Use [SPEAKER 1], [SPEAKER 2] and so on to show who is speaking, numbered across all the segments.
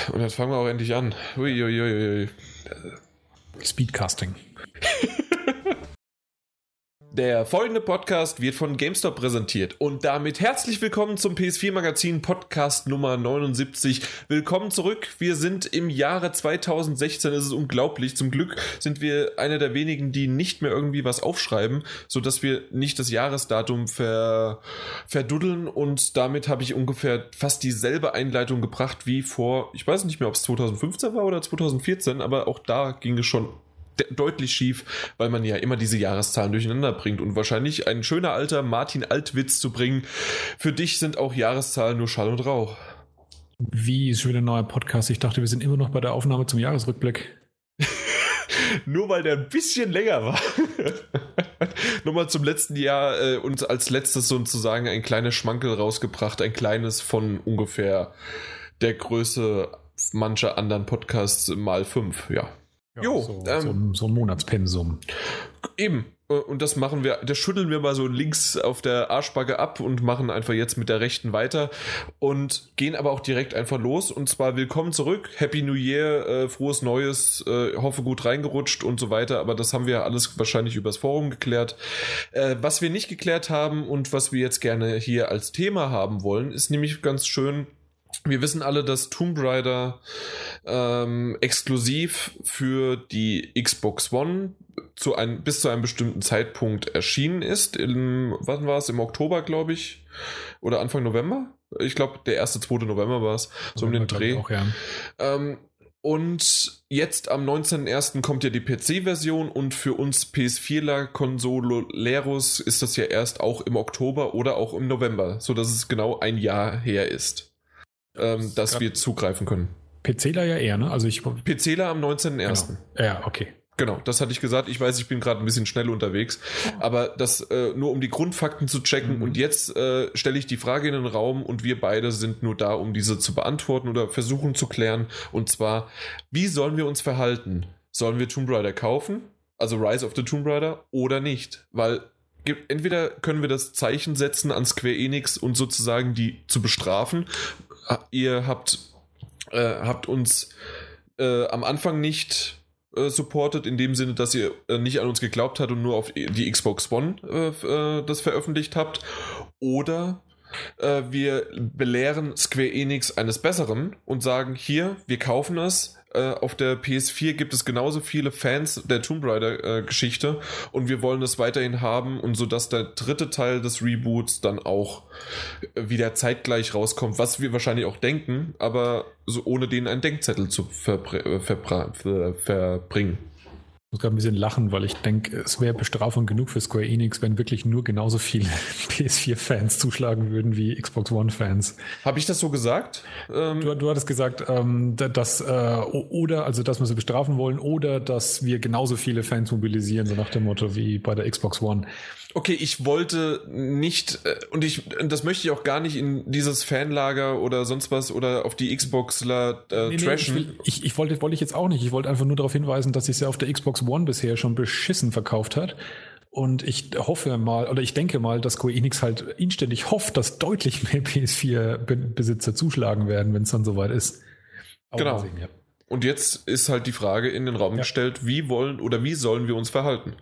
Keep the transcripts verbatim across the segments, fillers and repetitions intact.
[SPEAKER 1] Und dann fangen wir auch endlich an. Uiuiui.
[SPEAKER 2] Speedcasting.
[SPEAKER 1] Der folgende Podcast wird von GameStop präsentiert und damit herzlich willkommen zum P S vier Magazin Podcast Nummer neunundsiebzig. Willkommen zurück. Wir sind im Jahre zweitausendsechzehn. Es ist unglaublich. Zum Glück sind wir einer der wenigen, die nicht mehr irgendwie was aufschreiben, sodass wir nicht das Jahresdatum ver, verduddeln, und damit habe ich ungefähr fast dieselbe Einleitung gebracht wie vor, ich weiß nicht mehr, ob es zweitausendfünfzehn war oder zweitausendvierzehn, aber auch da ging es schon deutlich schief, weil man ja immer diese Jahreszahlen durcheinander bringt, und wahrscheinlich ein schöner alter Martin Altwitz zu bringen. Für dich sind auch Jahreszahlen nur Schall und Rauch.
[SPEAKER 2] Wie ist schon wieder ein neuer Podcast? Ich dachte, wir sind immer noch bei der Aufnahme zum Jahresrückblick.
[SPEAKER 1] Nur weil der ein bisschen länger war. Nochmal zum letzten Jahr äh, und als letztes sozusagen ein kleines Schmankerl rausgebracht, ein kleines von ungefähr der Größe mancher anderen Podcasts mal fünf, ja.
[SPEAKER 2] Ja, jo, so, ähm, so, ein, so ein Monatspensum.
[SPEAKER 1] Eben. Und das machen wir, das schütteln wir mal so links auf der Arschbacke ab und machen einfach jetzt mit der rechten weiter und gehen aber auch direkt einfach los. Und zwar willkommen zurück, Happy New Year, äh, frohes Neues, äh, hoffe gut reingerutscht und so weiter. Aber das haben wir alles wahrscheinlich übers Forum geklärt. Äh, was wir nicht geklärt haben und was wir jetzt gerne hier als Thema haben wollen, ist nämlich ganz schön. Wir wissen alle, dass Tomb Raider ähm, exklusiv für die Xbox One zu ein, bis zu einem bestimmten Zeitpunkt erschienen ist. Im, wann war es? Im Oktober, glaube ich. Oder Anfang November? Ich glaube, der erste, zweite November war es. So um den Dreh. Auch, ja. ähm, und jetzt am neunzehnten ersten kommt ja die P C-Version, und für uns P S vierler Konsoleros ist das ja erst auch im Oktober oder auch im November, sodass es genau ein Jahr her ist. Ähm, dass wir zugreifen können.
[SPEAKER 2] PCler ja eher, ne? Also ich
[SPEAKER 1] PCler am neunzehnten ersten
[SPEAKER 2] Genau. Ja, okay.
[SPEAKER 1] Genau, das hatte ich gesagt. Ich weiß, ich bin gerade ein bisschen schnell unterwegs, aber das äh, nur um die Grundfakten zu checken. Mhm. Und jetzt äh, stelle ich die Frage in den Raum, und wir beide sind nur da, um diese zu beantworten oder versuchen zu klären. Und zwar, wie sollen wir uns verhalten? Sollen wir Tomb Raider kaufen, also Rise of the Tomb Raider, oder nicht? Weil entweder können wir das Zeichen setzen an Square Enix und sozusagen die zu bestrafen. Ihr habt, äh, habt uns äh, am Anfang nicht äh, supportet, in dem Sinne, dass ihr äh, nicht an uns geglaubt habt und nur auf die Xbox One äh, äh, das veröffentlicht habt. Oder äh, wir belehren Square Enix eines Besseren und sagen, hier, wir kaufen es. Auf der P S vier gibt es genauso viele Fans der Tomb Raider äh, Geschichte, und wir wollen das weiterhin haben, und so dass der dritte Teil des Reboots dann auch wieder zeitgleich rauskommt, was wir wahrscheinlich auch denken, aber so ohne denen einen Denkzettel zu verbr- verbra- ver- verbringen.
[SPEAKER 2] Ich muss gerade ein bisschen lachen, weil ich denke, es wäre Bestrafung genug für Square Enix, wenn wirklich nur genauso viele P S vier Fans zuschlagen würden wie Xbox One Fans.
[SPEAKER 1] Habe ich das so gesagt?
[SPEAKER 2] Ähm du, du hattest gesagt, ähm, dass, äh, oder, also, dass wir sie bestrafen wollen, oder dass wir genauso viele Fans mobilisieren, so nach dem Motto wie bei der Xbox One.
[SPEAKER 1] Okay, ich wollte nicht, und ich, das möchte ich auch gar nicht in dieses Fanlager oder sonst was oder auf die Xboxler äh,
[SPEAKER 2] nee,
[SPEAKER 1] trashen.
[SPEAKER 2] Nee, ich, will, ich, ich wollte, wollte ich jetzt auch nicht. Ich wollte einfach nur darauf hinweisen, dass sich ja auf der Xbox One bisher schon beschissen verkauft hat. Und ich hoffe mal, oder ich denke mal, dass Square Enix halt inständig hofft, dass deutlich mehr P S vier Besitzer zuschlagen werden, wenn es dann soweit ist.
[SPEAKER 1] Aber genau. Sehen, ja. Und jetzt ist halt die Frage in den Raum ja. gestellt, wie wollen oder wie sollen wir uns verhalten?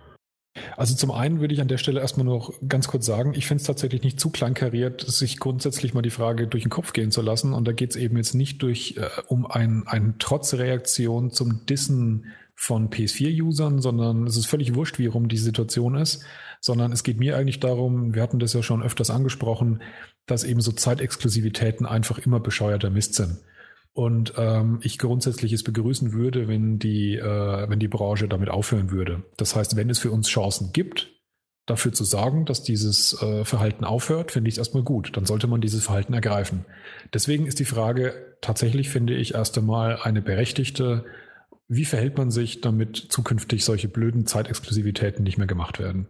[SPEAKER 2] Also zum einen würde ich an der Stelle erstmal noch ganz kurz sagen, ich finde es tatsächlich nicht zu kleinkariert, sich grundsätzlich mal die Frage durch den Kopf gehen zu lassen. Und da geht es eben jetzt nicht durch äh, um ein, eine Trotzreaktion zum Dissen von P S vier Usern, sondern es ist völlig wurscht, wie rum die Situation ist, sondern es geht mir eigentlich darum, wir hatten das ja schon öfters angesprochen, dass eben so Zeitexklusivitäten einfach immer bescheuerter Mist sind. Und ähm, ich grundsätzlich es begrüßen würde, wenn die, äh, wenn die Branche damit aufhören würde. Das heißt, wenn es für uns Chancen gibt, dafür zu sorgen, dass dieses äh, Verhalten aufhört, finde ich es erstmal gut. Dann sollte man dieses Verhalten ergreifen. Deswegen ist die Frage tatsächlich, finde ich, erst einmal eine berechtigte, wie verhält man sich, damit zukünftig solche blöden Zeitexklusivitäten nicht mehr gemacht werden?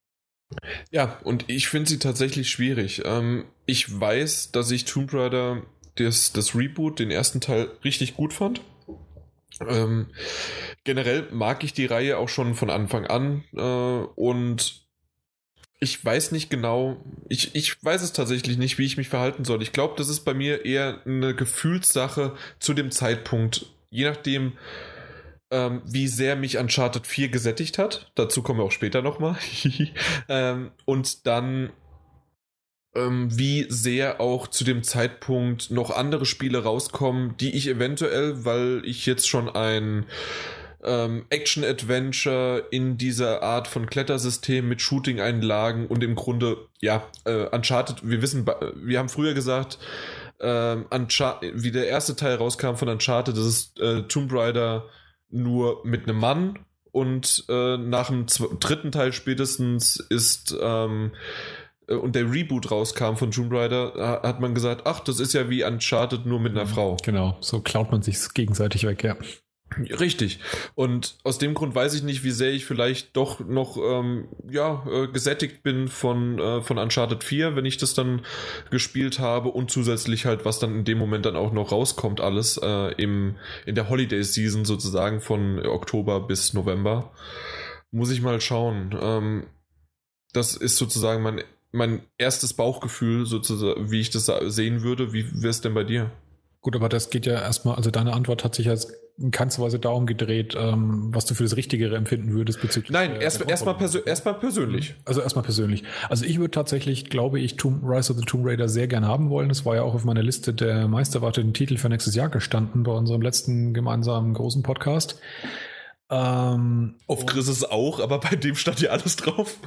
[SPEAKER 1] Ja, und ich finde sie tatsächlich schwierig. Ähm, ich weiß, dass ich Tomb Raider Das, das Reboot, den ersten Teil, richtig gut fand. Ähm, generell mag ich die Reihe auch schon von Anfang an äh, und ich weiß nicht genau, ich, ich weiß es tatsächlich nicht, wie ich mich verhalten soll. Ich glaube, das ist bei mir eher eine Gefühlssache zu dem Zeitpunkt, je nachdem, ähm, wie sehr mich Uncharted vier gesättigt hat. Dazu kommen wir auch später nochmal. ähm, und dann ähm, wie sehr auch zu dem Zeitpunkt noch andere Spiele rauskommen, die ich eventuell, weil ich jetzt schon ein ähm, Action-Adventure in dieser Art von Klettersystem mit Shooting-Einlagen und im Grunde, ja, äh, Uncharted, wir wissen, wir haben früher gesagt, ähm, Uncharted, wie der erste Teil rauskam von Uncharted, das ist äh, Tomb Raider nur mit einem Mann, und äh, nach dem zw- dritten Teil spätestens ist ähm, und der Reboot rauskam von Tomb Raider, hat man gesagt, ach, das ist ja wie Uncharted nur mit einer Frau.
[SPEAKER 2] Genau, so klaut man sich gegenseitig weg, ja.
[SPEAKER 1] Richtig. Und aus dem Grund weiß ich nicht, wie sehr ich vielleicht doch noch ähm, ja, äh, gesättigt bin von, äh, von Uncharted vier, wenn ich das dann gespielt habe, und zusätzlich halt, was dann in dem Moment dann auch noch rauskommt, alles äh, im, in der Holiday Season sozusagen von Oktober bis November. Muss ich mal schauen. Ähm, das ist sozusagen mein, mein erstes Bauchgefühl, sozusagen, wie ich das sehen würde. Wie wäre es denn bei dir?
[SPEAKER 2] Gut, aber das geht ja erstmal, also deine Antwort hat sich jetzt in keinster Weise darum gedreht, ähm, was du für das Richtigere empfinden würdest bezüglich.
[SPEAKER 1] Nein,
[SPEAKER 2] der,
[SPEAKER 1] erst,
[SPEAKER 2] der
[SPEAKER 1] erstmal persö- erst persönlich.
[SPEAKER 2] Also erstmal persönlich. Also ich würde tatsächlich, glaube ich, Tomb, Rise of the Tomb Raider sehr gerne haben wollen. Das war ja auch auf meiner Liste der meisterwarteten Titel für nächstes Jahr gestanden bei unserem letzten gemeinsamen großen Podcast. Ähm,
[SPEAKER 1] auf Chris' auch, aber bei dem stand ja alles drauf.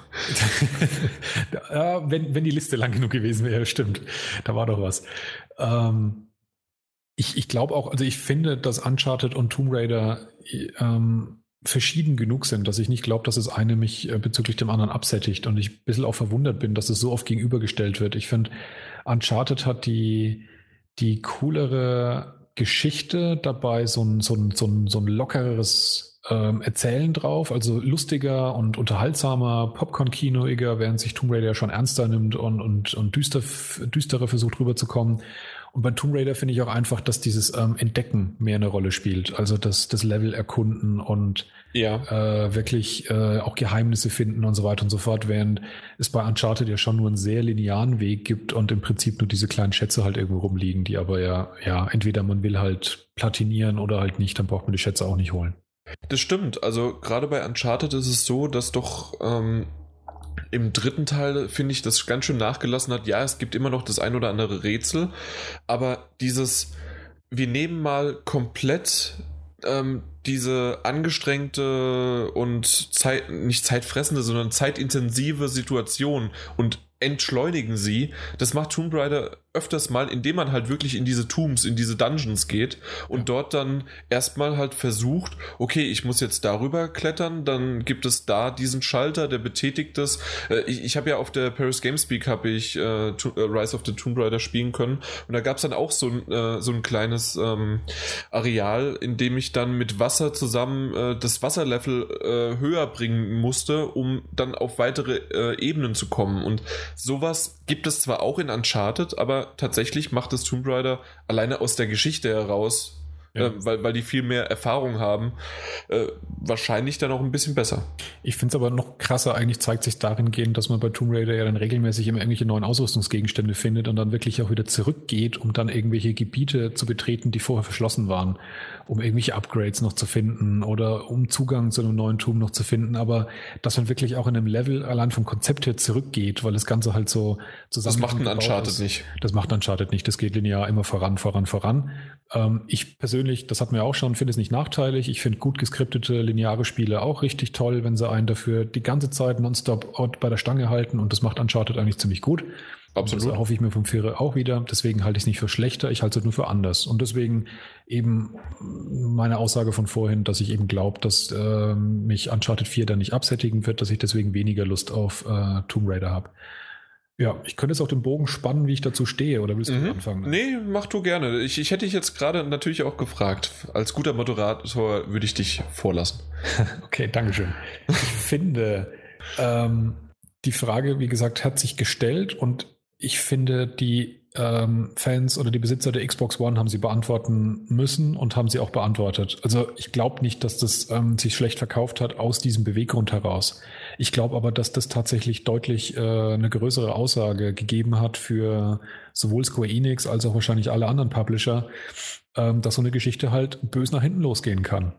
[SPEAKER 2] Ja, wenn, wenn die Liste lang genug gewesen wäre, stimmt. Da war doch was. Ähm, Ich, ich glaube auch, also ich finde, dass Uncharted und Tomb Raider ähm, verschieden genug sind, dass ich nicht glaube, dass das eine mich äh, bezüglich dem anderen absättigt, und ich ein bisschen auch verwundert bin, dass es so oft gegenübergestellt wird. Ich finde, Uncharted hat die, die coolere Geschichte dabei, so ein, so ein, so ein, so ein lockeres ähm, Erzählen drauf, also lustiger und unterhaltsamer, Popcorn-Kinoiger, während sich Tomb Raider schon ernster nimmt und, und, und düster, düsterer versucht rüberzukommen. Und bei Tomb Raider finde ich auch einfach, dass dieses ähm, Entdecken mehr eine Rolle spielt. Also das, das Level erkunden und
[SPEAKER 1] ja.
[SPEAKER 2] äh, wirklich äh, auch Geheimnisse finden und so weiter und so fort, während es bei Uncharted ja schon nur einen sehr linearen Weg gibt und im Prinzip nur diese kleinen Schätze halt irgendwo rumliegen, die aber ja, ja, entweder man will halt platinieren oder halt nicht, dann braucht man die Schätze auch nicht holen.
[SPEAKER 1] Das stimmt. Also gerade bei Uncharted ist es so, dass doch ähm, im dritten Teil, finde ich, das ganz schön nachgelassen hat. Ja, es gibt immer noch das ein oder andere Rätsel, aber dieses, wir nehmen mal komplett ähm, diese angestrengte und Zeit, nicht zeitfressende, sondern zeitintensive Situation und entschleunigen sie. Das macht Tomb Raider öfters mal, indem man halt wirklich in diese Tombs, in diese Dungeons geht und ja. dort dann erstmal halt versucht, okay, ich muss jetzt darüber klettern, dann gibt es da diesen Schalter, der betätigt das. Äh, ich ich habe ja auf der Paris Gamespeak habe ich äh, to- äh, Rise of the Tomb Raider spielen können, und da gab es dann auch so ein, äh, so ein kleines ähm, Areal, in dem ich dann mit Wasser zusammen äh, das Wasserlevel äh, höher bringen musste, um dann auf weitere äh, Ebenen zu kommen, und sowas gibt es zwar auch in Uncharted, aber tatsächlich macht es Tomb Raider alleine aus der Geschichte heraus, ja. äh, weil, weil die viel mehr Erfahrung haben, äh, wahrscheinlich dann auch ein bisschen besser.
[SPEAKER 2] Ich finde es aber noch krasser, eigentlich zeigt sich darin gehend, dass man bei Tomb Raider ja dann regelmäßig immer irgendwelche neuen Ausrüstungsgegenstände findet und dann wirklich auch wieder zurückgeht, um dann irgendwelche Gebiete zu betreten, die vorher verschlossen waren, um irgendwelche Upgrades noch zu finden oder um Zugang zu einem neuen Tomb noch zu finden, aber dass man wirklich auch in einem Level allein vom Konzept her zurückgeht, weil das Ganze halt so zusammen.
[SPEAKER 1] Das macht ein Uncharted ist. nicht.
[SPEAKER 2] Das macht Uncharted nicht. Das geht linear immer voran, voran, voran. Ähm, ich persönlich, das hatten wir auch schon, finde es nicht nachteilig. Ich finde gut geskriptete lineare Spiele auch richtig toll, wenn sie einen dafür die ganze Zeit nonstop bei der Stange halten, und das macht Uncharted eigentlich ziemlich gut. Absolut. Das hoffe ich mir vom Vierer auch wieder. Deswegen halte ich es nicht für schlechter, ich halte es nur für anders. Und deswegen eben meine Aussage von vorhin, dass ich eben glaube, dass äh, mich Uncharted vier dann nicht absättigen wird, dass ich deswegen weniger Lust auf äh, Tomb Raider habe. Ja, ich könnte jetzt auch den Bogen spannen, wie ich dazu stehe, oder willst du mhm. anfangen?
[SPEAKER 1] Nee, mach du gerne. Ich, ich hätte dich jetzt gerade natürlich auch gefragt. Als guter Moderator würde ich dich vorlassen.
[SPEAKER 2] Okay, Dankeschön. Ich finde, ähm, die Frage, wie gesagt, hat sich gestellt, und ich finde, die ähm, Fans oder die Besitzer der Xbox One haben sie beantworten müssen und haben sie auch beantwortet. Also ich glaube nicht, dass das ähm, sich schlecht verkauft hat aus diesem Beweggrund heraus. Ich glaube aber, dass das tatsächlich deutlich äh, eine größere Aussage gegeben hat für sowohl Square Enix als auch wahrscheinlich alle anderen Publisher, ähm, dass so eine Geschichte halt bös nach hinten losgehen kann.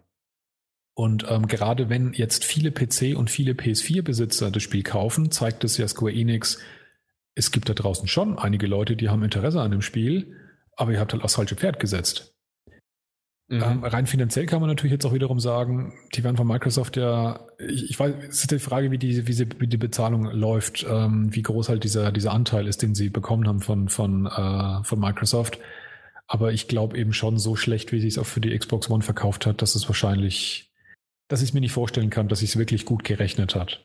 [SPEAKER 2] Und ähm, gerade wenn jetzt viele P C und viele P S vier Besitzer das Spiel kaufen, zeigt es ja Square Enix, es gibt da draußen schon einige Leute, die haben Interesse an dem Spiel, aber ihr habt halt aufs falsche Pferd gesetzt. Mhm. Ähm, rein finanziell kann man natürlich jetzt auch wiederum sagen, die werden von Microsoft ja, ich, ich weiß, es ist die Frage, wie die, wie, sie, wie die Bezahlung läuft, ähm, wie groß halt dieser, dieser Anteil ist, den sie bekommen haben von, von, äh, von Microsoft. Aber ich glaube eben schon so schlecht, wie sie es auch für die Xbox One verkauft hat, dass es wahrscheinlich, dass ich es mir nicht vorstellen kann, dass es wirklich gut gerechnet hat.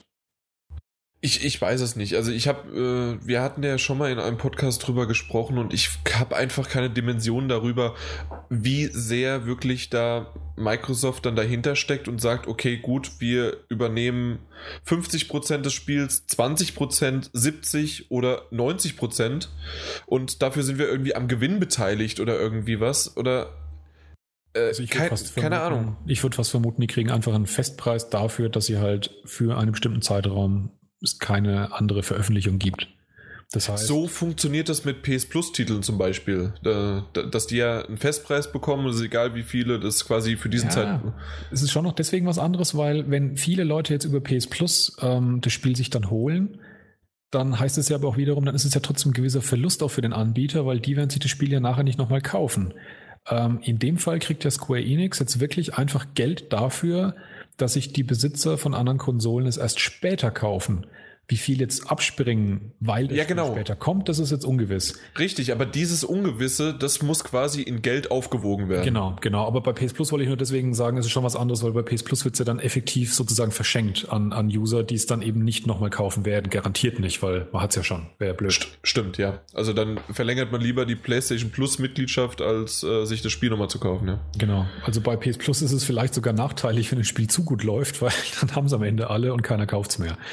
[SPEAKER 1] Ich, ich weiß es nicht. Also ich habe, äh, wir hatten ja schon mal in einem Podcast drüber gesprochen und ich habe einfach keine Dimension darüber, wie sehr wirklich da Microsoft dann dahinter steckt und sagt, okay, gut, wir übernehmen fünfzig Prozent des Spiels, zwanzig Prozent, siebzig oder neunzig Prozent und dafür sind wir irgendwie am Gewinn beteiligt oder irgendwie was oder äh,
[SPEAKER 2] also ich
[SPEAKER 1] kein,
[SPEAKER 2] fast
[SPEAKER 1] keine
[SPEAKER 2] vermuten,
[SPEAKER 1] Ahnung.
[SPEAKER 2] Ich würde fast vermuten, die kriegen einfach einen Festpreis dafür, dass sie halt für einen bestimmten Zeitraum es keine andere Veröffentlichung gibt. Das heißt,
[SPEAKER 1] so funktioniert das mit P S Plus-Titeln zum Beispiel, dass die ja einen Festpreis bekommen, es ist egal wie viele, das quasi für diesen
[SPEAKER 2] ja,
[SPEAKER 1] Zeitpunkt.
[SPEAKER 2] Es ist schon noch deswegen was anderes, weil wenn viele Leute jetzt über P S Plus ähm, das Spiel sich dann holen, dann heißt es ja aber auch wiederum, dann ist es ja trotzdem ein gewisser Verlust auch für den Anbieter, weil die werden sich das Spiel ja nachher nicht nochmal kaufen. Ähm, in dem Fall kriegt ja Square Enix jetzt wirklich einfach Geld dafür, dass sich die Besitzer von anderen Konsolen es erst später kaufen. Wie viel jetzt abspringen, weil es
[SPEAKER 1] ja, genau.
[SPEAKER 2] später kommt, das ist jetzt ungewiss.
[SPEAKER 1] Richtig, aber dieses Ungewisse, das muss quasi in Geld aufgewogen werden.
[SPEAKER 2] Genau, genau. Aber bei P S Plus wollte ich nur deswegen sagen, es ist schon was anderes, weil bei P S Plus wird es ja dann effektiv sozusagen verschenkt an, an User, die es dann eben nicht nochmal kaufen werden. Garantiert nicht, weil man hat es ja schon. Wäre blöd.
[SPEAKER 1] St- stimmt, ja. Also dann verlängert man lieber die PlayStation Plus Mitgliedschaft, als äh, sich das Spiel nochmal zu kaufen, ja.
[SPEAKER 2] Genau. Also bei P S Plus ist es vielleicht sogar nachteilig, wenn das Spiel zu gut läuft, weil dann haben es am Ende alle und keiner kauft es mehr.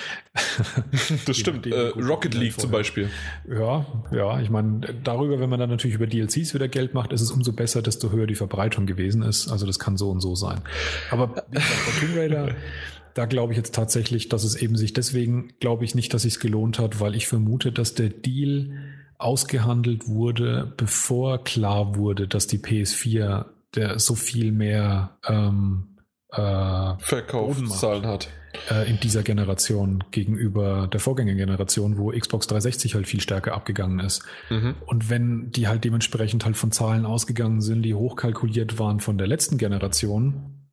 [SPEAKER 1] Das stimmt. Äh, Rocket League zum Beispiel.
[SPEAKER 2] Ja, ja. Ich meine, darüber, wenn man dann natürlich über D L Cs wieder Geld macht, ist es umso besser, desto höher die Verbreitung gewesen ist. Also das kann so und so sein. Aber wie gesagt, bei Tomb Raider, da glaube ich jetzt tatsächlich, dass es eben sich deswegen, glaube ich nicht, dass es sich gelohnt hat, weil ich vermute, dass der Deal ausgehandelt wurde, bevor klar wurde, dass die P S vier der so viel mehr ähm, äh,
[SPEAKER 1] Verkaufszahlen hat.
[SPEAKER 2] In dieser Generation gegenüber der Vorgängergeneration, wo Xbox dreihundertsechzig halt viel stärker abgegangen ist. Mhm. Und wenn die halt dementsprechend halt von Zahlen ausgegangen sind, die hochkalkuliert waren von der letzten Generation,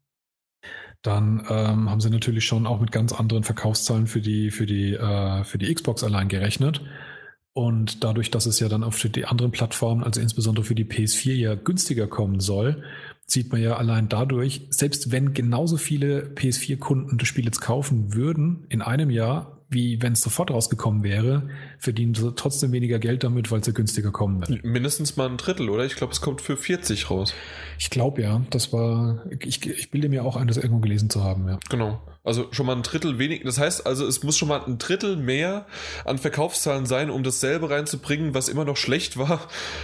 [SPEAKER 2] dann ähm, haben sie natürlich schon auch mit ganz anderen Verkaufszahlen für die, für die, äh, für die Xbox allein gerechnet. Und dadurch, dass es ja dann auf die anderen Plattformen, also insbesondere für die P S vier, ja günstiger kommen soll, sieht man ja allein dadurch, selbst wenn genauso viele P S vier Kunden das Spiel jetzt kaufen würden in einem Jahr, wie wenn es sofort rausgekommen wäre, verdienen sie trotzdem weniger Geld damit, weil es ja günstiger kommen wird.
[SPEAKER 1] Mindestens mal ein Drittel, oder? Ich glaube, es kommt für vierzig raus.
[SPEAKER 2] Ich glaube ja, das war, ich, ich bilde mir auch ein, das irgendwo gelesen zu haben, ja.
[SPEAKER 1] Genau, also schon mal ein Drittel weniger, das heißt also, es muss schon mal ein Drittel mehr an Verkaufszahlen sein, um dasselbe reinzubringen, was immer noch schlecht war,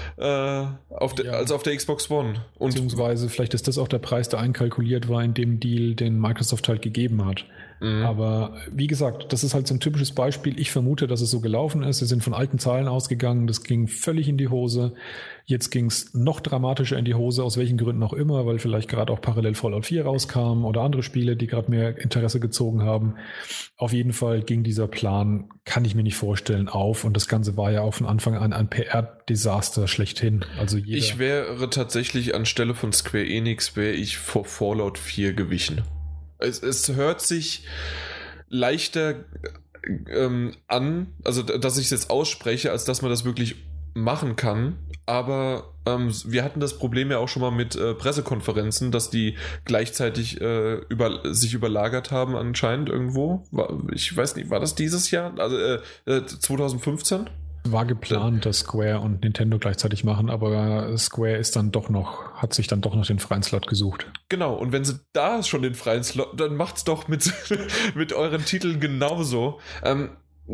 [SPEAKER 1] äh, auf de, ja. als auf der Xbox One. Und
[SPEAKER 2] beziehungsweise vielleicht ist das auch der Preis, der einkalkuliert war in dem Deal, den Microsoft halt gegeben hat. Mhm. Aber wie gesagt, das ist halt so ein typisches Beispiel. Ich vermute, dass es so gelaufen ist. Sie sind von alten Zahlen ausgegangen. Das ging völlig in die Hose. Jetzt ging es noch dramatischer in die Hose, aus welchen Gründen auch immer, weil vielleicht gerade auch parallel Fallout vier rauskam oder andere Spiele, die gerade mehr Interesse gezogen haben. Auf jeden Fall ging dieser Plan, kann ich mir nicht vorstellen, auf. Und das Ganze war ja auch von Anfang an ein P R-Desaster schlechthin. Also jeder
[SPEAKER 1] ich wäre tatsächlich anstelle von Square Enix, wäre ich vor Fallout vier gewichen. Es, es hört sich leichter ähm, an, also dass ich es jetzt ausspreche, als dass man das wirklich machen kann. Aber ähm, wir hatten das Problem ja auch schon mal mit äh, Pressekonferenzen, dass die gleichzeitig äh, über, sich überlagert haben anscheinend irgendwo. War, ich weiß nicht, war das dieses Jahr? Also äh, zwanzig fünfzehn?
[SPEAKER 2] War geplant, dass Square und Nintendo gleichzeitig machen, aber Square ist dann doch noch, hat sich dann doch noch den freien Slot gesucht.
[SPEAKER 1] Genau, und wenn sie da schon den freien Slot, dann macht's doch mit, mit euren Titeln genauso. Ähm,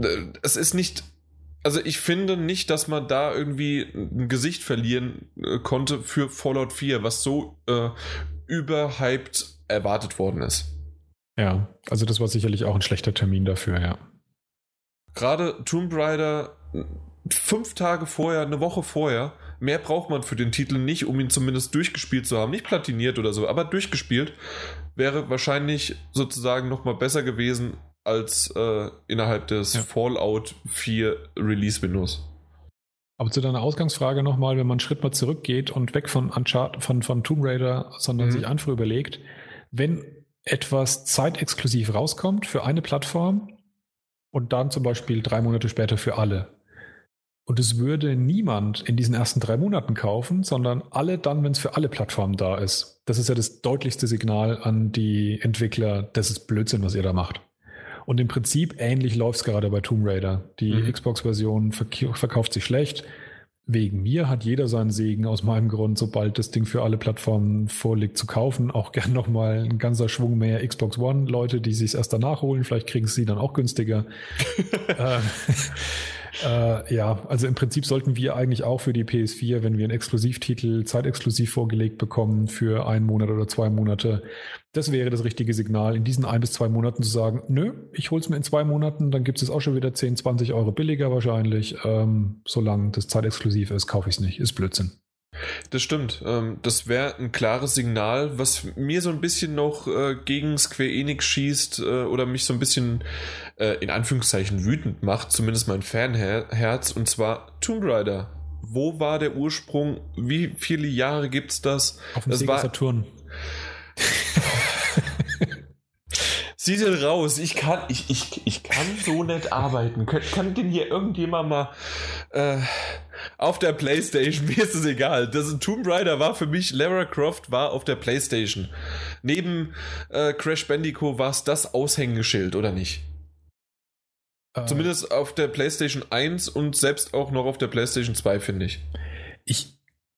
[SPEAKER 1] es ist nicht, also ich finde nicht, dass man da irgendwie ein Gesicht verlieren äh, konnte für Fallout vier, was so äh, überhyped erwartet worden ist.
[SPEAKER 2] Ja, also das war sicherlich auch ein schlechter Termin dafür, ja.
[SPEAKER 1] Gerade Tomb Raider, fünf Tage vorher, eine Woche vorher, mehr braucht man für den Titel nicht, um ihn zumindest durchgespielt zu haben. Nicht platiniert oder so, aber durchgespielt wäre wahrscheinlich sozusagen nochmal besser gewesen als äh, innerhalb des ja. Fallout vier Release-Windows.
[SPEAKER 2] Aber zu deiner Ausgangsfrage nochmal, wenn man einen Schritt mal zurückgeht und weg von Uncharted, von, von Tomb Raider, sondern mhm. sich einfach überlegt, wenn etwas zeitexklusiv rauskommt für eine Plattform und dann zum Beispiel drei Monate später für alle. Und es würde niemand in diesen ersten drei Monaten kaufen, sondern alle dann, wenn es für alle Plattformen da ist. Das ist ja das deutlichste Signal an die Entwickler, das ist Blödsinn, was ihr da macht. Und im Prinzip ähnlich läuft es gerade bei Tomb Raider. Die mhm. Xbox-Version verk- verkauft sich schlecht. Wegen mir hat jeder seinen Segen aus meinem Grund, sobald das Ding für alle Plattformen vorliegt, zu kaufen. Auch gern nochmal ein ganzer Schwung mehr Xbox One. Leute, die sich es erst danach holen, vielleicht kriegen sie dann auch günstiger. ähm, äh, ja, also im Prinzip sollten wir eigentlich auch für die P S vier, wenn wir einen Exklusivtitel zeitexklusiv vorgelegt bekommen für einen Monat oder zwei Monate, das wäre das richtige Signal, in diesen ein bis zwei Monaten zu sagen, nö, ich hol's mir in zwei Monaten, dann gibt es auch schon wieder zehn, zwanzig Euro billiger wahrscheinlich. Ähm, solange das zeitexklusiv ist, kaufe ich es nicht. Ist Blödsinn.
[SPEAKER 1] Das stimmt. Das wäre ein klares Signal, was mir so ein bisschen noch äh, gegen Square Enix schießt äh, oder mich so ein bisschen äh, in Anführungszeichen wütend macht, zumindest mein Fanherz, und zwar Tomb Raider. Wo war der Ursprung? Wie viele Jahre gibt's das?
[SPEAKER 2] Auf dem
[SPEAKER 1] das
[SPEAKER 2] Sega
[SPEAKER 1] war
[SPEAKER 2] Saturn.
[SPEAKER 1] Sie sind raus. Ich kann, ich, ich, ich kann so nicht arbeiten. Kann, kann denn hier irgendjemand mal äh, auf der PlayStation? Mir ist es egal. Das Tomb Raider war für mich, Lara Croft war auf der PlayStation. Neben äh, Crash Bandicoot war es das Aushängeschild, oder nicht? Äh, Zumindest auf der PlayStation eins und selbst auch noch auf der PlayStation zwei, finde ich.
[SPEAKER 2] Ich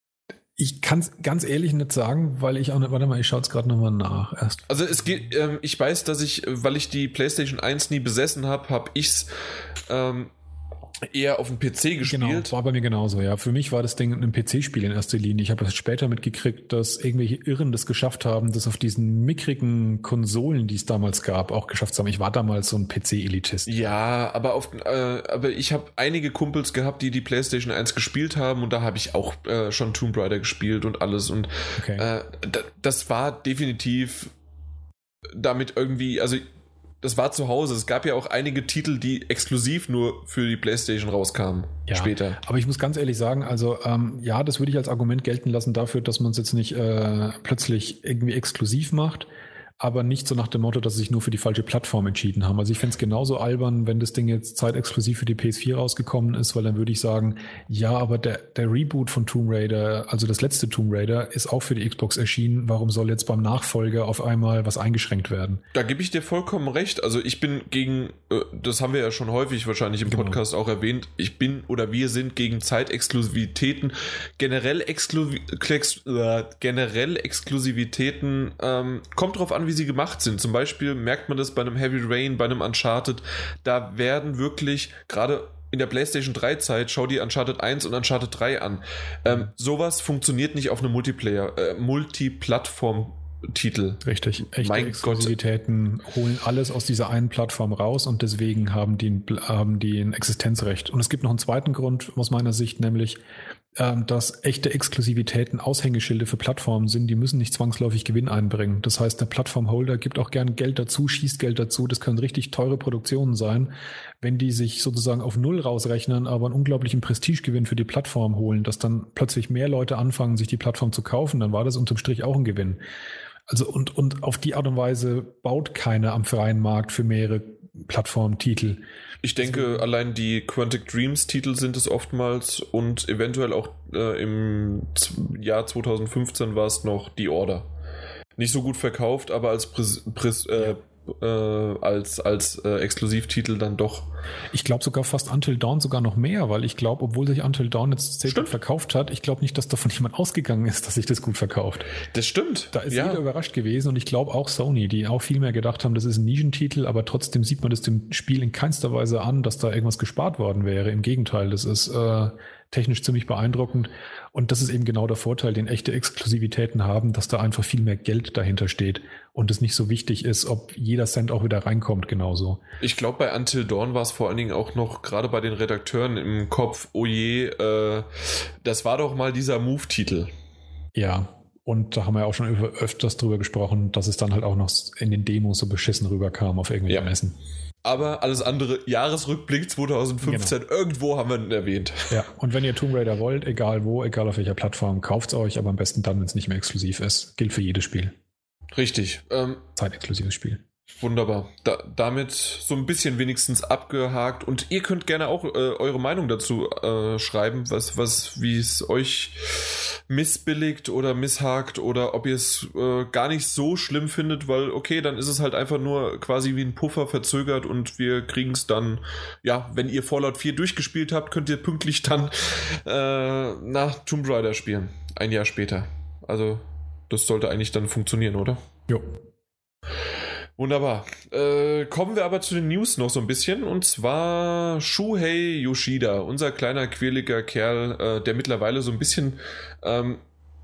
[SPEAKER 2] Ich kann es ganz ehrlich nicht sagen, weil ich auch nicht, warte mal, ich schaue es gerade nochmal nach erst.
[SPEAKER 1] Also es geht, ähm, ich weiß, dass ich, weil ich die PlayStation eins nie besessen habe, habe ich es ähm, eher auf dem P C gespielt.
[SPEAKER 2] Genau, war bei mir genauso, ja. Für mich war das Ding ein P C-Spiel in erster Linie. Ich habe es später mitgekriegt, dass irgendwelche Irren das geschafft haben, das auf diesen mickrigen Konsolen, die es damals gab, auch geschafft haben. Ich war damals so ein P C-Elitist.
[SPEAKER 1] Ja, aber auf, äh, aber ich habe einige Kumpels gehabt, die die PlayStation eins gespielt haben, und da habe ich auch äh, schon Tomb Raider gespielt und alles, und
[SPEAKER 2] okay.
[SPEAKER 1] äh, d- das war definitiv damit irgendwie, also das war zu Hause. Es gab ja auch einige Titel, die exklusiv nur für die PlayStation rauskamen.
[SPEAKER 2] Ja,
[SPEAKER 1] später.
[SPEAKER 2] Aber ich muss ganz ehrlich sagen, also ähm, ja, das würde ich als Argument gelten lassen dafür, dass man es jetzt nicht äh, plötzlich irgendwie exklusiv macht, aber nicht so nach dem Motto, dass sie sich nur für die falsche Plattform entschieden haben. Also ich fände es genauso albern, wenn das Ding jetzt zeitexklusiv für die P S vier rausgekommen ist, weil dann würde ich sagen, ja, aber der, der Reboot von Tomb Raider, also das letzte Tomb Raider, ist auch für die Xbox erschienen. Warum soll jetzt beim Nachfolger auf einmal was eingeschränkt werden?
[SPEAKER 1] Da gebe ich dir vollkommen recht. Also ich bin gegen, das haben wir ja schon häufig wahrscheinlich im
[SPEAKER 2] genau.
[SPEAKER 1] Podcast auch erwähnt, ich bin oder wir sind gegen Zeitexklusivitäten. Generell, Exklu- äh, generell Exklusivitäten, ähm, kommt drauf an, wie sie gemacht sind. Zum Beispiel merkt man das bei einem Heavy Rain, bei einem Uncharted. Da werden wirklich, gerade in der PlayStation drei Zeit, schau dir Uncharted eins und Uncharted drei an. Ähm, sowas funktioniert nicht auf einem Multiplayer, äh, Multiplattform-Titel.
[SPEAKER 2] Richtig. Echte
[SPEAKER 1] mein
[SPEAKER 2] Exklusivitäten
[SPEAKER 1] Gott.
[SPEAKER 2] holen alles aus dieser einen Plattform raus und deswegen haben die, haben die ein Existenzrecht. Und es gibt noch einen zweiten Grund aus meiner Sicht, nämlich dass echte Exklusivitäten Aushängeschilde für Plattformen sind, die müssen nicht zwangsläufig Gewinn einbringen. Das heißt, der Plattformholder gibt auch gern Geld dazu, schießt Geld dazu. Das können richtig teure Produktionen sein. Wenn die sich sozusagen auf Null rausrechnen, aber einen unglaublichen Prestigegewinn für die Plattform holen, dass dann plötzlich mehr Leute anfangen, sich die Plattform zu kaufen, dann war das unterm Strich auch ein Gewinn. Also und, und auf die Art und Weise baut keiner am freien Markt für mehrere Plattformtitel.
[SPEAKER 1] Ich denke, also, allein die Quantic Dreams Titel sind es oftmals, und eventuell auch äh, im Z- Jahr zwanzig fünfzehn war es noch The Order. Nicht so gut verkauft, aber als Pris- Pris- äh, äh, als, als äh, Exklusivtitel dann doch.
[SPEAKER 2] Ich glaube sogar fast Until Dawn sogar noch mehr, weil ich glaube, obwohl sich Until Dawn jetzt sehr gut verkauft hat, ich glaube nicht, dass davon jemand ausgegangen ist, dass sich das gut verkauft.
[SPEAKER 1] Das stimmt.
[SPEAKER 2] Da ist
[SPEAKER 1] ja.
[SPEAKER 2] jeder überrascht gewesen, und ich glaube auch Sony, die auch viel mehr gedacht haben, das ist ein Nischentitel, aber trotzdem sieht man das dem Spiel in keinster Weise an, dass da irgendwas gespart worden wäre. Im Gegenteil, das ist äh, technisch ziemlich beeindruckend. Und das ist eben genau der Vorteil, den echte Exklusivitäten haben, dass da einfach viel mehr Geld dahinter steht und es nicht so wichtig ist, ob jeder Cent auch wieder reinkommt genauso.
[SPEAKER 1] Ich glaube, bei Until Dawn war es vor allen Dingen auch noch gerade bei den Redakteuren im Kopf, oh je, äh, das war doch mal dieser Move-Titel.
[SPEAKER 2] Ja, und da haben wir auch schon über, öfters drüber gesprochen, dass es dann halt auch noch in den Demos so beschissen rüberkam auf irgendwelchen
[SPEAKER 1] ja.
[SPEAKER 2] Messen.
[SPEAKER 1] Aber alles andere, Jahresrückblick zwanzig fünfzehn, genau. Irgendwo haben wir ihn erwähnt.
[SPEAKER 2] Ja, und wenn ihr Tomb Raider wollt, egal wo, egal auf welcher Plattform, kauft es euch, aber am besten dann, wenn es nicht mehr exklusiv ist. Gilt für jedes Spiel.
[SPEAKER 1] Richtig. Ähm,
[SPEAKER 2] Zeitexklusives Spiel.
[SPEAKER 1] Wunderbar. Da, damit so ein bisschen wenigstens abgehakt. Und ihr könnt gerne auch äh, eure Meinung dazu äh, schreiben, was, was, wie es euch missbilligt oder misshakt oder ob ihr es äh, gar nicht so schlimm findet, weil okay, dann ist es halt einfach nur quasi wie ein Puffer verzögert und wir kriegen es dann, ja, wenn ihr Fallout vier durchgespielt habt, könnt ihr pünktlich dann äh, nach Tomb Raider spielen. Ein Jahr später. Also das sollte eigentlich dann funktionieren, oder?
[SPEAKER 2] Jo.
[SPEAKER 1] Wunderbar. Äh, kommen wir aber zu den News noch so ein bisschen. Und zwar Shuhei Yoshida, unser kleiner, quirliger Kerl, äh, der mittlerweile so ein bisschen, ähm,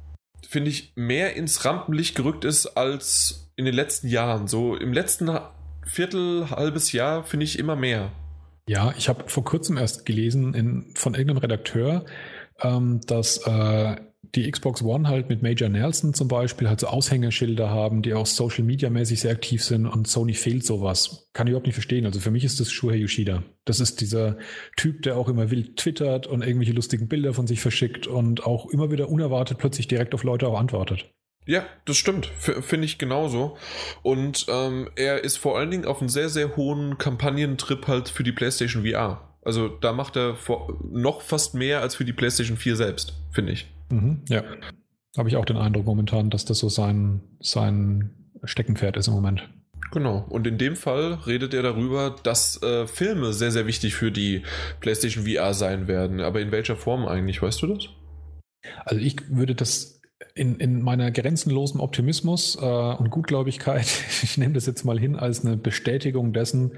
[SPEAKER 1] finde ich, mehr ins Rampenlicht gerückt ist als in den letzten Jahren. So im letzten Viertel, halbes Jahr finde ich immer mehr.
[SPEAKER 2] Ja, ich habe vor kurzem erst gelesen in, von irgendeinem Redakteur, ähm, dass äh, die Xbox One halt mit Major Nelson zum Beispiel halt so Aushängeschilder haben, die auch Social Media mäßig sehr aktiv sind und Sony fehlt sowas. Kann ich überhaupt nicht verstehen. Also für mich ist das Shuhei Yoshida. Das ist dieser Typ, der auch immer wild twittert und irgendwelche lustigen Bilder von sich verschickt und auch immer wieder unerwartet plötzlich direkt auf Leute auch antwortet.
[SPEAKER 1] Ja, das stimmt. F- Finde ich genauso. Und ähm, er ist vor allen Dingen auf einem sehr, sehr hohen Kampagnentrip halt für die PlayStation V R. Also da macht er vor, noch fast mehr als für die PlayStation vier selbst, finde ich.
[SPEAKER 2] Mhm, ja, habe ich auch den Eindruck momentan, dass das so sein, sein Steckenpferd ist im Moment.
[SPEAKER 1] Genau, und in dem Fall redet er darüber, dass äh, Filme sehr, sehr wichtig für die PlayStation V R sein werden. Aber in welcher Form eigentlich, weißt du das?
[SPEAKER 2] Also ich würde das in, in meiner grenzenlosen Optimismus äh, und Gutgläubigkeit, ich nehme das jetzt mal hin als eine Bestätigung dessen,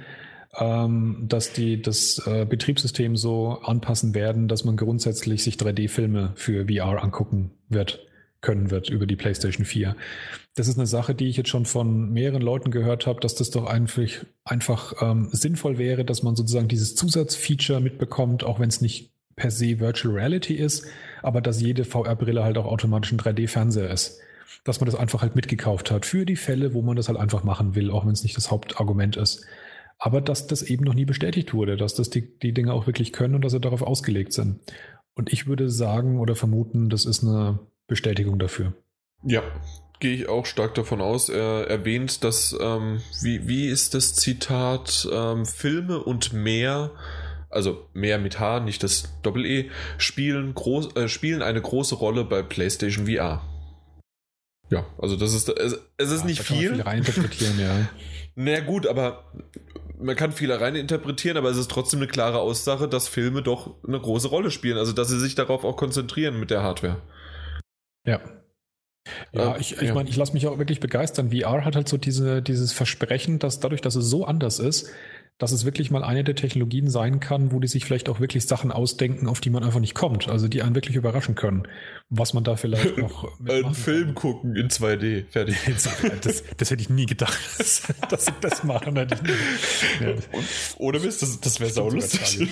[SPEAKER 2] Ähm, dass die das äh, Betriebssystem so anpassen werden, dass man grundsätzlich sich drei D-Filme für V R angucken wird, können wird über die PlayStation vier. Das ist eine Sache, die ich jetzt schon von mehreren Leuten gehört habe, dass das doch einfach, einfach ähm, sinnvoll wäre, dass man sozusagen dieses Zusatzfeature mitbekommt, auch wenn es nicht per se Virtual Reality ist, aber dass jede V R-Brille halt auch automatisch ein drei D-Fernseher ist. Dass man das einfach halt mitgekauft hat für die Fälle, wo man das halt einfach machen will, auch wenn es nicht das Hauptargument ist. Aber dass das eben noch nie bestätigt wurde, dass das die, die Dinge auch wirklich können und dass sie darauf ausgelegt sind. Und ich würde sagen oder vermuten, das ist eine Bestätigung dafür.
[SPEAKER 1] Ja, gehe ich auch stark davon aus. Er erwähnt, dass, ähm, wie, wie ist das Zitat, ähm, Filme und mehr, also mehr mit H, nicht das Doppel-E, spielen, groß, äh, spielen eine große Rolle bei PlayStation V R. Ja, also das ist, es, es ist
[SPEAKER 2] ja,
[SPEAKER 1] nicht
[SPEAKER 2] da kann
[SPEAKER 1] viel.
[SPEAKER 2] Man viel reininterpretieren, ja.
[SPEAKER 1] Na gut, aber man kann viel rein interpretieren, aber es ist trotzdem eine klare Aussage, dass Filme doch eine große Rolle spielen. Also, dass sie sich darauf auch konzentrieren mit der Hardware.
[SPEAKER 2] Ja. Ja,
[SPEAKER 1] äh,
[SPEAKER 2] ich, ich
[SPEAKER 1] ja.
[SPEAKER 2] meine, ich lasse mich auch wirklich begeistern. V R hat halt so diese, dieses Versprechen, dass dadurch, dass es so anders ist, dass es wirklich mal eine der Technologien sein kann, wo die sich vielleicht auch wirklich Sachen ausdenken, auf die man einfach nicht kommt, also die einen wirklich überraschen können. Was man da vielleicht noch
[SPEAKER 1] einen Film kann. Gucken in zwei D, fertig.
[SPEAKER 2] Das, das hätte ich nie gedacht, dass, dass sie das machen. Hätte ich nie. Ja.
[SPEAKER 1] Ohne Mist, das, das wäre saulustig.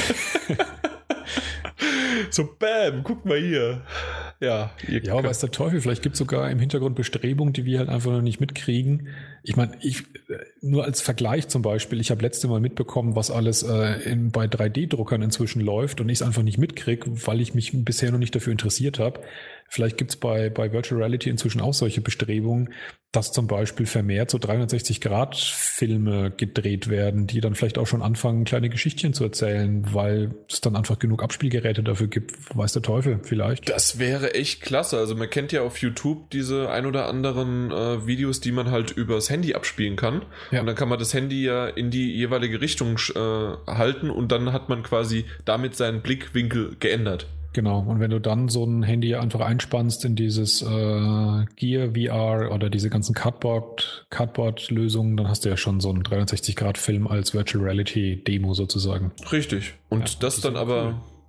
[SPEAKER 1] So, bam, guck mal hier. Ja,
[SPEAKER 2] ja, aber weiß der Teufel, vielleicht gibt es sogar im Hintergrund Bestrebungen, die wir halt einfach noch nicht mitkriegen. Ich meine, ich nur als Vergleich zum Beispiel, ich habe letzte Mal mitbekommen, was alles äh, in, bei drei D-Druckern inzwischen läuft und ich es einfach nicht mitkriege, weil ich mich bisher noch nicht dafür interessiert habe. Vielleicht gibt es bei, bei Virtual Reality inzwischen auch solche Bestrebungen, dass zum Beispiel vermehrt so dreihundertsechzig Grad Filme gedreht werden, die dann vielleicht auch schon anfangen, kleine Geschichtchen zu erzählen, weil es dann einfach genug Abspielgeräte dafür gibt. Weiß der Teufel, vielleicht.
[SPEAKER 1] Das wäre echt klasse. Also man kennt ja auf YouTube diese ein oder anderen äh, Videos, die man halt übers Handy abspielen kann. Ja. Und dann kann man das Handy ja in die jeweilige Richtung äh, halten und dann hat man quasi damit seinen Blickwinkel geändert.
[SPEAKER 2] Genau, und wenn du dann so ein Handy einfach einspannst in dieses äh, Gear V R oder diese ganzen Cardboard, Cardboard-Lösungen, dann hast du ja schon so einen dreihundertsechzig Grad Film als Virtual Reality Demo sozusagen.
[SPEAKER 1] Richtig. Und ja, das, das dann aber, cool.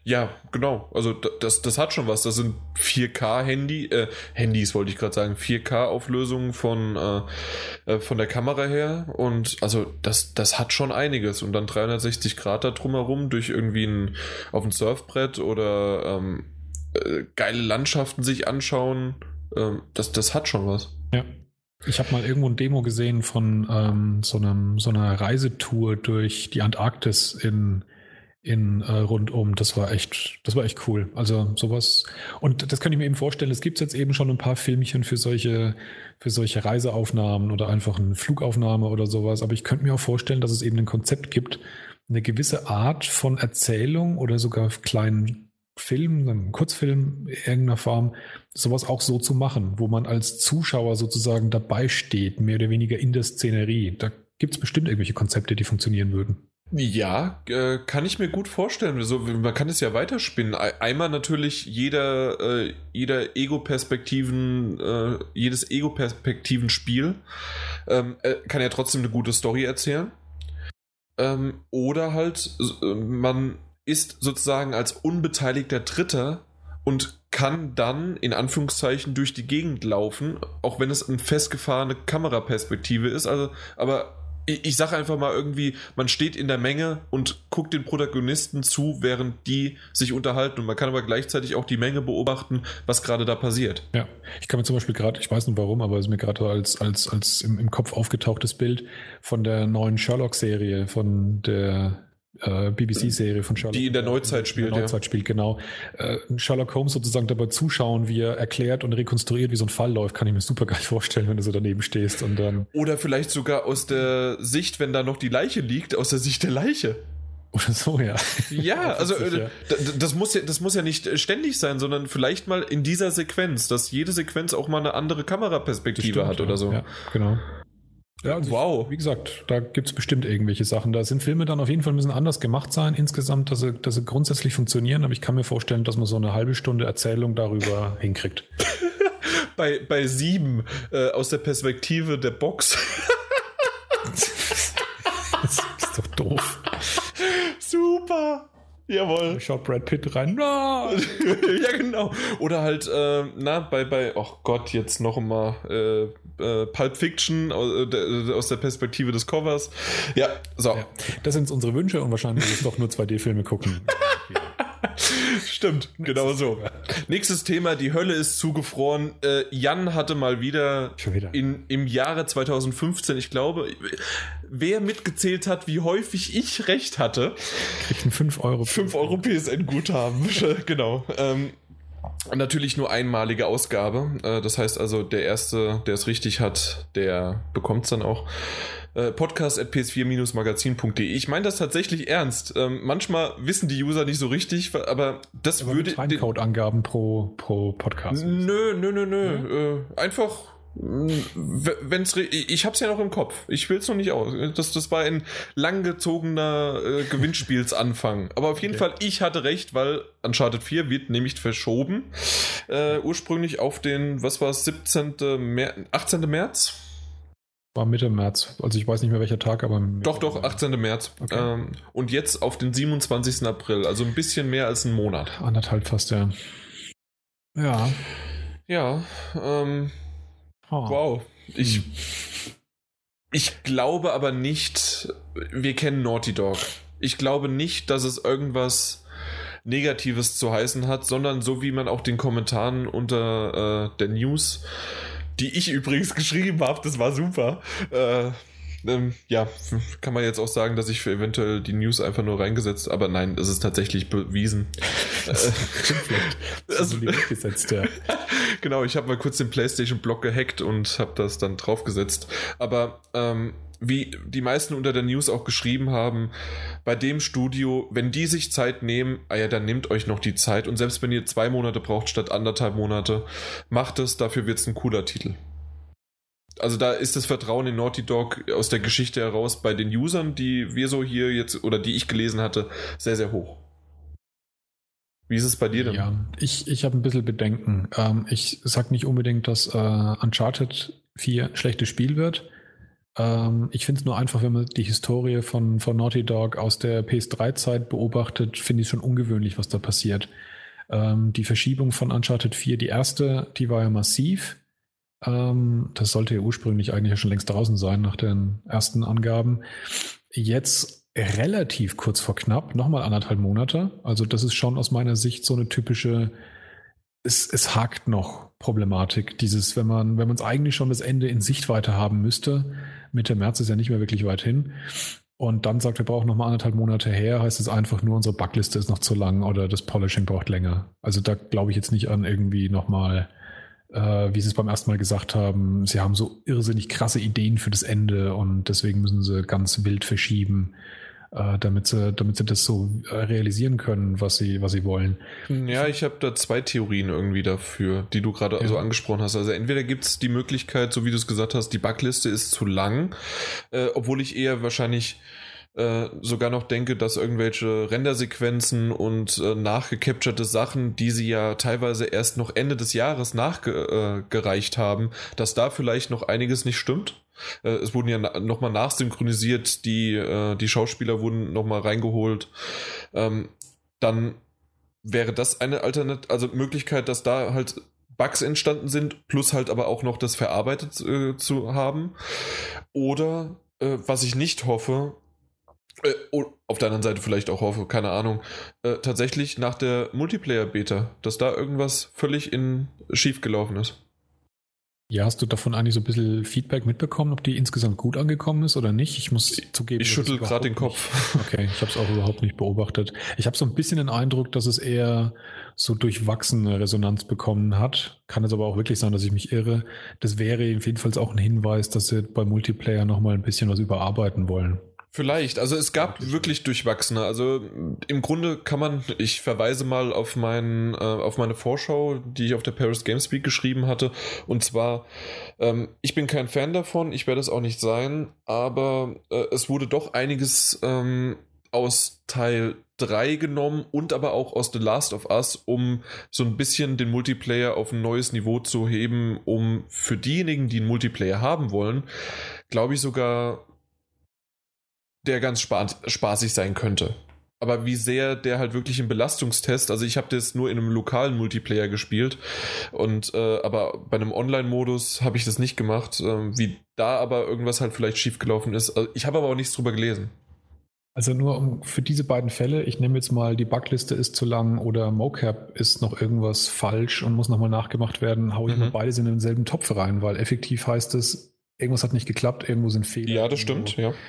[SPEAKER 1] Ja, genau. Also das, das hat schon was. Das sind vier K-Handy, äh, Handys wollte ich gerade sagen, vier K-Auflösungen von, äh, von der Kamera her. Und also das, das hat schon einiges. Und dann dreihundertsechzig Grad da drumherum durch irgendwie ein, auf ein Surfbrett oder ähm, äh, geile Landschaften sich anschauen. Ähm, das, das hat schon was.
[SPEAKER 2] Ja. Ich habe mal irgendwo ein Demo gesehen von ähm, so, einem, so einer Reisetour durch die Antarktis in in äh, rundum. Das war echt, das war echt cool. Also sowas. Und das kann ich mir eben vorstellen. Es gibt jetzt eben schon ein paar Filmchen für solche, für solche Reiseaufnahmen oder einfach eine Flugaufnahme oder sowas. Aber ich könnte mir auch vorstellen, dass es eben ein Konzept gibt, eine gewisse Art von Erzählung oder sogar kleinen Film, einen Kurzfilm in irgendeiner Form, sowas auch so zu machen, wo man als Zuschauer sozusagen dabei steht, mehr oder weniger in der Szenerie. Da gibt es bestimmt irgendwelche Konzepte, die funktionieren würden.
[SPEAKER 1] Ja, äh, kann ich mir gut vorstellen. Also, man kann es ja weiterspinnen. Einmal natürlich jeder, äh, jeder Ego-Perspektiven, äh, jedes Ego-Perspektiven-Spiel ähm, äh, kann ja trotzdem eine gute Story erzählen. Ähm, oder halt, äh, man ist sozusagen als unbeteiligter Dritter und kann dann in Anführungszeichen durch die Gegend laufen, auch wenn es eine festgefahrene Kameraperspektive ist. Also, aber ich, ich sage einfach mal irgendwie, man steht in der Menge und guckt den Protagonisten zu, während die sich unterhalten. Und man kann aber gleichzeitig auch die Menge beobachten, was gerade da passiert.
[SPEAKER 2] Ja, ich kann mir zum Beispiel gerade, ich weiß nicht warum, aber es ist mir gerade als, als, als im, im Kopf aufgetauchtes Bild von der neuen Sherlock-Serie, von der B B C-Serie von Sherlock.
[SPEAKER 1] Die in der Neuzeit spielt,
[SPEAKER 2] in der Neuzeit
[SPEAKER 1] ja.
[SPEAKER 2] spielt, genau. Äh, Sherlock Holmes sozusagen dabei zuschauen, wie er erklärt und rekonstruiert, wie so ein Fall läuft, kann ich mir super geil vorstellen, wenn du so daneben stehst und dann...
[SPEAKER 1] Oder vielleicht sogar aus der Sicht, wenn da noch die Leiche liegt, aus der Sicht der Leiche.
[SPEAKER 2] Oder so, ja.
[SPEAKER 1] Ja, also äh, das muss ja, das muss ja nicht ständig sein, sondern vielleicht mal in dieser Sequenz, dass jede Sequenz auch mal eine andere Kameraperspektive
[SPEAKER 2] Bestimmt,
[SPEAKER 1] hat
[SPEAKER 2] ja.
[SPEAKER 1] oder so.
[SPEAKER 2] Ja, genau. Ja,
[SPEAKER 1] wow.
[SPEAKER 2] Ich, wie gesagt, da gibt es bestimmt irgendwelche Sachen. Da sind Filme dann auf jeden Fall ein bisschen anders gemacht sein insgesamt, dass sie, dass sie grundsätzlich funktionieren, aber ich kann mir vorstellen, dass man so eine halbe Stunde Erzählung darüber hinkriegt.
[SPEAKER 1] bei, bei sieben äh, aus der Perspektive der Box.
[SPEAKER 2] Das ist doch doof.
[SPEAKER 1] Super. Jawohl.
[SPEAKER 2] Da schaut Brad Pitt rein.
[SPEAKER 1] No! Ja, genau. Oder halt, äh, na, bei, bei, oh Gott, jetzt noch mal äh, äh, Pulp Fiction aus, äh, aus der Perspektive des Covers. Ja, so. Ja,
[SPEAKER 2] das sind unsere Wünsche und wahrscheinlich ist es doch nur zwei D-Filme gucken.
[SPEAKER 1] Stimmt, genau so. Nächstes Thema, die Hölle ist zugefroren. Äh, Jan hatte mal wieder,
[SPEAKER 2] wieder.
[SPEAKER 1] In, im Jahre zwanzig fünfzehn, ich glaube, wer mitgezählt hat, wie häufig ich recht hatte,
[SPEAKER 2] kriegt ein fünf Euro
[SPEAKER 1] fünf Euro P S N-Guthaben. Genau. Ähm, natürlich nur einmalige Ausgabe. Äh, das heißt also, der Erste, der es richtig hat, der bekommt es dann auch. podcast at p s vier magazin punkt de. Ich meine das tatsächlich ernst. Ähm, manchmal wissen die User nicht so richtig, aber das aber würde...
[SPEAKER 2] Timecode-Angaben pro, pro Podcast.
[SPEAKER 1] Nö, nö, nö, nö. Ja. Äh, einfach... Wenn's, ich hab's ja noch im Kopf. Ich will's noch nicht aus. Das, das war ein langgezogener äh, Gewinnspielsanfang. Aber auf jeden okay. Fall, ich hatte recht, weil Uncharted vier wird nämlich verschoben. Äh, ursprünglich auf den, was war es, siebzehnten März, achtzehnten März?
[SPEAKER 2] War Mitte März, also ich weiß nicht mehr welcher Tag, aber...
[SPEAKER 1] Doch, doch, achtzehnten März. Okay. Ähm, und jetzt auf den siebenundzwanzigsten April, also ein bisschen mehr als einen Monat.
[SPEAKER 2] Anderthalb fast, ja. Ja.
[SPEAKER 1] Ja, ähm... Oh. Wow. Ich, hm. ich glaube aber nicht, wir kennen Naughty Dog. Ich glaube nicht, dass es irgendwas Negatives zu heißen hat, sondern so wie man auch den Kommentaren unter äh, der News, die ich übrigens geschrieben habe, das war super, äh, ähm, ja, kann man jetzt auch sagen, dass ich für eventuell die News einfach nur reingesetzt, aber nein, es ist tatsächlich bewiesen. Das
[SPEAKER 2] ist gesetzt, ja.
[SPEAKER 1] Genau, ich habe mal kurz den PlayStation-Blog gehackt und habe das dann draufgesetzt. Aber ähm, wie die meisten unter der News auch geschrieben haben, bei dem Studio, wenn die sich Zeit nehmen, ah ja, dann nehmt euch noch die Zeit und selbst wenn ihr zwei Monate braucht statt anderthalb Monate, macht es, dafür wird es ein cooler Titel. Also da ist das Vertrauen in Naughty Dog aus der Geschichte heraus bei den Usern, die wir so hier jetzt oder die ich gelesen hatte, sehr, sehr hoch. Wie ist es bei dir denn?
[SPEAKER 2] Ja, ich, ich habe ein bisschen Bedenken. Ähm, ich sage nicht unbedingt, dass äh, Uncharted vier ein schlechtes Spiel wird. Ähm, ich finde es nur einfach, wenn man die Historie von, von Naughty Dog aus der P S drei Zeit beobachtet, finde ich es schon ungewöhnlich, was da passiert. Ähm, die Verschiebung von Uncharted vier, die erste, die war ja massiv. Ähm, das sollte ja ursprünglich eigentlich ja schon längst draußen sein, nach den ersten Angaben. Jetzt relativ kurz vor knapp, nochmal anderthalb Monate. Also das ist schon aus meiner Sicht so eine typische, es, es hakt noch Problematik. Dieses, wenn man, wenn man es eigentlich schon das Ende in Sichtweite haben müsste, Mitte März ist ja nicht mehr wirklich weit hin. Und dann sagt, wir brauchen nochmal anderthalb Monate her, heißt es einfach nur, unsere Backliste ist noch zu lang oder das Polishing braucht länger. Also da glaube ich jetzt nicht an irgendwie nochmal, äh, wie sie es beim ersten Mal gesagt haben, sie haben so irrsinnig krasse Ideen für das Ende und deswegen müssen sie ganz wild verschieben, äh, damit sie, damit sie das so äh, realisieren können, was sie, was sie wollen.
[SPEAKER 1] Ja, ich habe da zwei Theorien irgendwie dafür, die du gerade ja. so angesprochen hast. Also entweder gibt es die Möglichkeit, so wie du es gesagt hast, die Backliste ist zu lang, äh, obwohl ich eher wahrscheinlich äh, sogar noch denke, dass irgendwelche Rendersequenzen und äh, nachgecapturte Sachen, die sie ja teilweise erst noch Ende des Jahres nachgereicht äh, haben, dass da vielleicht noch einiges nicht stimmt. Äh, es wurden ja na- nochmal nachsynchronisiert, die, äh, die Schauspieler wurden nochmal reingeholt. Ähm, dann wäre das eine Alternative, also Möglichkeit, dass da halt Bugs entstanden sind, plus halt aber auch noch das verarbeitet äh, zu haben. Oder, äh, was ich nicht hoffe, äh, auf der anderen Seite vielleicht auch hoffe, keine Ahnung, äh, tatsächlich nach der Multiplayer-Beta, dass da irgendwas völlig in schief gelaufen ist.
[SPEAKER 2] Ja, hast du davon eigentlich so ein bisschen Feedback mitbekommen, ob die insgesamt gut angekommen ist oder nicht? Ich muss
[SPEAKER 1] ich,
[SPEAKER 2] zugeben,
[SPEAKER 1] ich schüttel gerade den Kopf.
[SPEAKER 2] Nicht, okay, ich habe es auch überhaupt nicht beobachtet. Ich habe so ein bisschen den Eindruck, dass es eher so durchwachsene Resonanz bekommen hat. Kann es aber auch wirklich sein, dass ich mich irre. Das wäre jedenfalls auch ein Hinweis, dass sie bei Multiplayer nochmal ein bisschen was überarbeiten wollen.
[SPEAKER 1] Vielleicht, also es gab wirklich durchwachsene, also im Grunde kann man, ich verweise mal auf, mein, äh, auf meine Vorschau, die ich auf der Paris Games Week geschrieben hatte, und zwar, ähm, ich bin kein Fan davon, ich werde es auch nicht sein, aber äh, es wurde doch einiges ähm, aus Teil drei genommen und aber auch aus The Last of Us, um so ein bisschen den Multiplayer auf ein neues Niveau zu heben, um für diejenigen, die einen Multiplayer haben wollen, glaube ich sogar der ganz spaßig sein könnte. Aber wie sehr der halt wirklich im Belastungstest, also ich habe das nur in einem lokalen Multiplayer gespielt, und äh, aber bei einem Online-Modus habe ich das nicht gemacht, äh, wie da aber irgendwas halt vielleicht schiefgelaufen ist. Also ich habe aber auch nichts drüber gelesen.
[SPEAKER 2] Also nur um, für diese beiden Fälle, ich nehme jetzt mal, die Backliste ist zu lang oder Mocap ist noch irgendwas falsch und muss nochmal nachgemacht werden, haue ich mhm. mal beides in denselben Topf rein, weil effektiv heißt es, irgendwas hat nicht geklappt, irgendwo sind Fehler.
[SPEAKER 1] Ja, das
[SPEAKER 2] irgendwo.
[SPEAKER 1] Stimmt, ja.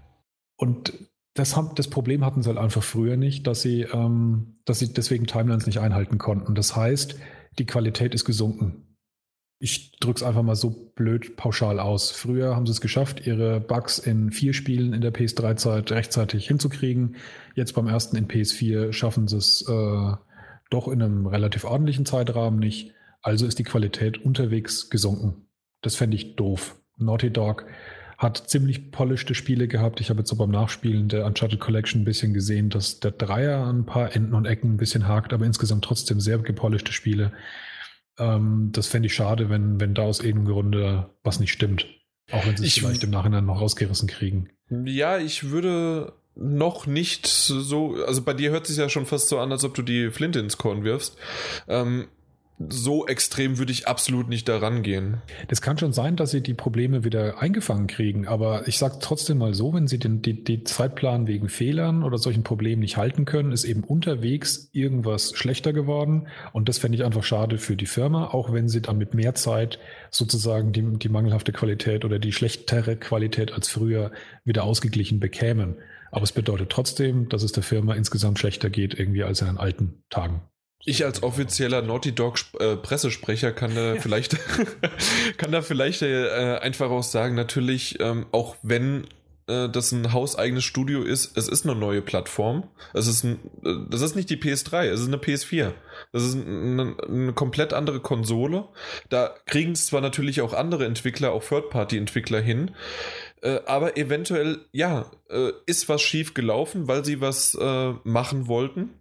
[SPEAKER 2] Und das, haben, das Problem hatten sie halt einfach früher nicht, dass sie, ähm, dass sie deswegen Timelines nicht einhalten konnten. Das heißt, die Qualität ist gesunken. Ich drücke es einfach mal so blöd pauschal aus. Früher haben sie es geschafft, ihre Bugs in vier Spielen in der P S drei Zeit rechtzeitig hinzukriegen. Jetzt beim ersten in P S vier schaffen sie es äh, doch in einem relativ ordentlichen Zeitrahmen nicht. Also ist die Qualität unterwegs gesunken. Das fände ich doof. Naughty Dog hat ziemlich polished Spiele gehabt. Ich habe jetzt so beim Nachspielen der Uncharted Collection ein bisschen gesehen, dass der Dreier an ein paar Enden und Ecken ein bisschen hakt, aber insgesamt trotzdem sehr gepolischte Spiele. Ähm, das fände ich schade, wenn, wenn da aus irgendeinem Grunde was nicht stimmt. Auch wenn sie es vielleicht im Nachhinein noch rausgerissen kriegen.
[SPEAKER 1] Ja, ich würde noch nicht so, also bei dir hört es sich ja schon fast so an, als ob du die Flinte ins Korn wirfst. Ähm, So extrem würde ich absolut nicht daran gehen.
[SPEAKER 2] Das kann schon sein, dass sie die Probleme wieder eingefangen kriegen, aber ich sage trotzdem mal so, wenn sie den die, die Zeitplan wegen Fehlern oder solchen Problemen nicht halten können, ist eben unterwegs irgendwas schlechter geworden, und das fände ich einfach schade für die Firma, auch wenn sie dann mit mehr Zeit sozusagen die, die mangelhafte Qualität oder die schlechtere Qualität als früher wieder ausgeglichen bekämen. Aber es bedeutet trotzdem, dass es der Firma insgesamt schlechter geht irgendwie als in den alten Tagen.
[SPEAKER 1] Ich als offizieller Naughty Dog äh, Pressesprecher kann da ja. vielleicht kann da vielleicht äh, einfach auch sagen, natürlich, ähm, auch wenn äh, das ein hauseigenes Studio ist, es ist eine neue Plattform. Es ist ein, äh, das ist nicht die P S drei, es ist eine P S vier. Das ist eine, eine komplett andere Konsole. Da kriegen es zwar natürlich auch andere Entwickler, auch Third-Party-Entwickler hin, äh, aber eventuell, ja, äh, ist was schief gelaufen, weil sie was äh, machen wollten.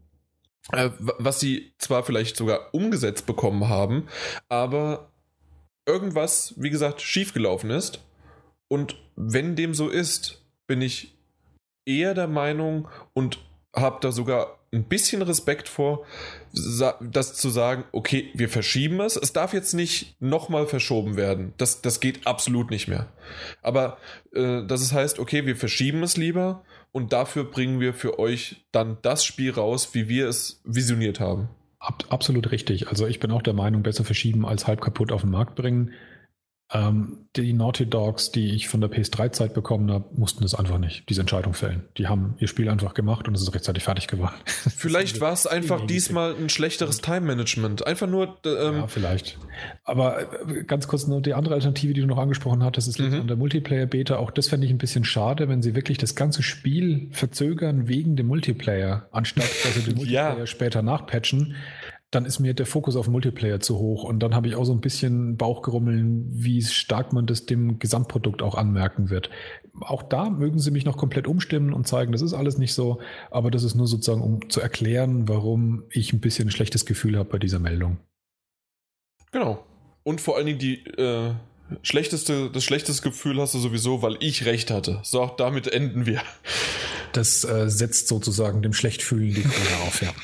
[SPEAKER 1] Was sie zwar vielleicht sogar umgesetzt bekommen haben, aber irgendwas, wie gesagt, schiefgelaufen ist, Und wenn dem so ist, bin ich eher der Meinung und habe da sogar ein bisschen Respekt vor, das zu sagen, okay, wir verschieben es. Es darf jetzt nicht nochmal verschoben werden. Das, das geht absolut nicht mehr. Aber äh, dass es heißt, okay, wir verschieben es lieber und dafür bringen wir für euch dann das Spiel raus, wie wir es visioniert haben.
[SPEAKER 2] Ab, absolut richtig. Also ich bin auch der Meinung, besser verschieben als halb kaputt auf den Markt bringen. Ähm, die Naughty Dogs, die ich von der P S drei Zeit bekommen habe, mussten das einfach nicht, diese Entscheidung fällen. Die haben ihr Spiel einfach gemacht und es ist rechtzeitig fertig geworden.
[SPEAKER 1] Vielleicht war es einfach diesmal ein schlechteres Time-Management. Einfach nur... Ähm
[SPEAKER 2] ja, vielleicht. Aber ganz kurz noch die andere Alternative, die du noch angesprochen hattest, ist mhm. an der Multiplayer-Beta. Auch das fände ich ein bisschen schade, wenn sie wirklich das ganze Spiel verzögern wegen dem Multiplayer, anstatt dass sie den Multiplayer ja. später nachpatchen. Dann ist mir der Fokus auf Multiplayer zu hoch und dann habe ich auch so ein bisschen Bauchgerummeln, wie stark man das dem Gesamtprodukt auch anmerken wird. Auch da mögen sie mich noch komplett umstimmen und zeigen, das ist alles nicht so, aber das ist nur sozusagen, um zu erklären, warum ich ein bisschen ein schlechtes Gefühl habe bei dieser Meldung.
[SPEAKER 1] Genau. Und vor allen Dingen die äh, schlechteste, das schlechteste Gefühl hast du sowieso, weil ich recht hatte. So, damit enden wir.
[SPEAKER 2] Das äh, setzt sozusagen dem Schlechtfühlen die Krone auf, ja.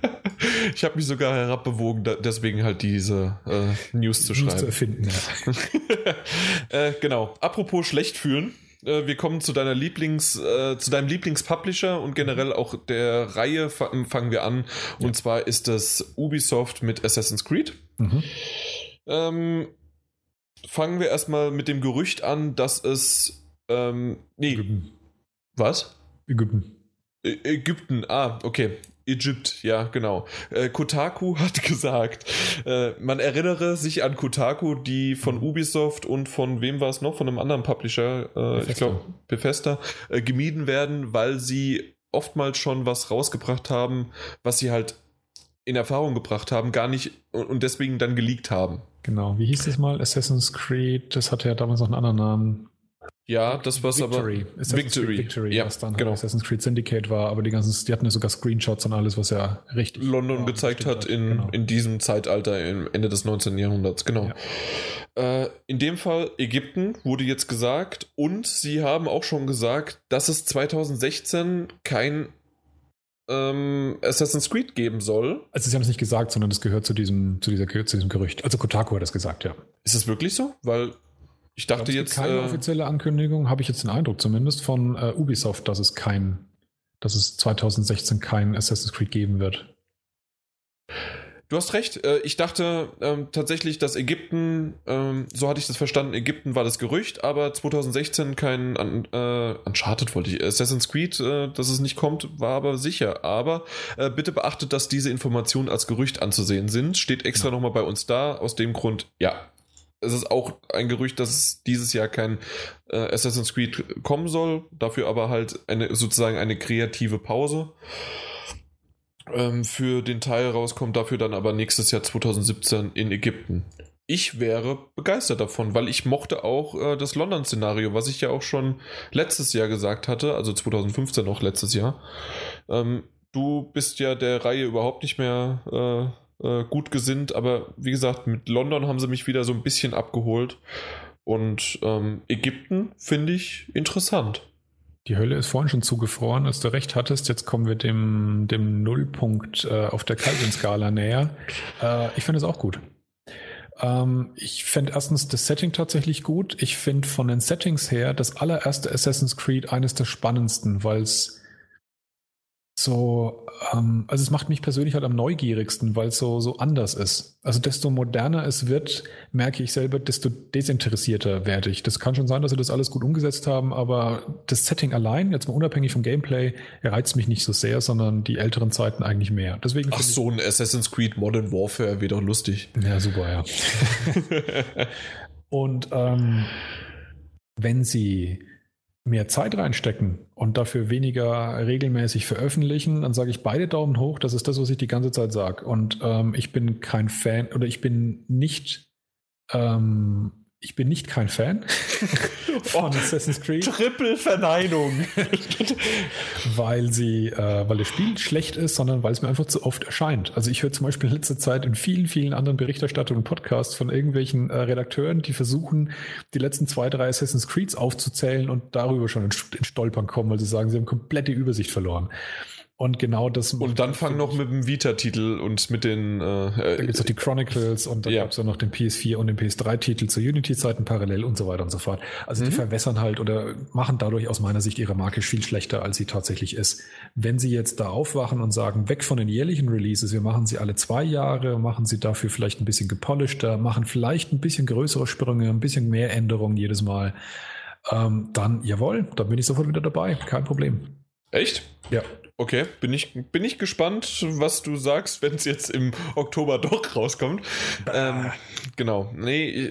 [SPEAKER 1] Ich habe mich sogar herabbewogen, da, deswegen halt diese äh, News zu schreiben. News zu
[SPEAKER 2] erfinden, ja.
[SPEAKER 1] äh, genau. Apropos schlecht fühlen. Äh, wir kommen zu deiner Lieblings, äh, zu deinem Lieblingspublisher und generell auch der Reihe fangen wir an. Und ja. zwar ist das Ubisoft mit Assassin's Creed. Mhm. Ähm, fangen wir erstmal mit dem Gerücht an, dass es ähm, nee.
[SPEAKER 2] Ägypten.
[SPEAKER 1] Was?
[SPEAKER 2] Ägypten.
[SPEAKER 1] Ä- Ägypten, ah, okay. Egypt, ja, genau. Äh, Kotaku hat gesagt, äh, man erinnere sich an Kotaku, die von Ubisoft und von wem war es noch? Von einem anderen Publisher, äh, ich glaube Bethesda, äh, gemieden werden, weil sie oftmals schon was rausgebracht haben, was sie halt in Erfahrung gebracht haben, gar nicht und, und deswegen dann geleakt haben.
[SPEAKER 2] Genau, wie hieß das mal? Assassin's Creed, das hatte ja damals noch einen anderen Namen.
[SPEAKER 1] Ja, das war's
[SPEAKER 2] Victory.
[SPEAKER 1] aber
[SPEAKER 2] Assassin's
[SPEAKER 1] Victory,
[SPEAKER 2] Creed Victory,
[SPEAKER 1] ja,
[SPEAKER 2] was dann
[SPEAKER 1] genau.
[SPEAKER 2] Assassin's Creed Syndicate war, aber die ganzen, die hatten ja sogar Screenshots und alles, was ja richtig
[SPEAKER 1] London gezeigt hat in, genau. in diesem Zeitalter, im Ende des neunzehnten. Jahrhunderts, genau. Ja. Äh, in dem Fall Ägypten wurde jetzt gesagt und sie haben auch schon gesagt, dass es zwanzig sechzehn kein ähm, Assassin's Creed geben soll.
[SPEAKER 2] Also sie haben es nicht gesagt, sondern das gehört zu diesem, zu dieser, zu diesem Gerücht. Also Kotaku hat das gesagt, ja.
[SPEAKER 1] Ist das wirklich so? Weil ich dachte
[SPEAKER 2] ich
[SPEAKER 1] jetzt.
[SPEAKER 2] Keine äh, offizielle Ankündigung, habe ich jetzt den Eindruck zumindest von äh, Ubisoft, dass es kein, dass es zwanzig sechzehn kein Assassin's Creed geben wird.
[SPEAKER 1] Du hast recht. Äh, ich dachte ähm, tatsächlich, dass Ägypten, ähm, so hatte ich das verstanden, Ägypten war das Gerücht, aber zwanzig sechzehn kein äh, Uncharted wollte ich, Assassin's Creed, äh, dass es nicht kommt, war aber sicher. Aber äh, bitte beachtet, dass diese Informationen als Gerücht anzusehen sind. Steht extra ja. nochmal bei uns da. Aus dem Grund, ja. Es ist auch ein Gerücht, dass es dieses Jahr kein äh, Assassin's Creed kommen soll, dafür aber halt eine sozusagen eine kreative Pause ähm, für den Teil rauskommt, dafür dann aber nächstes Jahr zwanzig siebzehn in Ägypten. Ich wäre begeistert davon, weil ich mochte auch äh, das London-Szenario, was ich ja auch schon letztes Jahr gesagt hatte, also zwanzig fünfzehn noch letztes Jahr. Ähm, du bist ja der Reihe überhaupt nicht mehr äh, gut gesinnt, aber wie gesagt, mit London haben sie mich wieder so ein bisschen abgeholt und ähm, Ägypten finde ich interessant.
[SPEAKER 2] Die Hölle ist vorhin schon zugefroren, als du recht hattest, jetzt kommen wir dem, dem Nullpunkt äh, auf der Kelvin-Skala näher. Äh, ich finde es auch gut. Ähm, ich finde erstens das Setting tatsächlich gut. Ich finde von den Settings her das allererste Assassin's Creed eines der spannendsten, weil es so, ähm, also es macht mich persönlich halt am neugierigsten, weil es so, so anders ist. Also desto moderner es wird, merke ich selber, desto desinteressierter werde ich. Das kann schon sein, dass sie das alles gut umgesetzt haben, aber das Setting allein, jetzt mal unabhängig vom Gameplay, reizt mich nicht so sehr, sondern die älteren Zeiten eigentlich mehr. Deswegen
[SPEAKER 1] Ach, so ein Assassin's Creed Modern Warfare wäre doch lustig.
[SPEAKER 2] Ja, super, ja. Und ähm, wenn sie mehr Zeit reinstecken und dafür weniger regelmäßig veröffentlichen, dann sage ich beide Daumen hoch. Das ist das, was ich die ganze Zeit sage. Und ähm, ich bin kein Fan oder ich bin nicht ähm, Ich bin nicht kein Fan von oh, Assassin's Creed.
[SPEAKER 1] Triple-Verneinung.
[SPEAKER 2] weil sie, äh, weil das Spiel schlecht ist, sondern weil es mir einfach zu oft erscheint. Also ich höre zum Beispiel in letzter Zeit in vielen, vielen anderen Berichterstattungen und Podcasts von irgendwelchen äh, Redakteuren, die versuchen, die letzten zwei, drei Assassin's Creeds aufzuzählen und darüber schon in, in Stolpern kommen, weil sie sagen, sie haben komplette Übersicht verloren. Und genau das.
[SPEAKER 1] Und dann fang noch mit dem Vita-Titel und mit den. Äh,
[SPEAKER 2] da gibt es auch die Chronicles und dann ja. gab es auch noch den P S vier und den P S drei Titel zur Unity-Zeiten parallel und so weiter und so fort. Also mhm. die verwässern halt oder machen dadurch aus meiner Sicht ihre Marke viel schlechter, als sie tatsächlich ist. Wenn sie jetzt da aufwachen und sagen, weg von den jährlichen Releases, wir machen sie alle zwei Jahre, machen sie dafür vielleicht ein bisschen gepolischter, machen vielleicht ein bisschen größere Sprünge, ein bisschen mehr Änderungen jedes Mal, ähm, dann jawohl, dann bin ich sofort wieder dabei. Kein Problem.
[SPEAKER 1] Echt?
[SPEAKER 2] Ja.
[SPEAKER 1] Okay, bin ich, bin ich gespannt, was du sagst, wenn es jetzt im Oktober doch rauskommt. Ähm, genau. Nee,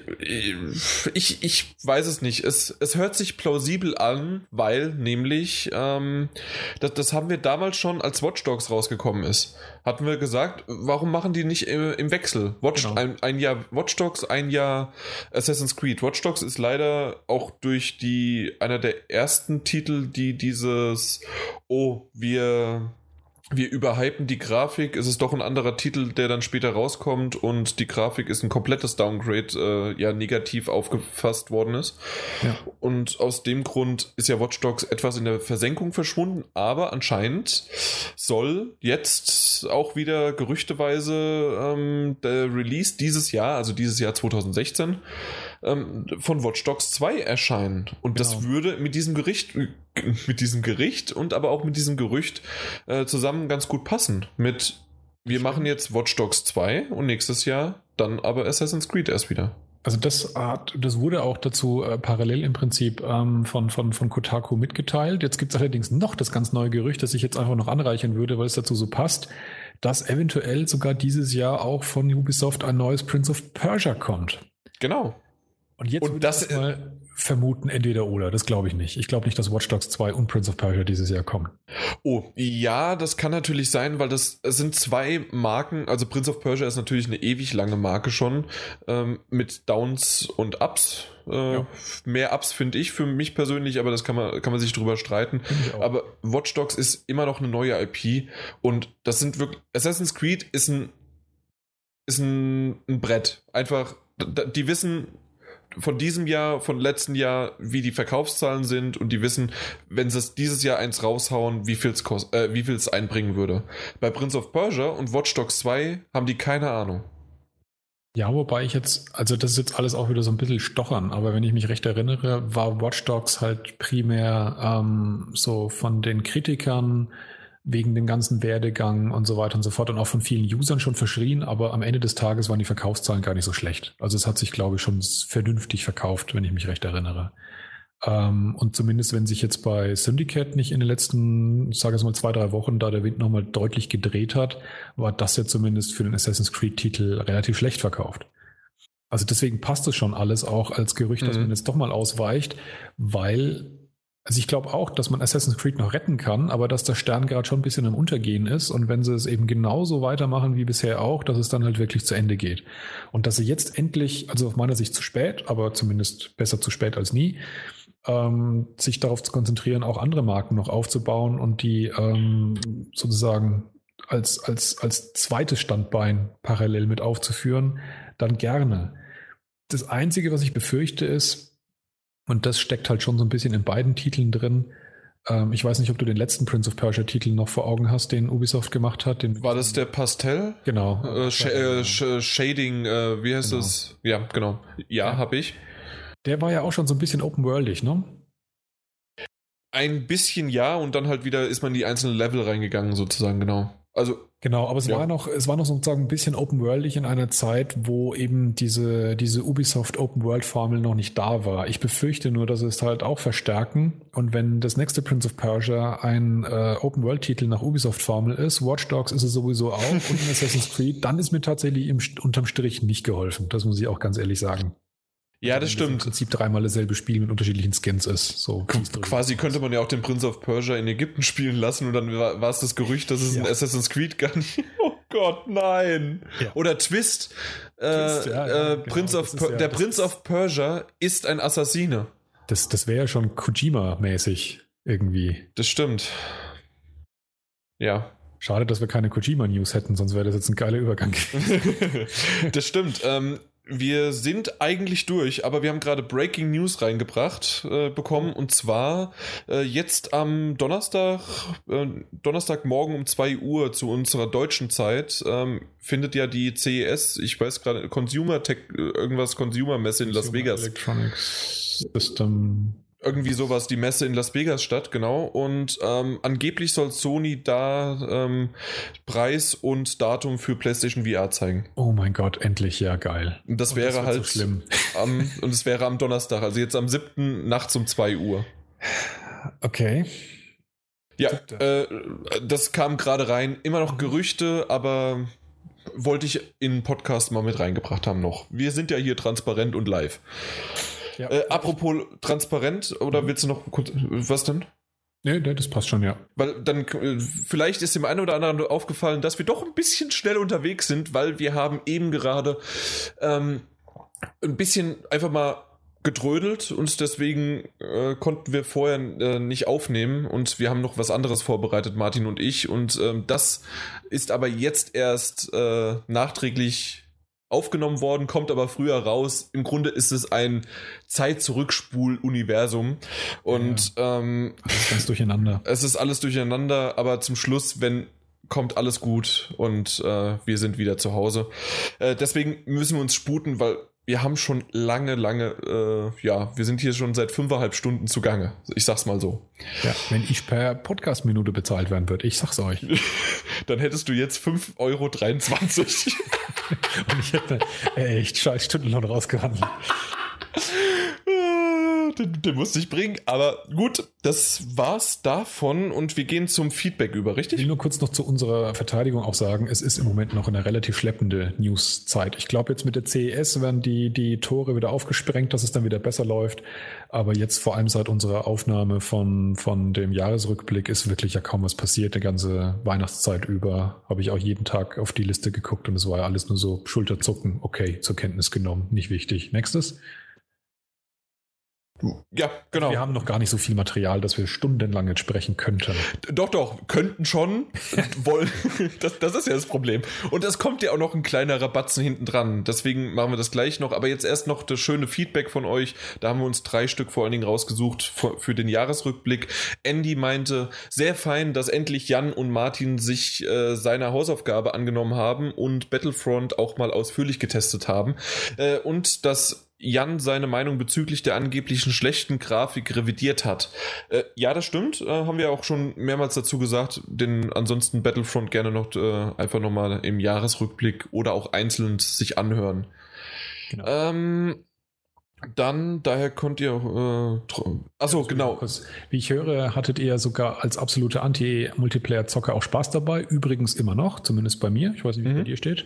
[SPEAKER 1] ich, ich weiß es nicht. Es, es hört sich plausibel an, weil nämlich, ähm, das, das haben wir damals schon, als Watch Dogs rausgekommen ist. Hatten wir gesagt, warum machen die nicht im, im Wechsel? Watch, genau. ein, ein Jahr Watch Dogs, ein Jahr Assassin's Creed. Watch Dogs ist leider auch durch die, einer der ersten Titel, die dieses, oh, wir wir überhypen die Grafik, es ist doch ein anderer Titel, der dann später rauskommt und die Grafik ist ein komplettes Downgrade, äh, ja, negativ aufgefasst worden ist. Ja. Und aus dem Grund ist ja Watch Dogs etwas in der Versenkung verschwunden, aber anscheinend soll jetzt auch wieder gerüchteweise ähm, der Release dieses Jahr, also dieses Jahr zwanzig sechzehn, ähm, von Watch Dogs zwei erscheinen. Und genau. das würde mit diesem Gericht, mit diesem Gericht und aber auch mit diesem Gerücht äh, zusammen ganz gut passen. Mit, wir machen jetzt Watch Dogs zwei und nächstes Jahr dann aber Assassin's Creed erst wieder.
[SPEAKER 2] Also das, das wurde auch dazu äh, parallel im Prinzip ähm, von, von, von Kotaku mitgeteilt. Jetzt gibt es allerdings noch das ganz neue Gerücht, das ich jetzt einfach noch anreichern würde, weil es dazu so passt, dass eventuell sogar dieses Jahr auch von Ubisoft ein neues Prince of Persia kommt.
[SPEAKER 1] Genau.
[SPEAKER 2] Und jetzt würde ich mal vermuten, entweder oder. Das glaube ich nicht. Ich glaube nicht, dass Watch Dogs zwei und Prince of Persia dieses Jahr kommen.
[SPEAKER 1] Oh, ja, das kann natürlich sein, weil das sind zwei Marken. Also Prince of Persia ist natürlich eine ewig lange Marke schon, ähm, mit Downs und Ups. Äh, ja. Mehr Ups finde ich für mich persönlich, aber das kann man, kann man sich drüber streiten. Aber Watch Dogs ist immer noch eine neue I P und das sind wirklich, Assassin's Creed ist ein, ist ein, ein Brett. Einfach, die wissen von diesem Jahr, von letzten Jahr, wie die Verkaufszahlen sind und die wissen, wenn sie es dieses Jahr eins raushauen, wie viel es kost- äh, wie viel es einbringen würde. Bei Prince of Persia und Watch Dogs zwei haben die keine Ahnung.
[SPEAKER 2] Ja, wobei ich jetzt, also das ist jetzt alles auch wieder so ein bisschen stochern, aber wenn ich mich recht erinnere, war Watch Dogs halt primär ähm, so von den Kritikern wegen dem ganzen Werdegang und so weiter und so fort und auch von vielen Usern schon verschrien, aber am Ende des Tages waren die Verkaufszahlen gar nicht so schlecht. Also es hat sich, glaube ich, schon vernünftig verkauft, wenn ich mich recht erinnere. Ähm, und zumindest, wenn sich jetzt bei Syndicate nicht in den letzten, ich sage es mal, zwei, drei Wochen da der Wind nochmal deutlich gedreht hat, war das ja zumindest für den Assassin's Creed-Titel relativ schlecht verkauft. Also deswegen passt es schon alles auch als Gerücht, mhm. dass man jetzt doch mal ausweicht, weil Also ich glaube auch, dass man Assassin's Creed noch retten kann, aber dass der Stern gerade schon ein bisschen im Untergehen ist und wenn sie es eben genauso weitermachen wie bisher auch, dass es dann halt wirklich zu Ende geht. Und dass sie jetzt endlich, also aus meiner Sicht zu spät, aber zumindest besser zu spät als nie, ähm, sich darauf zu konzentrieren, auch andere Marken noch aufzubauen und die ähm, sozusagen als, als, als zweites Standbein parallel mit aufzuführen, dann gerne. Das Einzige, was ich befürchte, ist, und das steckt halt schon so ein bisschen in beiden Titeln drin. Ähm, ich weiß nicht, ob du den letzten Prince of Persia-Titel noch vor Augen hast, den Ubisoft gemacht hat. Den
[SPEAKER 1] War das der Pastell?
[SPEAKER 2] Genau.
[SPEAKER 1] Äh, Sh- äh, Sh- Shading, äh, wie heißt genau. das? Ja, genau. Ja, ja. habe ich.
[SPEAKER 2] Der war ja auch schon so ein bisschen open-worldig, ne?
[SPEAKER 1] Ein bisschen ja, und dann halt wieder ist man in die einzelnen Level reingegangen, sozusagen, genau. Also
[SPEAKER 2] Genau, aber es ja. war noch, es war noch sozusagen ein bisschen open-worldig in einer Zeit, wo eben diese, diese Ubisoft Open-World-Formel noch nicht da war. Ich befürchte nur, dass sie es halt auch verstärken. Und wenn das nächste Prince of Persia ein äh, Open-World-Titel nach Ubisoft-Formel ist, Watch Dogs ist es sowieso auch und ein Assassin's Creed, dann ist mir tatsächlich im, unterm Strich nicht geholfen. Das muss ich auch ganz ehrlich sagen.
[SPEAKER 1] Ja, das stimmt.
[SPEAKER 2] Im Prinzip dreimal dasselbe Spiel mit unterschiedlichen Skins ist. So
[SPEAKER 1] quasi könnte man ja auch den Prince of Persia in Ägypten spielen lassen und dann war, war es das Gerücht, dass es ja. ein Assassin's Creed gar nicht. Oh Gott, nein. Ja. Oder Twist. Twist äh, ja, ja, äh, genau. Prince of per- ja, der Prince of Persia ist ein Assassine.
[SPEAKER 2] Das, das wäre ja schon Kojima-mäßig irgendwie.
[SPEAKER 1] Das stimmt. Ja.
[SPEAKER 2] Schade, dass wir keine Kojima-News hätten, sonst wäre das jetzt ein geiler Übergang.
[SPEAKER 1] Das stimmt. Ähm, wir sind eigentlich durch, aber wir haben gerade Breaking News reingebracht äh, bekommen, und zwar äh, jetzt am Donnerstag, äh, Donnerstagmorgen um zwei Uhr zu unserer deutschen Zeit ähm, findet ja die C E S, ich weiß gerade, Consumer Tech, irgendwas Consumer-Messe in Las Vegas.
[SPEAKER 2] Electronics System.
[SPEAKER 1] Irgendwie sowas, die Messe in Las Vegas statt, genau. Und ähm, angeblich soll Sony da ähm, Preis und Datum für PlayStation V R zeigen.
[SPEAKER 2] Oh mein Gott, endlich, ja, geil.
[SPEAKER 1] Und das
[SPEAKER 2] und
[SPEAKER 1] wäre
[SPEAKER 2] das
[SPEAKER 1] halt
[SPEAKER 2] so schlimm.
[SPEAKER 1] Am, und es wäre am Donnerstag, also jetzt am siebten nachts um zwei Uhr.
[SPEAKER 2] Okay.
[SPEAKER 1] Ja, äh, das kam gerade rein. Immer noch Gerüchte, aber wollte ich in den Podcast mal mit reingebracht haben noch. Wir sind ja hier transparent und live. Ja. Äh, apropos transparent, oder mhm. willst du noch kurz, was denn?
[SPEAKER 2] Nee, nee, das passt schon, ja.
[SPEAKER 1] Weil dann, vielleicht ist dem einen oder anderen aufgefallen, dass wir doch ein bisschen schnell unterwegs sind, weil wir haben eben gerade ähm, ein bisschen einfach mal gedrödelt und deswegen äh, konnten wir vorher äh, nicht aufnehmen und wir haben noch was anderes vorbereitet, Martin und ich, und ähm, das ist aber jetzt erst äh, nachträglich aufgenommen worden, kommt aber früher raus. Im Grunde ist es ein Zeit-Zurückspul-Universum und ja, ähm,
[SPEAKER 2] das ist ganz durcheinander.
[SPEAKER 1] Es ist alles durcheinander, aber zum Schluss, wenn kommt alles gut und äh, wir sind wieder zu Hause. Äh, deswegen müssen wir uns sputen, weil wir haben schon lange, lange, äh, ja, wir sind hier schon seit fünfeinhalb Stunden zugange. Ich sag's mal so.
[SPEAKER 2] Ja, wenn ich per Podcast-Minute bezahlt werden würde, ich sag's euch.
[SPEAKER 1] Dann hättest du jetzt fünf Euro dreiundzwanzig.
[SPEAKER 2] Und ich hätte echt scheiß Stundenlohn rausgehandelt.
[SPEAKER 1] Den, den musste ich bringen, aber gut, das war's davon und wir gehen zum Feedback über, richtig?
[SPEAKER 2] Ich will nur kurz noch zu unserer Verteidigung auch sagen, es ist im Moment noch eine relativ schleppende News-Zeit. Ich glaube, jetzt mit der C E S werden die, die Tore wieder aufgesprengt, dass es dann wieder besser läuft, aber jetzt vor allem seit unserer Aufnahme von, von dem Jahresrückblick ist wirklich ja kaum was passiert. Die ganze Weihnachtszeit über habe ich auch jeden Tag auf die Liste geguckt und es war ja alles nur so Schulterzucken, okay, zur Kenntnis genommen, nicht wichtig. Nächstes.
[SPEAKER 1] Ja, genau.
[SPEAKER 2] Wir haben noch gar nicht so viel Material, dass wir stundenlang jetzt sprechen könnten.
[SPEAKER 1] Doch, doch, könnten schon. Wollen. Das, das ist ja das Problem. Und es kommt ja auch noch ein kleiner Rabatzen hinten dran. Deswegen machen wir das gleich noch. Aber jetzt erst noch das schöne Feedback von euch. Da haben wir uns drei Stück vor allen Dingen rausgesucht für, für den Jahresrückblick. Andy meinte, sehr fein, dass endlich Jan und Martin sich äh, seiner Hausaufgabe angenommen haben und Battlefront auch mal ausführlich getestet haben. Äh, und dass Jan seine Meinung bezüglich der angeblichen schlechten Grafik revidiert hat. Äh, ja, das stimmt. Äh, haben wir auch schon mehrmals dazu gesagt. Denn ansonsten Battlefront gerne noch äh, einfach nochmal im Jahresrückblick oder auch einzeln sich anhören. Genau. Ähm, dann, daher könnt ihr... Äh, tr- Achso, genau.
[SPEAKER 2] Wie ich höre, hattet ihr sogar als absolute Anti-Multiplayer-Zocker auch Spaß dabei. Übrigens immer noch, zumindest bei mir. Ich weiß nicht, wie mhm. bei dir steht.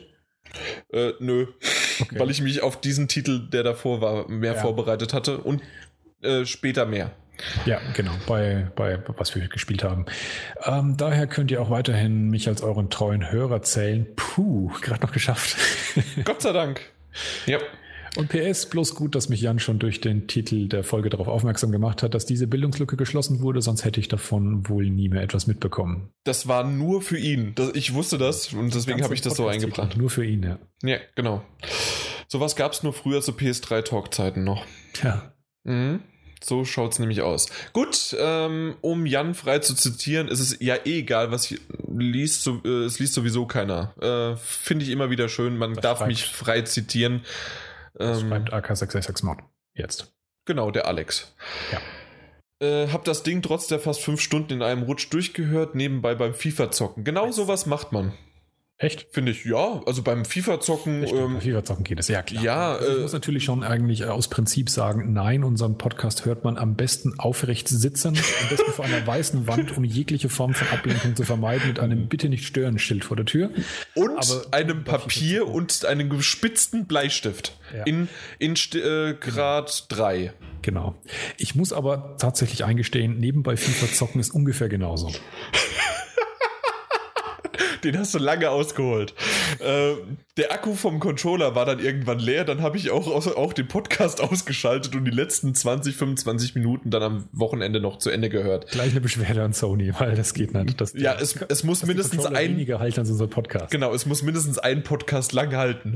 [SPEAKER 1] Äh, nö, okay. Weil ich mich auf diesen Titel, der davor war, mehr ja. vorbereitet hatte und äh, später mehr.
[SPEAKER 2] Ja, genau, bei, bei was wir gespielt haben. Ähm, daher könnt ihr auch weiterhin mich als euren treuen Hörer zählen. Puh, gerade noch geschafft.
[SPEAKER 1] Gott sei Dank. Ja.
[SPEAKER 2] Und P S, bloß gut, dass mich Jan schon durch den Titel der Folge darauf aufmerksam gemacht hat, dass diese Bildungslücke geschlossen wurde, sonst hätte ich davon wohl nie mehr etwas mitbekommen.
[SPEAKER 1] Das war nur für ihn. Das, ich wusste das und deswegen habe ich das so eingebracht.
[SPEAKER 2] Nur für ihn, ja.
[SPEAKER 1] Ja, genau. Sowas gab es nur früher zu P S drei Talk-Zeiten noch.
[SPEAKER 2] Ja.
[SPEAKER 1] Mhm. So schaut's nämlich aus. Gut, ähm, um Jan frei zu zitieren, ist es ja eh egal, was ich liest, so, äh, es liest sowieso keiner. Äh, Finde ich immer wieder schön, man das darf schreibt. mich frei zitieren.
[SPEAKER 2] Das ähm, schreibt A K sechs sechs sechs Mod jetzt.
[SPEAKER 1] Genau, der Alex.
[SPEAKER 2] Ja.
[SPEAKER 1] Äh, hab das Ding trotz der fast fünf Stunden in einem Rutsch durchgehört, nebenbei beim FIFA zocken. Genau Was? sowas macht man.
[SPEAKER 2] Echt?
[SPEAKER 1] Finde ich, ja. Also beim FIFA-Zocken...
[SPEAKER 2] Ähm, beim FIFA-Zocken geht es, ja klar.
[SPEAKER 1] Ja,
[SPEAKER 2] also ich äh, muss natürlich schon eigentlich aus Prinzip sagen, nein, unseren Podcast hört man am besten aufrecht sitzend, am besten vor einer weißen Wand, um jegliche Form von Ablenkung zu vermeiden, mit einem Bitte-nicht-stören-Schild vor der Tür.
[SPEAKER 1] Und Aber einem Papier und einem gespitzten Bleistift. Ja. In, in äh, Grad drei.
[SPEAKER 2] Genau. Ich muss aber tatsächlich eingestehen, nebenbei FIFA-Zocken ist ungefähr genauso.
[SPEAKER 1] Den hast du lange ausgeholt. Äh, der Akku vom Controller war dann irgendwann leer, dann habe ich auch, auch den Podcast ausgeschaltet und die letzten zwanzig, fünfundzwanzig Minuten dann am Wochenende noch zu Ende gehört.
[SPEAKER 2] Gleich eine Beschwerde an Sony, weil das geht nicht. Dass
[SPEAKER 1] ja, es, es muss mindestens ein...
[SPEAKER 2] weniger halten als unser Podcast.
[SPEAKER 1] Genau, es muss mindestens ein Podcast lang halten.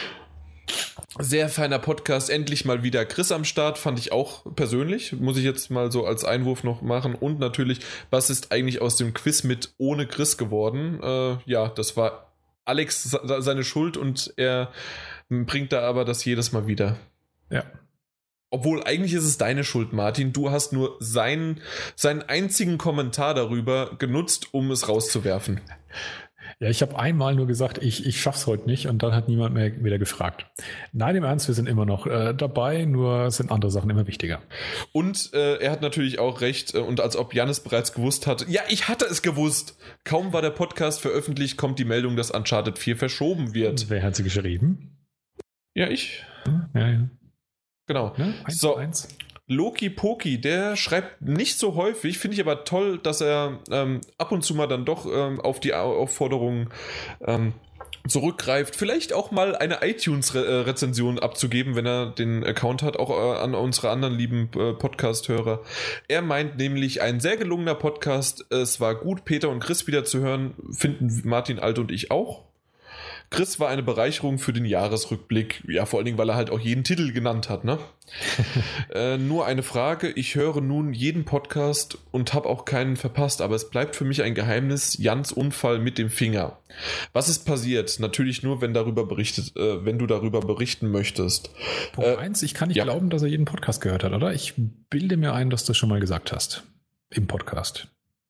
[SPEAKER 1] Sehr feiner Podcast, endlich mal wieder Chris am Start, fand ich auch persönlich, muss ich jetzt mal so als Einwurf noch machen. Und natürlich, was ist eigentlich aus dem Quiz mit ohne Chris geworden? Äh, ja, das war Alex seine Schuld und er bringt da aber das jedes Mal wieder.
[SPEAKER 2] Ja.
[SPEAKER 1] Obwohl, eigentlich ist es deine Schuld, Martin. Du hast nur seinen, seinen einzigen Kommentar darüber genutzt, um es rauszuwerfen.
[SPEAKER 2] Ja, ich habe einmal nur gesagt, ich, ich schaff's heute nicht und dann hat niemand mehr wieder gefragt. Nein, im Ernst, wir sind immer noch äh, dabei, nur sind andere Sachen immer wichtiger.
[SPEAKER 1] Und äh, er hat natürlich auch recht äh, und als ob Jannis bereits gewusst hat, ja, ich hatte es gewusst. Kaum war der Podcast veröffentlicht, kommt die Meldung, dass Uncharted vier verschoben wird.
[SPEAKER 2] Und wer hat sie geschrieben?
[SPEAKER 1] Ja, ich.
[SPEAKER 2] Ja, ja.
[SPEAKER 1] Genau.
[SPEAKER 2] Ja, eins,
[SPEAKER 1] so.
[SPEAKER 2] eins.
[SPEAKER 1] Loki Poki, der schreibt nicht so häufig, finde ich aber toll, dass er ähm, ab und zu mal dann doch ähm, auf die Aufforderungen ähm, zurückgreift, vielleicht auch mal eine iTunes-Rezension abzugeben, wenn er den Account hat, auch äh, an unsere anderen lieben äh, Podcast-Hörer. Er meint nämlich, ein sehr gelungener Podcast, es war gut, Peter und Chris wieder zu hören, finden Martin, Alt und ich auch. Chris war eine Bereicherung für den Jahresrückblick, ja, vor allen Dingen, weil er halt auch jeden Titel genannt hat, ne? äh, nur eine Frage, ich höre nun jeden Podcast und habe auch keinen verpasst, aber es bleibt für mich ein Geheimnis, Jans Unfall mit dem Finger. Was ist passiert? Natürlich nur, wenn darüber berichtet, äh, wenn du darüber berichten möchtest.
[SPEAKER 2] Punkt
[SPEAKER 1] äh,
[SPEAKER 2] eins, ich kann nicht
[SPEAKER 1] ja.
[SPEAKER 2] glauben, dass er jeden Podcast gehört hat, oder? Ich bilde mir ein, dass du das schon mal gesagt hast. Im Podcast.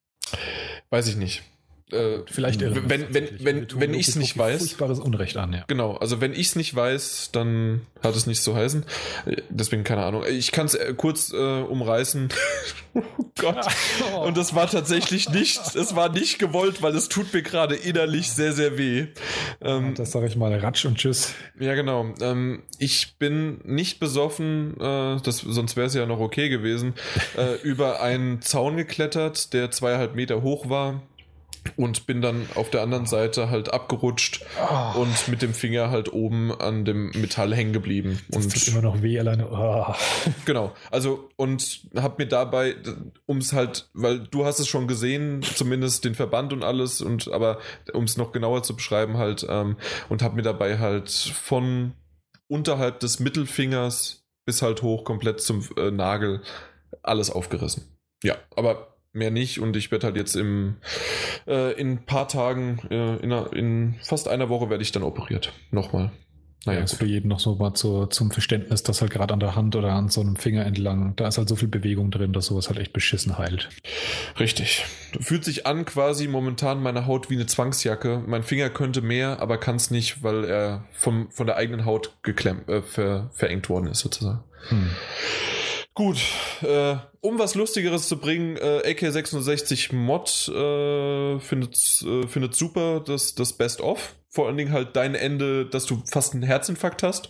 [SPEAKER 1] Weiß ich nicht. Äh,
[SPEAKER 2] Vielleicht
[SPEAKER 1] wenn, wenn, wenn, wenn, wenn ich es nicht weiß.
[SPEAKER 2] Furchtbares Unrecht an, ja.
[SPEAKER 1] Genau, also wenn ich es nicht weiß, dann hat es nichts zu heißen. Deswegen keine Ahnung. Ich kann es kurz äh, umreißen. Oh Gott. Und das war tatsächlich nicht, es war nicht gewollt, weil es tut mir gerade innerlich sehr, sehr weh. Ähm,
[SPEAKER 2] das sage ich mal, Ratsch und Tschüss.
[SPEAKER 1] Ja, genau. Ähm, ich bin nicht besoffen, äh, das, sonst wäre es ja noch okay gewesen, äh, über einen Zaun geklettert, der zweieinhalb Meter hoch war. Und bin dann auf der anderen Seite halt abgerutscht oh. und mit dem Finger halt oben an dem Metall hängen geblieben.
[SPEAKER 2] Das
[SPEAKER 1] und
[SPEAKER 2] tut immer noch weh alleine. Oh.
[SPEAKER 1] Genau, also und hab mir dabei, um es halt, weil du hast es schon gesehen, zumindest den Verband und alles, und aber um es noch genauer zu beschreiben halt, ähm, und hab mir dabei halt von unterhalb des Mittelfingers bis halt hoch komplett zum äh, Nagel alles aufgerissen. Ja, aber mehr nicht, und ich werde halt jetzt im äh, in ein paar Tagen, äh, in, einer, in fast einer Woche werde ich dann operiert. Nochmal. Naja,
[SPEAKER 2] ja, ist für jeden noch so mal zu, zum Verständnis, dass halt gerade an der Hand oder an so einem Finger entlang, da ist halt so viel Bewegung drin, dass sowas halt echt beschissen heilt.
[SPEAKER 1] Richtig. Fühlt sich an quasi momentan meine Haut wie eine Zwangsjacke. Mein Finger könnte mehr, aber kann es nicht, weil er vom, von der eigenen Haut geklemmt, äh, ver, verengt worden ist sozusagen. Hm. Gut, äh, um was Lustigeres zu bringen, äh, A K sechsundsechzig Mod äh, findet äh, findet super das, das Best-of. Vor allen Dingen halt dein Ende, dass du fast einen Herzinfarkt hast.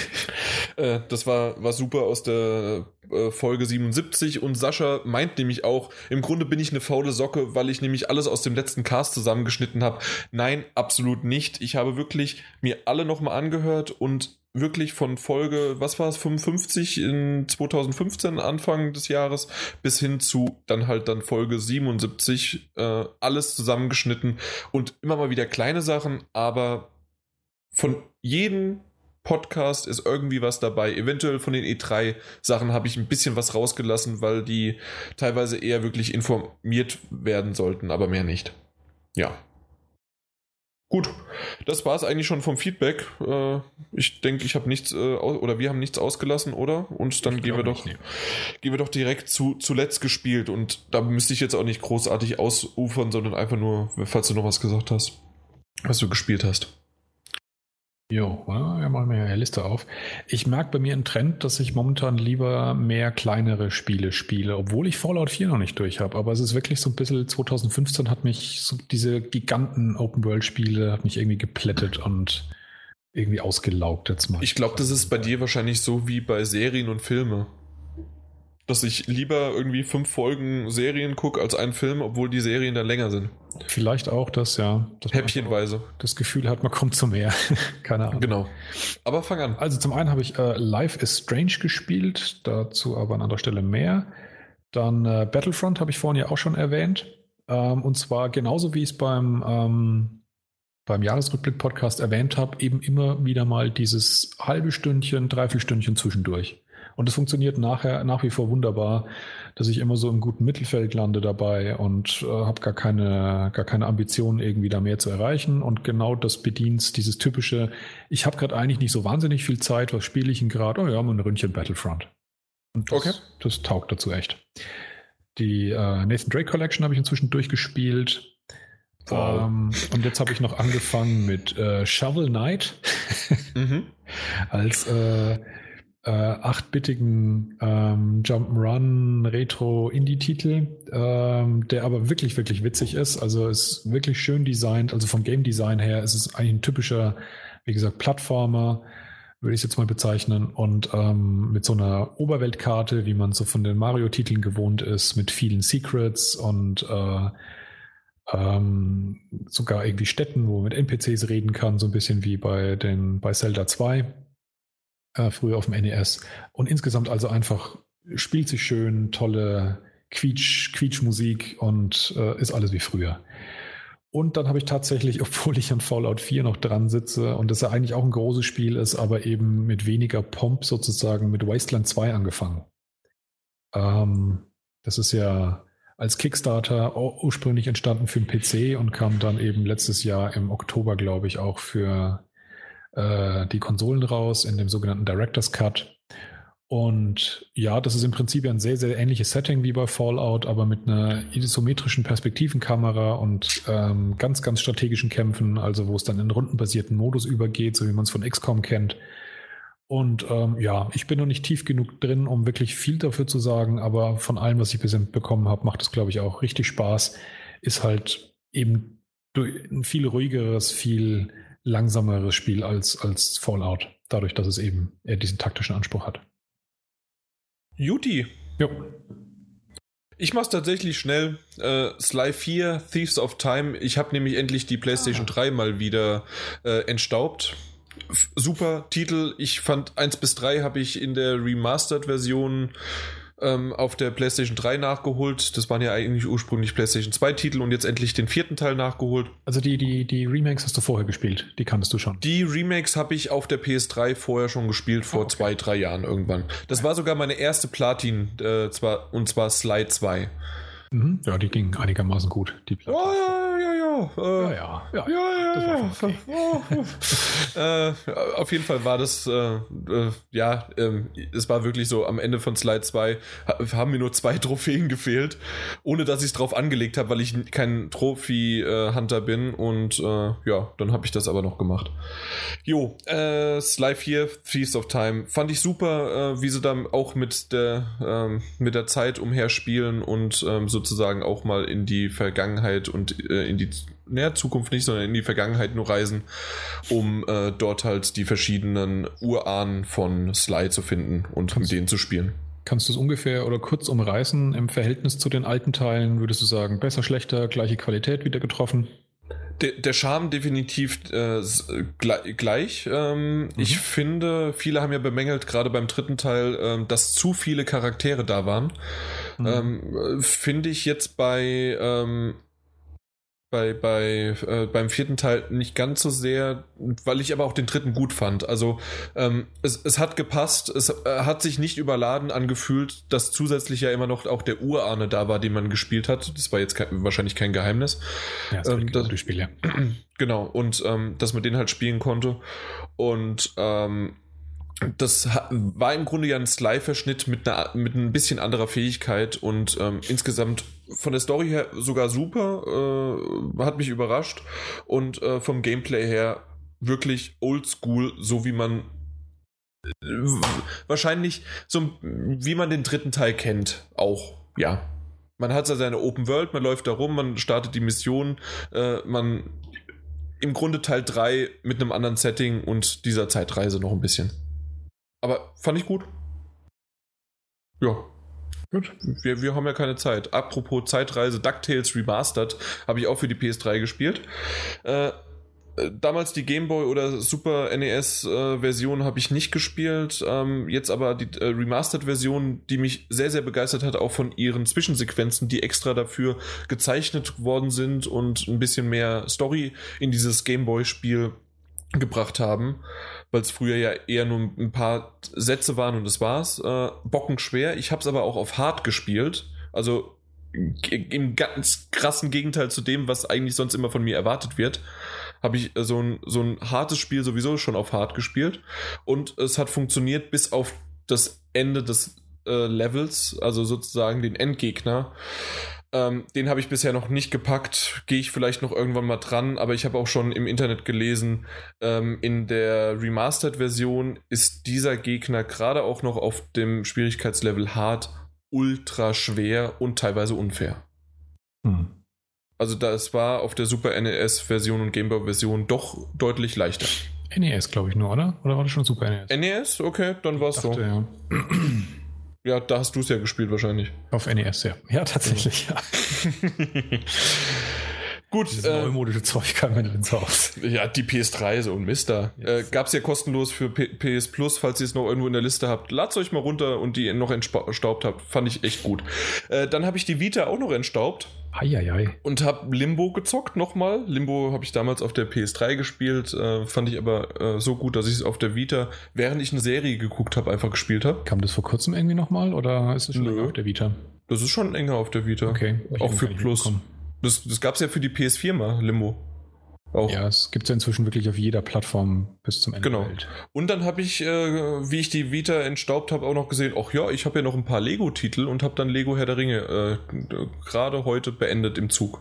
[SPEAKER 1] äh, das war, war super aus der äh, Folge siebenundsiebzig, und Sascha meint nämlich auch, im Grunde bin ich eine faule Socke, weil ich nämlich alles aus dem letzten Cast zusammengeschnitten habe. Nein, absolut nicht. Ich habe wirklich mir alle nochmal angehört und wirklich von Folge, was war es, fünfundfünfzig in zweitausendfünfzehn, Anfang des Jahres, bis hin zu dann halt dann Folge siebenundsiebzig, äh, alles zusammengeschnitten und immer mal wieder kleine Sachen, aber von jedem Podcast ist irgendwie was dabei. Eventuell von den E drei Sachen habe ich ein bisschen was rausgelassen, weil die teilweise eher wirklich informiert werden sollten, aber mehr nicht. Ja. Gut, das war es eigentlich schon vom Feedback. Ich denke, ich habe nichts, oder wir haben nichts ausgelassen, oder? Und dann gehen wir doch, nicht, nee. gehen wir doch direkt zu zuletzt gespielt. Und da müsste ich jetzt auch nicht großartig ausufern, sondern einfach nur, falls du noch was gesagt hast, was du gespielt hast.
[SPEAKER 2] Jo, ja, machen wir ja eine Liste auf. Ich merke bei mir einen Trend, dass ich momentan lieber mehr kleinere Spiele spiele, obwohl ich Fallout vier noch nicht durch habe. Aber es ist wirklich so ein bisschen, zweitausendfünfzehn hat mich so diese giganten Open-World-Spiele hat mich irgendwie geplättet und irgendwie ausgelaugt jetzt mal.
[SPEAKER 1] Ich glaube, das ist bei dir wahrscheinlich so wie bei Serien und Filmen. dass ich lieber irgendwie fünf Folgen Serien gucke als einen Film, obwohl die Serien dann länger sind.
[SPEAKER 2] Vielleicht auch das, ja. Dass man
[SPEAKER 1] Häppchenweise.
[SPEAKER 2] Das Gefühl hat, man kommt zu mehr. Keine Ahnung.
[SPEAKER 1] Genau. Aber fang an.
[SPEAKER 2] Also zum einen habe ich äh, Life is Strange gespielt, dazu aber an anderer Stelle mehr. Dann äh, Battlefront habe ich vorhin ja auch schon erwähnt. Ähm, und zwar genauso wie ich es beim, ähm, beim Jahresrückblick-Podcast erwähnt habe, eben immer wieder mal dieses halbe Stündchen, Dreiviertelstündchen zwischendurch. Und es funktioniert nachher nach wie vor wunderbar, dass ich immer so im guten Mittelfeld lande dabei und äh, habe gar keine, gar keine Ambition, irgendwie da mehr zu erreichen. Und genau das bedient dieses typische, ich habe gerade eigentlich nicht so wahnsinnig viel Zeit, was spiele ich denn gerade? Oh ja, mal ein Ründchen Battlefront. Und das,
[SPEAKER 1] okay.
[SPEAKER 2] das taugt dazu echt. Die äh, Nathan Drake Collection habe ich inzwischen durchgespielt.
[SPEAKER 1] Wow.
[SPEAKER 2] Ähm, und jetzt habe ich noch angefangen mit äh, Shovel Knight
[SPEAKER 1] mhm.
[SPEAKER 2] als äh, äh, achtbittigen ähm, Jump'n'Run Retro-Indie-Titel, ähm, der aber wirklich, wirklich witzig ist. Also ist wirklich schön designt. Also vom Game Design her ist es eigentlich ein typischer, wie gesagt, Plattformer, würde ich es jetzt mal bezeichnen. Und ähm, mit so einer Oberweltkarte, wie man so von den Mario-Titeln gewohnt ist, mit vielen Secrets und äh, ähm, sogar irgendwie Städten, wo man mit N P Cs reden kann, so ein bisschen wie bei den bei Zelda zwei. Früher auf dem N E S. Und insgesamt also einfach spielt sich schön, tolle Quietsch, Quietschmusik und äh, ist alles wie früher. Und dann habe ich tatsächlich, obwohl ich an Fallout vier noch dran sitze und das ja eigentlich auch ein großes Spiel ist, aber eben mit weniger Pomp sozusagen mit Wasteland zwei angefangen. Ähm, das ist ja als Kickstarter ursprünglich entstanden für den P C und kam dann eben letztes Jahr im Oktober, glaube ich, auch für die Konsolen raus in dem sogenannten Director's Cut. Und ja, das ist im Prinzip ein sehr, sehr ähnliches Setting wie bei Fallout, aber mit einer isometrischen Perspektivenkamera und ähm, ganz, ganz strategischen Kämpfen, also wo es dann in einen rundenbasierten Modus übergeht, so wie man es von X COM kennt. Und ähm, ja, ich bin noch nicht tief genug drin, um wirklich viel dafür zu sagen, aber von allem, was ich bisher bekommen habe, macht es, glaube ich, auch richtig Spaß. Ist halt eben ein viel ruhigeres, viel langsameres Spiel als, als Fallout, dadurch, dass es eben eher diesen taktischen Anspruch hat.
[SPEAKER 1] Juti.
[SPEAKER 2] Jo.
[SPEAKER 1] Ich mach's tatsächlich schnell. Äh, Sly vier, Thieves of Time. Ich habe nämlich endlich die PlayStation ah. drei mal wieder äh, entstaubt. F- super Titel. Ich fand eins bis drei habe ich in der Remastered-Version ähm, auf der PlayStation drei nachgeholt. Das waren ja eigentlich ursprünglich PlayStation zwei Titel und jetzt endlich den vierten Teil nachgeholt.
[SPEAKER 2] Also die, die, die Remakes hast du vorher gespielt, die kanntest du schon.
[SPEAKER 1] Die Remakes habe ich auf der P S drei vorher schon gespielt, vor oh, okay. zwei, drei Jahren irgendwann. Das war sogar meine erste Platin, äh, zwar, und zwar Sly zwei.
[SPEAKER 2] Mhm. Ja, die ging einigermaßen gut, die Platin.
[SPEAKER 1] Oh, ja, ja, ja. Äh,
[SPEAKER 2] ja, ja, ja,
[SPEAKER 1] ja,
[SPEAKER 2] das
[SPEAKER 1] ja,
[SPEAKER 2] war schon okay.
[SPEAKER 1] äh, auf jeden Fall war das, äh, äh, ja, äh, es war wirklich so, am Ende von Sly zwei haben mir nur zwei Trophäen gefehlt, ohne dass ich es drauf angelegt habe, weil ich kein Trophy-Hunter bin und äh, ja, dann habe ich das aber noch gemacht. Jo, äh, Sly vier, Thieves of Time, fand ich super, äh, wie sie dann auch mit der, äh, mit der Zeit umherspielen und äh, sozusagen auch mal in die Vergangenheit und äh, in die naja, Zukunft nicht, sondern in die Vergangenheit nur reisen, um äh, dort halt die verschiedenen Urahnen von Sly zu finden und kannst, mit denen zu spielen.
[SPEAKER 2] Kannst du es ungefähr oder kurz umreißen im Verhältnis zu den alten Teilen? Würdest du sagen, besser, schlechter, gleiche Qualität wieder getroffen?
[SPEAKER 1] Der, der Charme definitiv äh, gleich. gleich. Ähm, mhm. Ich finde, viele haben ja bemängelt, gerade beim dritten Teil, ähm, dass zu viele Charaktere da waren. Mhm. Ähm, finde ich jetzt bei ähm, bei, bei äh, beim vierten Teil nicht ganz so sehr, weil ich aber auch den dritten gut fand. Also ähm, es, es hat gepasst, es äh, hat sich nicht überladen angefühlt, dass zusätzlich ja immer noch auch der Urahne da war, den man gespielt hat. Das war jetzt kein, wahrscheinlich kein Geheimnis.
[SPEAKER 2] Ja, das ähm, das, Spiel, ja.
[SPEAKER 1] Genau, und ähm, dass man den halt spielen konnte. Und ähm, das war im Grunde ja ein Sly-Verschnitt mit, einer, mit ein bisschen anderer Fähigkeit und ähm, insgesamt von der Story her sogar super, äh, hat mich überrascht und äh, vom Gameplay her wirklich oldschool, so wie man äh, wahrscheinlich so wie man den dritten Teil kennt, auch, ja. Man hat ja seine Open World, man läuft da rum, man startet die Mission, äh, man im Grunde Teil drei mit einem anderen Setting und dieser Zeitreise noch ein bisschen. Aber fand ich gut. Ja. Gut. Wir, wir haben ja keine Zeit. Apropos Zeitreise, DuckTales Remastered habe ich auch für die P S drei gespielt. Äh, damals die Game Boy oder Super N E S äh, Version habe ich nicht gespielt. Ähm, jetzt aber die äh, Remastered Version, die mich sehr, sehr begeistert hat, auch von ihren Zwischensequenzen, die extra dafür gezeichnet worden sind und ein bisschen mehr Story in dieses Game Boy Spiel gebracht haben, weil es früher ja eher nur ein paar Sätze waren und das war's. Äh, bockenschwer. Ich habe es aber auch auf Hard gespielt. Also im ganz krassen Gegenteil zu dem, was eigentlich sonst immer von mir erwartet wird, habe ich so ein, so ein hartes Spiel sowieso schon auf Hard gespielt und es hat funktioniert bis auf das Ende des äh, Levels, also sozusagen den Endgegner. Ähm, den habe ich bisher noch nicht gepackt, gehe ich vielleicht noch irgendwann mal dran, aber ich habe auch schon im Internet gelesen, ähm, in der Remastered-Version ist dieser Gegner gerade auch noch auf dem Schwierigkeitslevel Hard ultra schwer und teilweise unfair. Hm. Also das war auf der Super N E S-Version und Game Boy-Version doch deutlich leichter.
[SPEAKER 2] N E S, glaube ich nur, oder? Oder war das schon Super N E S?
[SPEAKER 1] N E S? Okay, dann war es so. Ja. Ja, da hast du es ja gespielt wahrscheinlich.
[SPEAKER 2] Auf N E S, ja. Ja, tatsächlich, ja.
[SPEAKER 1] Gut.
[SPEAKER 2] Das äh, neumodische Zeug kam mir ins Haus.
[SPEAKER 1] Ja, die P S drei, so ein Mister. Yes. Äh, Gab es ja kostenlos für P- PS Plus, falls ihr es noch irgendwo in der Liste habt. Lad's euch mal runter und die noch entstaubt habt. Fand ich echt gut. Äh, dann habe ich die Vita auch noch entstaubt.
[SPEAKER 2] Eieiei.
[SPEAKER 1] Und habe Limbo gezockt nochmal. Limbo habe ich damals auf der P S drei gespielt. Äh, fand ich aber äh, so gut, dass ich es auf der Vita, während ich eine Serie geguckt habe, einfach gespielt habe.
[SPEAKER 2] Kam das vor kurzem irgendwie nochmal oder ist es schon länger auf der Vita?
[SPEAKER 1] Das ist schon länger auf der Vita.
[SPEAKER 2] Okay.
[SPEAKER 1] Auch für Plus. Das, das gab es ja für die P S vier mal, Limbo.
[SPEAKER 2] Auch. Ja, es gibt es ja inzwischen wirklich auf jeder Plattform bis zum Ende
[SPEAKER 1] genau.
[SPEAKER 2] der Welt.
[SPEAKER 1] Und dann habe ich, äh, wie ich die Vita entstaubt habe, auch noch gesehen, ach ja, ich habe ja noch ein paar Lego-Titel und habe dann Lego Herr der Ringe äh, gerade heute beendet im Zug.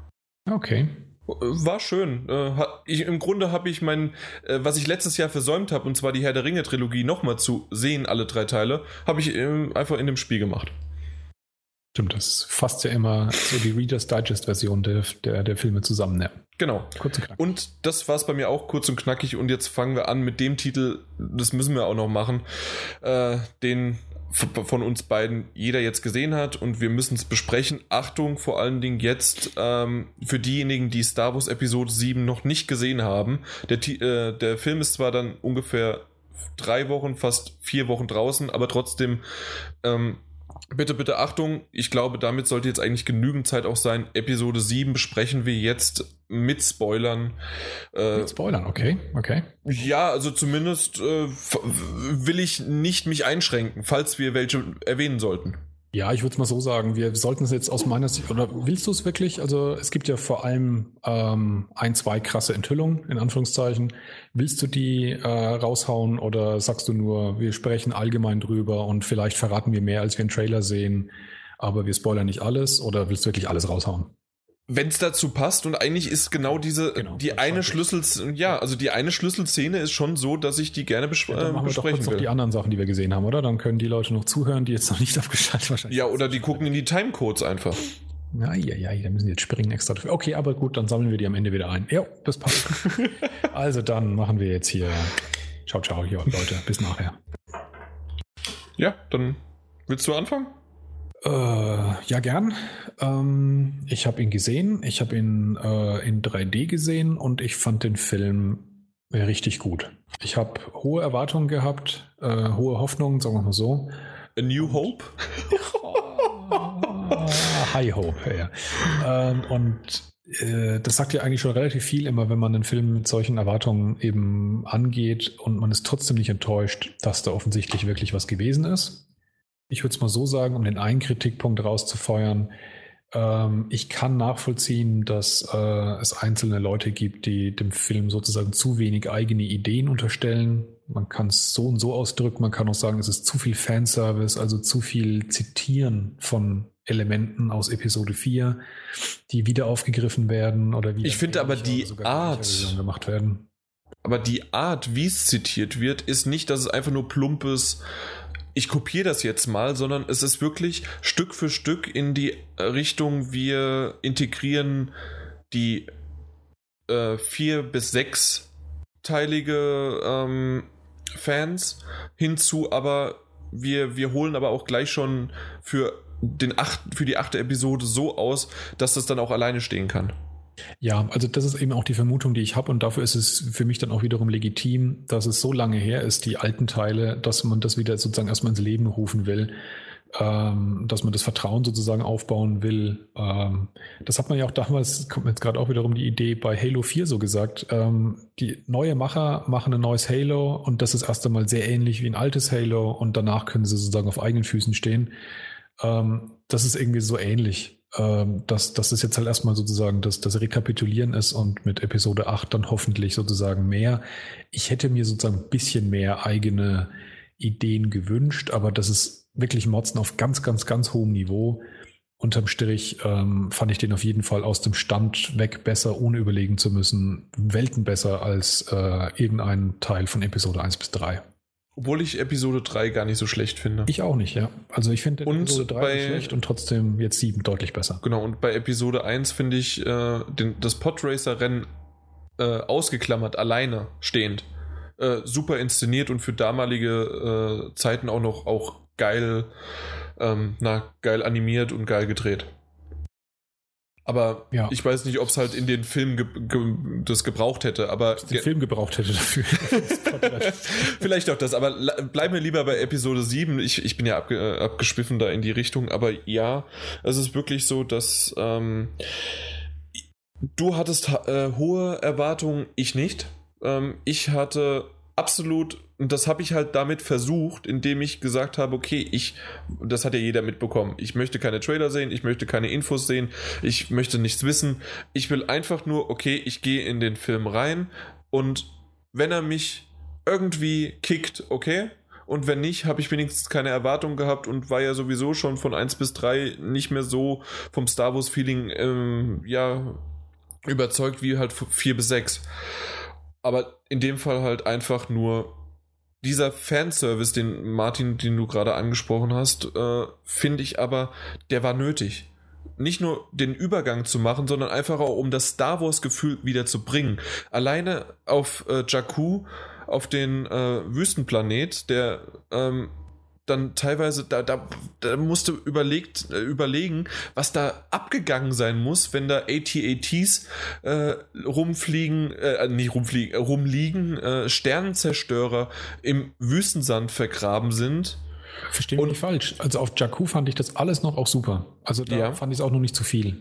[SPEAKER 2] Okay.
[SPEAKER 1] War schön. Äh, ich, Im Grunde habe ich mein, äh, was ich letztes Jahr versäumt habe, und zwar die Herr der Ringe-Trilogie nochmal zu sehen, alle drei Teile, habe ich äh, einfach in dem Spiel gemacht.
[SPEAKER 2] Stimmt, das fasst ja immer so die Reader's Digest-Version der, der, der Filme zusammen. Ja.
[SPEAKER 1] Genau.
[SPEAKER 2] Kurz und knackig.
[SPEAKER 1] Und das war es bei mir auch kurz und knackig. Und jetzt fangen wir an mit dem Titel, das müssen wir auch noch machen, äh, den von uns beiden jeder jetzt gesehen hat und wir müssen es besprechen. Achtung, vor allen Dingen jetzt ähm, für diejenigen, die Star Wars Episode sieben noch nicht gesehen haben. Der, äh, der Film ist zwar dann ungefähr drei Wochen, fast vier Wochen draußen, aber trotzdem ähm, bitte, bitte Achtung, ich glaube, damit sollte jetzt eigentlich genügend Zeit auch sein. Episode sieben besprechen wir jetzt mit Spoilern.
[SPEAKER 2] Äh, mit Spoilern, okay, okay.
[SPEAKER 1] Ja, also zumindest äh, f- will ich nicht mich einschränken, falls wir welche erwähnen sollten.
[SPEAKER 2] Ja, ich würde es mal so sagen, wir sollten es jetzt aus meiner Sicht, oder willst du es wirklich? Also es gibt ja vor allem ähm, ein, zwei krasse Enthüllungen, in Anführungszeichen. Willst du die äh, raushauen oder sagst du nur, wir sprechen allgemein drüber und vielleicht verraten wir mehr, als wir einen Trailer sehen, aber wir spoilern nicht alles, oder willst du wirklich alles raushauen?
[SPEAKER 1] Wenn es dazu passt, und eigentlich ist genau diese, genau, die eine Schlüssel, ja, also die eine Schlüsselszene ist schon so, dass ich die gerne besch-
[SPEAKER 2] ja, dann machen wir
[SPEAKER 1] besprechen
[SPEAKER 2] doch kurz
[SPEAKER 1] will.
[SPEAKER 2] Noch die anderen Sachen, die wir gesehen haben, oder? Dann können die Leute noch zuhören, die jetzt noch nicht abgeschaltet wahrscheinlich.
[SPEAKER 1] Ja, oder die gucken in die Timecodes einfach.
[SPEAKER 2] Ja, ja, ja, da müssen die jetzt springen extra dafür. Okay, aber gut, dann sammeln wir die am Ende wieder ein. Ja, das passt. Also dann machen wir jetzt hier. Ciao, ciao, hier, Leute. Bis nachher.
[SPEAKER 1] Ja, dann willst du anfangen?
[SPEAKER 2] Äh, ja, gern. Ähm, ich habe ihn gesehen. Ich habe ihn äh, in drei D gesehen und ich fand den Film richtig gut. Ich habe hohe Erwartungen gehabt, äh, hohe Hoffnungen, sagen wir mal so.
[SPEAKER 1] A New Hope?
[SPEAKER 2] High Hope, ja. Ähm, und äh, das sagt ja eigentlich schon relativ viel immer, wenn man einen Film mit solchen Erwartungen eben angeht und man ist trotzdem nicht enttäuscht, dass da offensichtlich wirklich was gewesen ist. Ich würde es mal so sagen, um den einen Kritikpunkt rauszufeuern. Ähm, ich kann nachvollziehen, dass äh, es einzelne Leute gibt, die dem Film sozusagen zu wenig eigene Ideen unterstellen. Man kann es so und so ausdrücken. Man kann auch sagen, es ist zu viel Fanservice, also zu viel Zitieren von Elementen aus Episode vier, die wieder aufgegriffen werden oder wieder.
[SPEAKER 1] Ich finde aber die Art
[SPEAKER 2] gemacht werden.
[SPEAKER 1] Aber die Art, wie es zitiert wird, ist nicht, dass es einfach nur plumpes ich kopiere das jetzt mal, sondern es ist wirklich Stück für Stück in die Richtung, wir integrieren die äh, vier- bis sechsteilige ähm, Fans hinzu, aber wir, wir holen aber auch gleich schon für, den acht, für die achte Episode so aus, dass das dann auch alleine stehen kann.
[SPEAKER 2] Ja, also das ist eben auch die Vermutung, die ich habe und dafür ist es für mich dann auch wiederum legitim, dass es so lange her ist, die alten Teile, dass man das wieder sozusagen erstmal ins Leben rufen will, ähm, dass man das Vertrauen sozusagen aufbauen will. Ähm, das hat man ja auch damals, kommt jetzt gerade auch wiederum die Idee, bei Halo vier so gesagt, ähm, die neue Macher machen ein neues Halo und das ist erst einmal sehr ähnlich wie ein altes Halo und danach können sie sozusagen auf eigenen Füßen stehen. Ähm, das ist irgendwie so ähnlich. Dass, dass das jetzt halt erstmal sozusagen das, das Rekapitulieren ist und mit Episode acht dann hoffentlich sozusagen mehr. Ich hätte mir sozusagen ein bisschen mehr eigene Ideen gewünscht, aber das ist wirklich Motzen auf ganz, ganz, ganz hohem Niveau. Unterm Strich ähm, fand ich den auf jeden Fall aus dem Stand weg besser, ohne überlegen zu müssen. Welten besser als äh, irgendein Teil von Episode eins bis drei.
[SPEAKER 1] Obwohl ich Episode drei gar nicht so schlecht finde.
[SPEAKER 2] Ich auch nicht, ja. Also ich finde Episode drei
[SPEAKER 1] bei,
[SPEAKER 2] nicht schlecht und trotzdem jetzt sieben deutlich besser.
[SPEAKER 1] Genau, und bei Episode eins finde ich äh, den, das Podracer-Rennen äh, ausgeklammert, alleine stehend. Äh, super inszeniert und für damalige äh, Zeiten auch noch auch geil, ähm, na, geil animiert und geil gedreht. Aber ja. Ich weiß nicht, ob es halt in den Film ge- ge- das gebraucht hätte. Aber
[SPEAKER 2] den ge- Film gebraucht hätte dafür.
[SPEAKER 1] Vielleicht auch das, aber la- bleiben wir lieber bei Episode sieben. Ich, ich bin ja abge- äh, abgeschwiffen da in die Richtung. Aber ja, es ist wirklich so, dass ähm, du hattest äh, hohe Erwartungen, ich nicht. Ähm, ich hatte absolut, und das habe ich halt damit versucht, indem ich gesagt habe, okay, ich, das hat ja jeder mitbekommen, ich möchte keine Trailer sehen, ich möchte keine Infos sehen, ich möchte nichts wissen, ich will einfach nur, okay, ich gehe in den Film rein und wenn er mich irgendwie kickt, okay, und wenn nicht, habe ich wenigstens keine Erwartung gehabt und war ja sowieso schon von eins bis drei nicht mehr so vom Star Wars Feeling, ähm, ja, überzeugt wie halt vier bis sechs. Aber in dem Fall halt einfach nur dieser Fanservice, den Martin, den du gerade angesprochen hast, äh, finde ich aber, der war nötig. Nicht nur den Übergang zu machen, sondern einfach auch, um das Star Wars-Gefühl wieder zu bringen. Alleine auf äh, Jakku, auf den äh, Wüstenplanet, der ähm, dann teilweise, da, da, da musste überlegt, äh, überlegen, was da abgegangen sein muss, wenn da A T A Ts äh, rumfliegen, äh, nicht rumfliegen, äh, rumliegen, äh, Sternenzerstörer im Wüstensand vergraben sind.
[SPEAKER 2] Verstehe mich nicht falsch. Also auf Jakku fand ich das alles noch auch super. Also da ja. fand ich es auch noch nicht zu viel.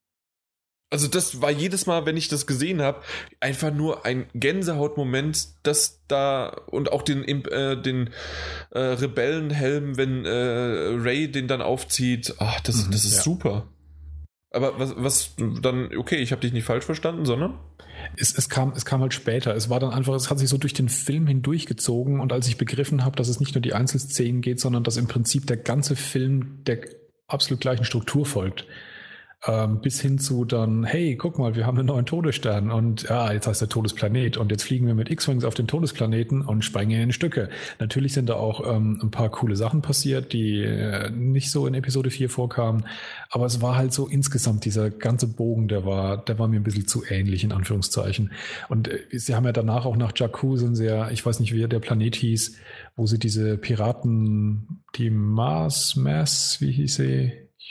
[SPEAKER 1] Also das war jedes Mal, wenn ich das gesehen habe, einfach nur ein Gänsehautmoment, dass da und auch den, äh, den äh, Rebellenhelm, wenn äh, Rey den dann aufzieht, ach, das, mhm, das ist ja. super. Aber was, was dann, okay, ich habe dich nicht falsch verstanden, sondern?
[SPEAKER 2] Es, es, kam, es kam halt später. Es war dann einfach, es hat sich so durch den Film hindurchgezogen und als ich begriffen habe, dass es nicht nur die Einzelszenen geht, sondern dass im Prinzip der ganze Film der absolut gleichen Struktur folgt. Ähm, bis hin zu dann, hey, guck mal, wir haben einen neuen Todesstern und ja, jetzt heißt der Todesplanet und jetzt fliegen wir mit X-Wings auf den Todesplaneten und sprengen ihn in Stücke. Natürlich sind da auch ähm, ein paar coole Sachen passiert, die äh, nicht so in Episode vier vorkamen, aber es war halt so insgesamt dieser ganze Bogen, der war, der war mir ein bisschen zu ähnlich, in Anführungszeichen. Und äh, sie haben ja danach auch nach Jakku sind sie ja, ich weiß nicht, wie der Planet hieß, wo sie diese Piraten, die Mars, Mass, wie hieß sie?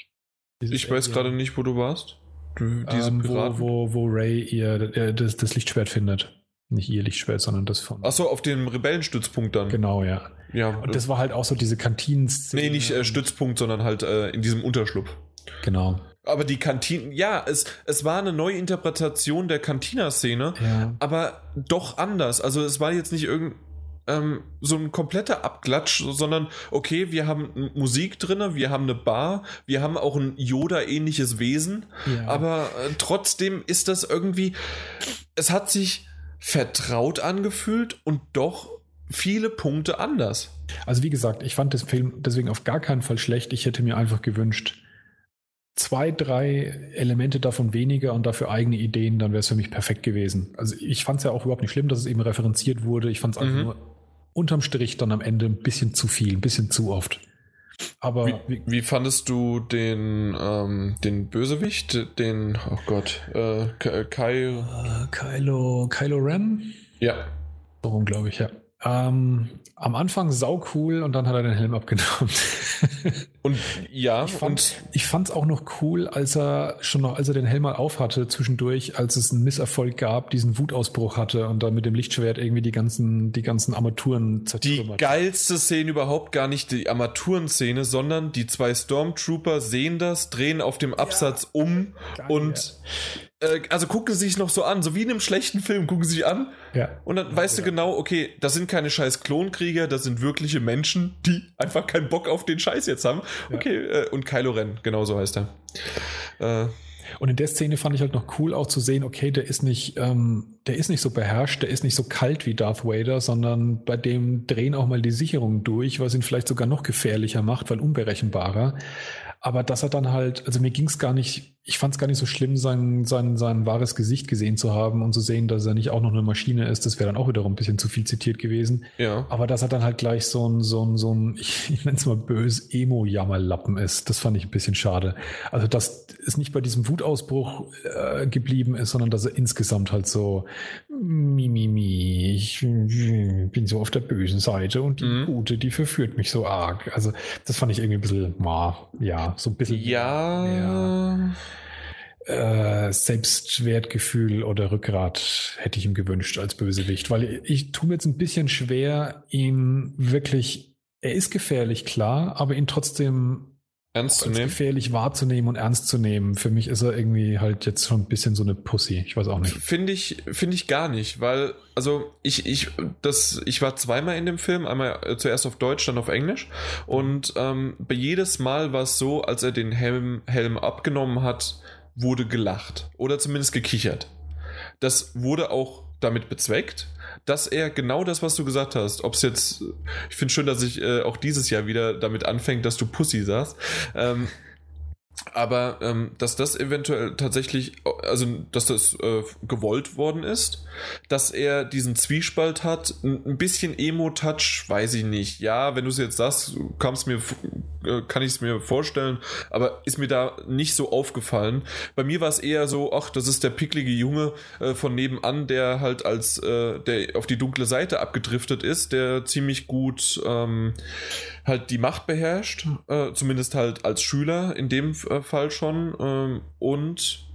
[SPEAKER 1] Ich weiß gerade nicht, wo du warst.
[SPEAKER 2] Du, diese ähm, Piraten. Wo, wo, wo Rey ihr das, das Lichtschwert findet. Nicht ihr Lichtschwert, sondern das von...
[SPEAKER 1] Achso, auf dem Rebellenstützpunkt dann.
[SPEAKER 2] Genau, ja.
[SPEAKER 1] ja
[SPEAKER 2] und das war halt auch so diese Kantinen-Szene.
[SPEAKER 1] Nee, nicht äh, Stützpunkt, sondern halt äh, in diesem Unterschlupf.
[SPEAKER 2] Genau.
[SPEAKER 1] Aber die Kantinen, ja, es, es war eine neue Interpretation der Cantina-Szene, ja. aber doch anders. Also es war jetzt nicht irgendein... Ähm, so ein kompletter Abklatsch, sondern okay, wir haben Musik drin, wir haben eine Bar, wir haben auch ein Yoda-ähnliches Wesen, ja. aber äh, trotzdem ist das irgendwie, es hat sich vertraut angefühlt und doch viele Punkte anders.
[SPEAKER 2] Also wie gesagt, ich fand den Film deswegen auf gar keinen Fall schlecht, ich hätte mir einfach gewünscht, zwei, drei Elemente davon weniger und dafür eigene Ideen, dann wäre es für mich perfekt gewesen. Also ich fand es ja auch überhaupt nicht schlimm, dass es eben referenziert wurde. Ich fand es einfach mhm. nur unterm Strich dann am Ende ein bisschen zu viel, ein bisschen zu oft. Aber
[SPEAKER 1] wie, wie, wie fandest du den, ähm, den Bösewicht, den, oh Gott, äh, Kai...
[SPEAKER 2] Uh, Kylo, Kylo Ren?
[SPEAKER 1] Ja.
[SPEAKER 2] Warum, glaube ich, ja. Ähm, am Anfang sau cool und dann hat er den Helm abgenommen.
[SPEAKER 1] Und ja,
[SPEAKER 2] ich fand,
[SPEAKER 1] und
[SPEAKER 2] ich fand es auch noch cool, als er schon noch, als er den Helm mal aufhatte zwischendurch, als es einen Misserfolg gab, diesen Wutausbruch hatte und dann mit dem Lichtschwert irgendwie die ganzen, die ganzen Armaturen zertrümmert.
[SPEAKER 1] Die geilste Szene überhaupt gar nicht die Armaturenszene, sondern die zwei Stormtrooper sehen das, drehen auf dem Absatz ja, um geil, und ja. äh, also gucken sie sich noch so an, so wie in einem schlechten Film, gucken sie sich an
[SPEAKER 2] ja.
[SPEAKER 1] und dann
[SPEAKER 2] ja,
[SPEAKER 1] weißt
[SPEAKER 2] ja.
[SPEAKER 1] du genau, okay, das sind keine scheiß Klonkrieger, das sind wirkliche Menschen, die einfach keinen Bock auf den Scheiß jetzt haben.
[SPEAKER 2] Ja.
[SPEAKER 1] Okay, äh, und Kylo Ren, genau so heißt er. Äh,
[SPEAKER 2] Und in der Szene fand ich halt noch cool auch zu sehen, okay, der ist nicht, ähm, der ist nicht so beherrscht, der ist nicht so kalt wie Darth Vader, sondern bei dem drehen auch mal die Sicherungen durch, was ihn vielleicht sogar noch gefährlicher macht, weil unberechenbarer. Aber dass er dann halt, also mir ging es gar nicht, ich fand es gar nicht so schlimm, sein, sein, sein wahres Gesicht gesehen zu haben und zu sehen, dass er nicht auch noch eine Maschine ist, das wäre dann auch wiederum ein bisschen zu viel zitiert gewesen.
[SPEAKER 1] Ja.
[SPEAKER 2] Aber dass er dann halt gleich so ein, so ein, so ein, ich, ich nenne es mal böse, Emo-Jammerlappen ist, das fand ich ein bisschen schade. Also, dass es nicht bei diesem Wutausbruch äh, geblieben ist, sondern dass er insgesamt halt so, mi, mi, mi, ich bin so auf der bösen Seite und die mhm. Gute, die verführt mich so arg. Also, das fand ich irgendwie ein bisschen, ja, so ein bisschen
[SPEAKER 1] ja.
[SPEAKER 2] mehr, äh, Selbstwertgefühl oder Rückgrat hätte ich ihm gewünscht als Bösewicht, weil ich tue mir jetzt ein bisschen schwer, ihn wirklich, er ist gefährlich, klar, aber ihn trotzdem
[SPEAKER 1] ernst zu
[SPEAKER 2] als
[SPEAKER 1] nehmen.
[SPEAKER 2] gefährlich wahrzunehmen und ernst zu nehmen. Für mich ist er irgendwie halt jetzt schon ein bisschen so eine Pussy. Ich weiß auch nicht.
[SPEAKER 1] Finde ich, finde ich gar nicht, weil, also ich, ich, das, ich war zweimal in dem Film, einmal zuerst auf Deutsch, dann auf Englisch und ähm, bei jedes Mal war es so, als er den Helm, Helm abgenommen hat, wurde gelacht oder zumindest gekichert. Das wurde auch damit bezweckt, dass er genau das, was du gesagt hast, ob es jetzt, ich finde schön, dass ich äh, auch dieses Jahr wieder damit anfängt, dass du Pussy sagst, ähm, aber ähm, dass das eventuell tatsächlich, also dass das äh, gewollt worden ist, dass er diesen Zwiespalt hat, ein bisschen Emo-Touch, weiß ich nicht. Ja, wenn du es jetzt sagst, kam's mir, äh, kann ich es mir vorstellen, aber ist mir da nicht so aufgefallen. Bei mir war es eher so, ach, das ist der picklige Junge äh, von nebenan, der halt als, äh, der auf die dunkle Seite abgedriftet ist, der ziemlich gut ähm, halt die Macht beherrscht, äh, zumindest halt als Schüler in dem äh, Fall schon. Ähm, und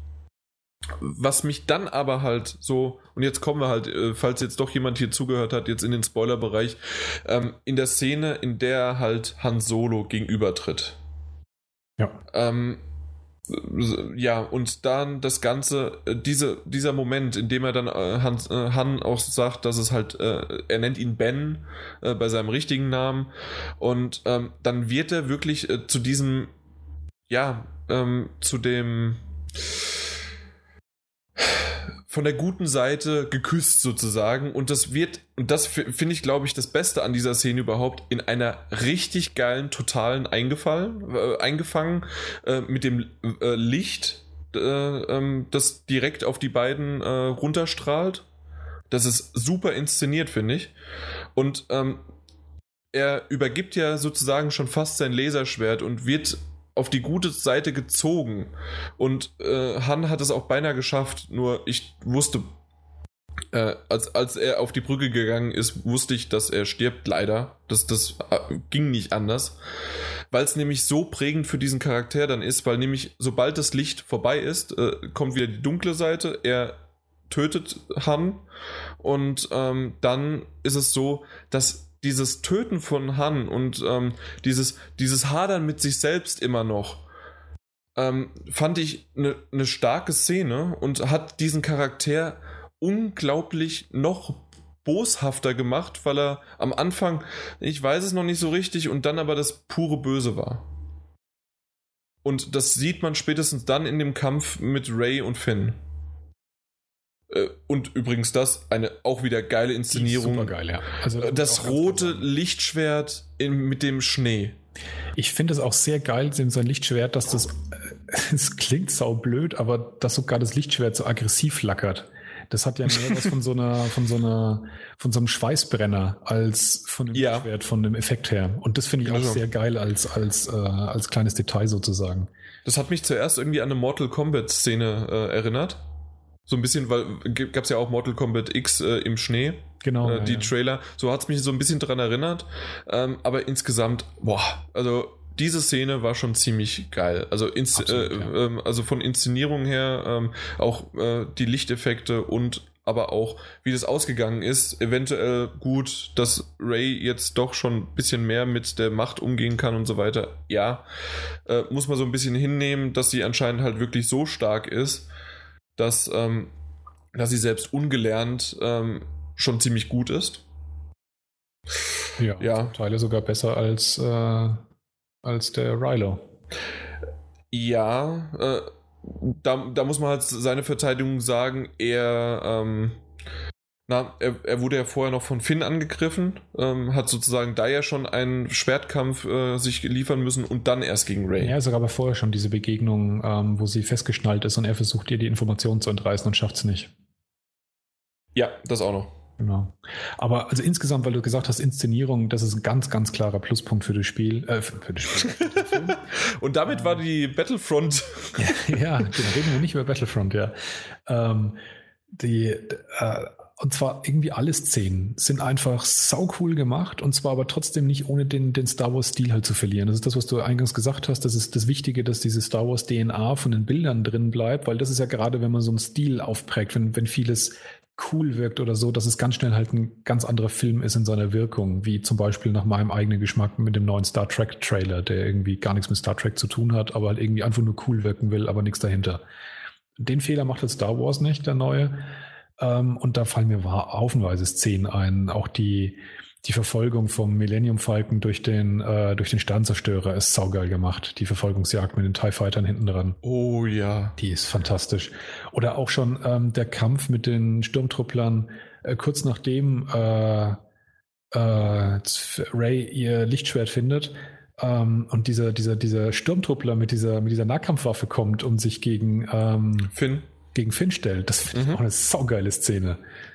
[SPEAKER 1] was mich dann aber halt so, und jetzt kommen wir halt, äh, falls jetzt doch jemand hier zugehört hat, jetzt in den Spoilerbereich, ähm, in der Szene, in der halt Han Solo gegenübertritt.
[SPEAKER 2] Ja.
[SPEAKER 1] Ähm, ja, und dann das Ganze, äh, diese, dieser Moment, in dem er dann äh, Han, äh, Han auch sagt, dass es halt, äh, er nennt ihn Ben äh, bei seinem richtigen Namen und ähm, dann wird er wirklich äh, zu diesem, ja, ähm, zu dem von der guten Seite geküsst sozusagen und das wird, und das finde ich, glaube ich, das Beste an dieser Szene überhaupt, in einer richtig geilen, totalen eingefallen, äh, eingefangen äh, mit dem äh, Licht, äh, ähm, das direkt auf die beiden äh, runterstrahlt. Das ist super inszeniert, finde ich. Und ähm, er übergibt ja sozusagen schon fast sein Laserschwert und wird auf die gute Seite gezogen und äh, Han hat es auch beinahe geschafft, nur ich wusste, äh, als, als er auf die Brücke gegangen ist, wusste ich, dass er stirbt, leider. Das, das äh, ging nicht anders, weil es nämlich so prägend für diesen Charakter dann ist, weil nämlich sobald das Licht vorbei ist, äh, kommt wieder die dunkle Seite, er tötet Han und ähm, dann ist es so, dass dieses Töten von Han und ähm, dieses, dieses Hadern mit sich selbst immer noch, ähm, fand ich eine ne starke Szene und hat diesen Charakter unglaublich noch boshafter gemacht, weil er am Anfang, ich weiß es noch nicht so richtig, und dann aber das pure Böse war. Und das sieht man spätestens dann in dem Kampf mit Rey und Finn. Und übrigens das, eine auch wieder geile Inszenierung.
[SPEAKER 2] Super geil, ja. Also das,
[SPEAKER 1] das rote Lichtschwert in, mit dem Schnee.
[SPEAKER 2] Ich finde es auch sehr geil, sein Lichtschwert, dass das, es klingt saublöd, aber dass sogar das Lichtschwert so aggressiv flackert. Das hat ja mehr was von so einer, von so einer, von so einem Schweißbrenner als von dem
[SPEAKER 1] ja.
[SPEAKER 2] Lichtschwert, von dem Effekt her. Und das finde ich auch also. sehr geil als, als, äh, als kleines Detail sozusagen.
[SPEAKER 1] Das hat mich zuerst irgendwie an eine Mortal Kombat Szene äh, erinnert. So ein bisschen, weil gab es ja auch Mortal Kombat X äh, im Schnee.
[SPEAKER 2] Genau.
[SPEAKER 1] Äh, die
[SPEAKER 2] ja,
[SPEAKER 1] Trailer. So hat es mich so ein bisschen dran erinnert. Ähm, aber insgesamt, boah, also diese Szene war schon ziemlich geil. Also, ins, Absolut, äh, ja. ähm, also von Inszenierung her, ähm, auch äh, die Lichteffekte und aber auch, wie das ausgegangen ist, eventuell gut, dass Rey jetzt doch schon ein bisschen mehr mit der Macht umgehen kann und so weiter. Ja, äh, muss man so ein bisschen hinnehmen, dass sie anscheinend halt wirklich so stark ist, dass, ähm, dass sie selbst ungelernt ähm, schon ziemlich gut ist.
[SPEAKER 2] Ja, ja. Zum Teile sogar besser als, äh, als der Rilo.
[SPEAKER 1] Ja, äh, da, da muss man halt seine Verteidigung sagen, er, ähm, na, er, er wurde ja vorher noch von Finn angegriffen, ähm, hat sozusagen da ja schon einen Schwertkampf äh, sich liefern müssen und dann erst gegen Rey.
[SPEAKER 2] Ja, sogar aber vorher schon diese Begegnung, ähm, wo sie festgeschnallt ist und er versucht ihr die Informationen zu entreißen und schafft es nicht.
[SPEAKER 1] Ja, das auch noch.
[SPEAKER 2] Genau. Aber also insgesamt, weil du gesagt hast, Inszenierung, das ist ein ganz, ganz klarer Pluspunkt für das Spiel. Äh, für, für das Spiel.
[SPEAKER 1] Und damit äh, war die Battlefront.
[SPEAKER 2] ja, ja, genau, reden wir nicht über Battlefront, ja. Ähm, die, äh, und zwar irgendwie alle Szenen sind einfach saucool gemacht und zwar aber trotzdem nicht ohne den, den Star Wars-Stil halt zu verlieren. Das ist das, was du eingangs gesagt hast. Das ist das Wichtige, dass diese Star Wars-D N A von den Bildern drin bleibt, weil das ist ja gerade, wenn man so einen Stil aufprägt, wenn, wenn vieles cool wirkt oder so, dass es ganz schnell halt ein ganz anderer Film ist in seiner Wirkung, wie zum Beispiel nach meinem eigenen Geschmack mit dem neuen Star Trek Trailer, der irgendwie gar nichts mit Star Trek zu tun hat, aber halt irgendwie einfach nur cool wirken will, aber nichts dahinter. Den Fehler macht jetzt Star Wars nicht, der neue. Und da fallen mir haufenweise Szenen ein. Auch die, die Verfolgung vom Millennium Falcon durch den, äh, durch den Sternzerstörer ist saugeil gemacht. Die Verfolgungsjagd mit den TIE Fightern hinten dran.
[SPEAKER 1] Oh ja.
[SPEAKER 2] Die ist fantastisch. Oder auch schon ähm, der Kampf mit den Sturmtrupplern, äh, kurz nachdem äh, äh, Rey ihr Lichtschwert findet ähm, und dieser, dieser, dieser Sturmtruppler mit dieser, mit dieser Nahkampfwaffe kommt und sich gegen ähm,
[SPEAKER 1] Finn.
[SPEAKER 2] gegen Finn stellt. Das finde ich mhm. auch eine saugeile Szene.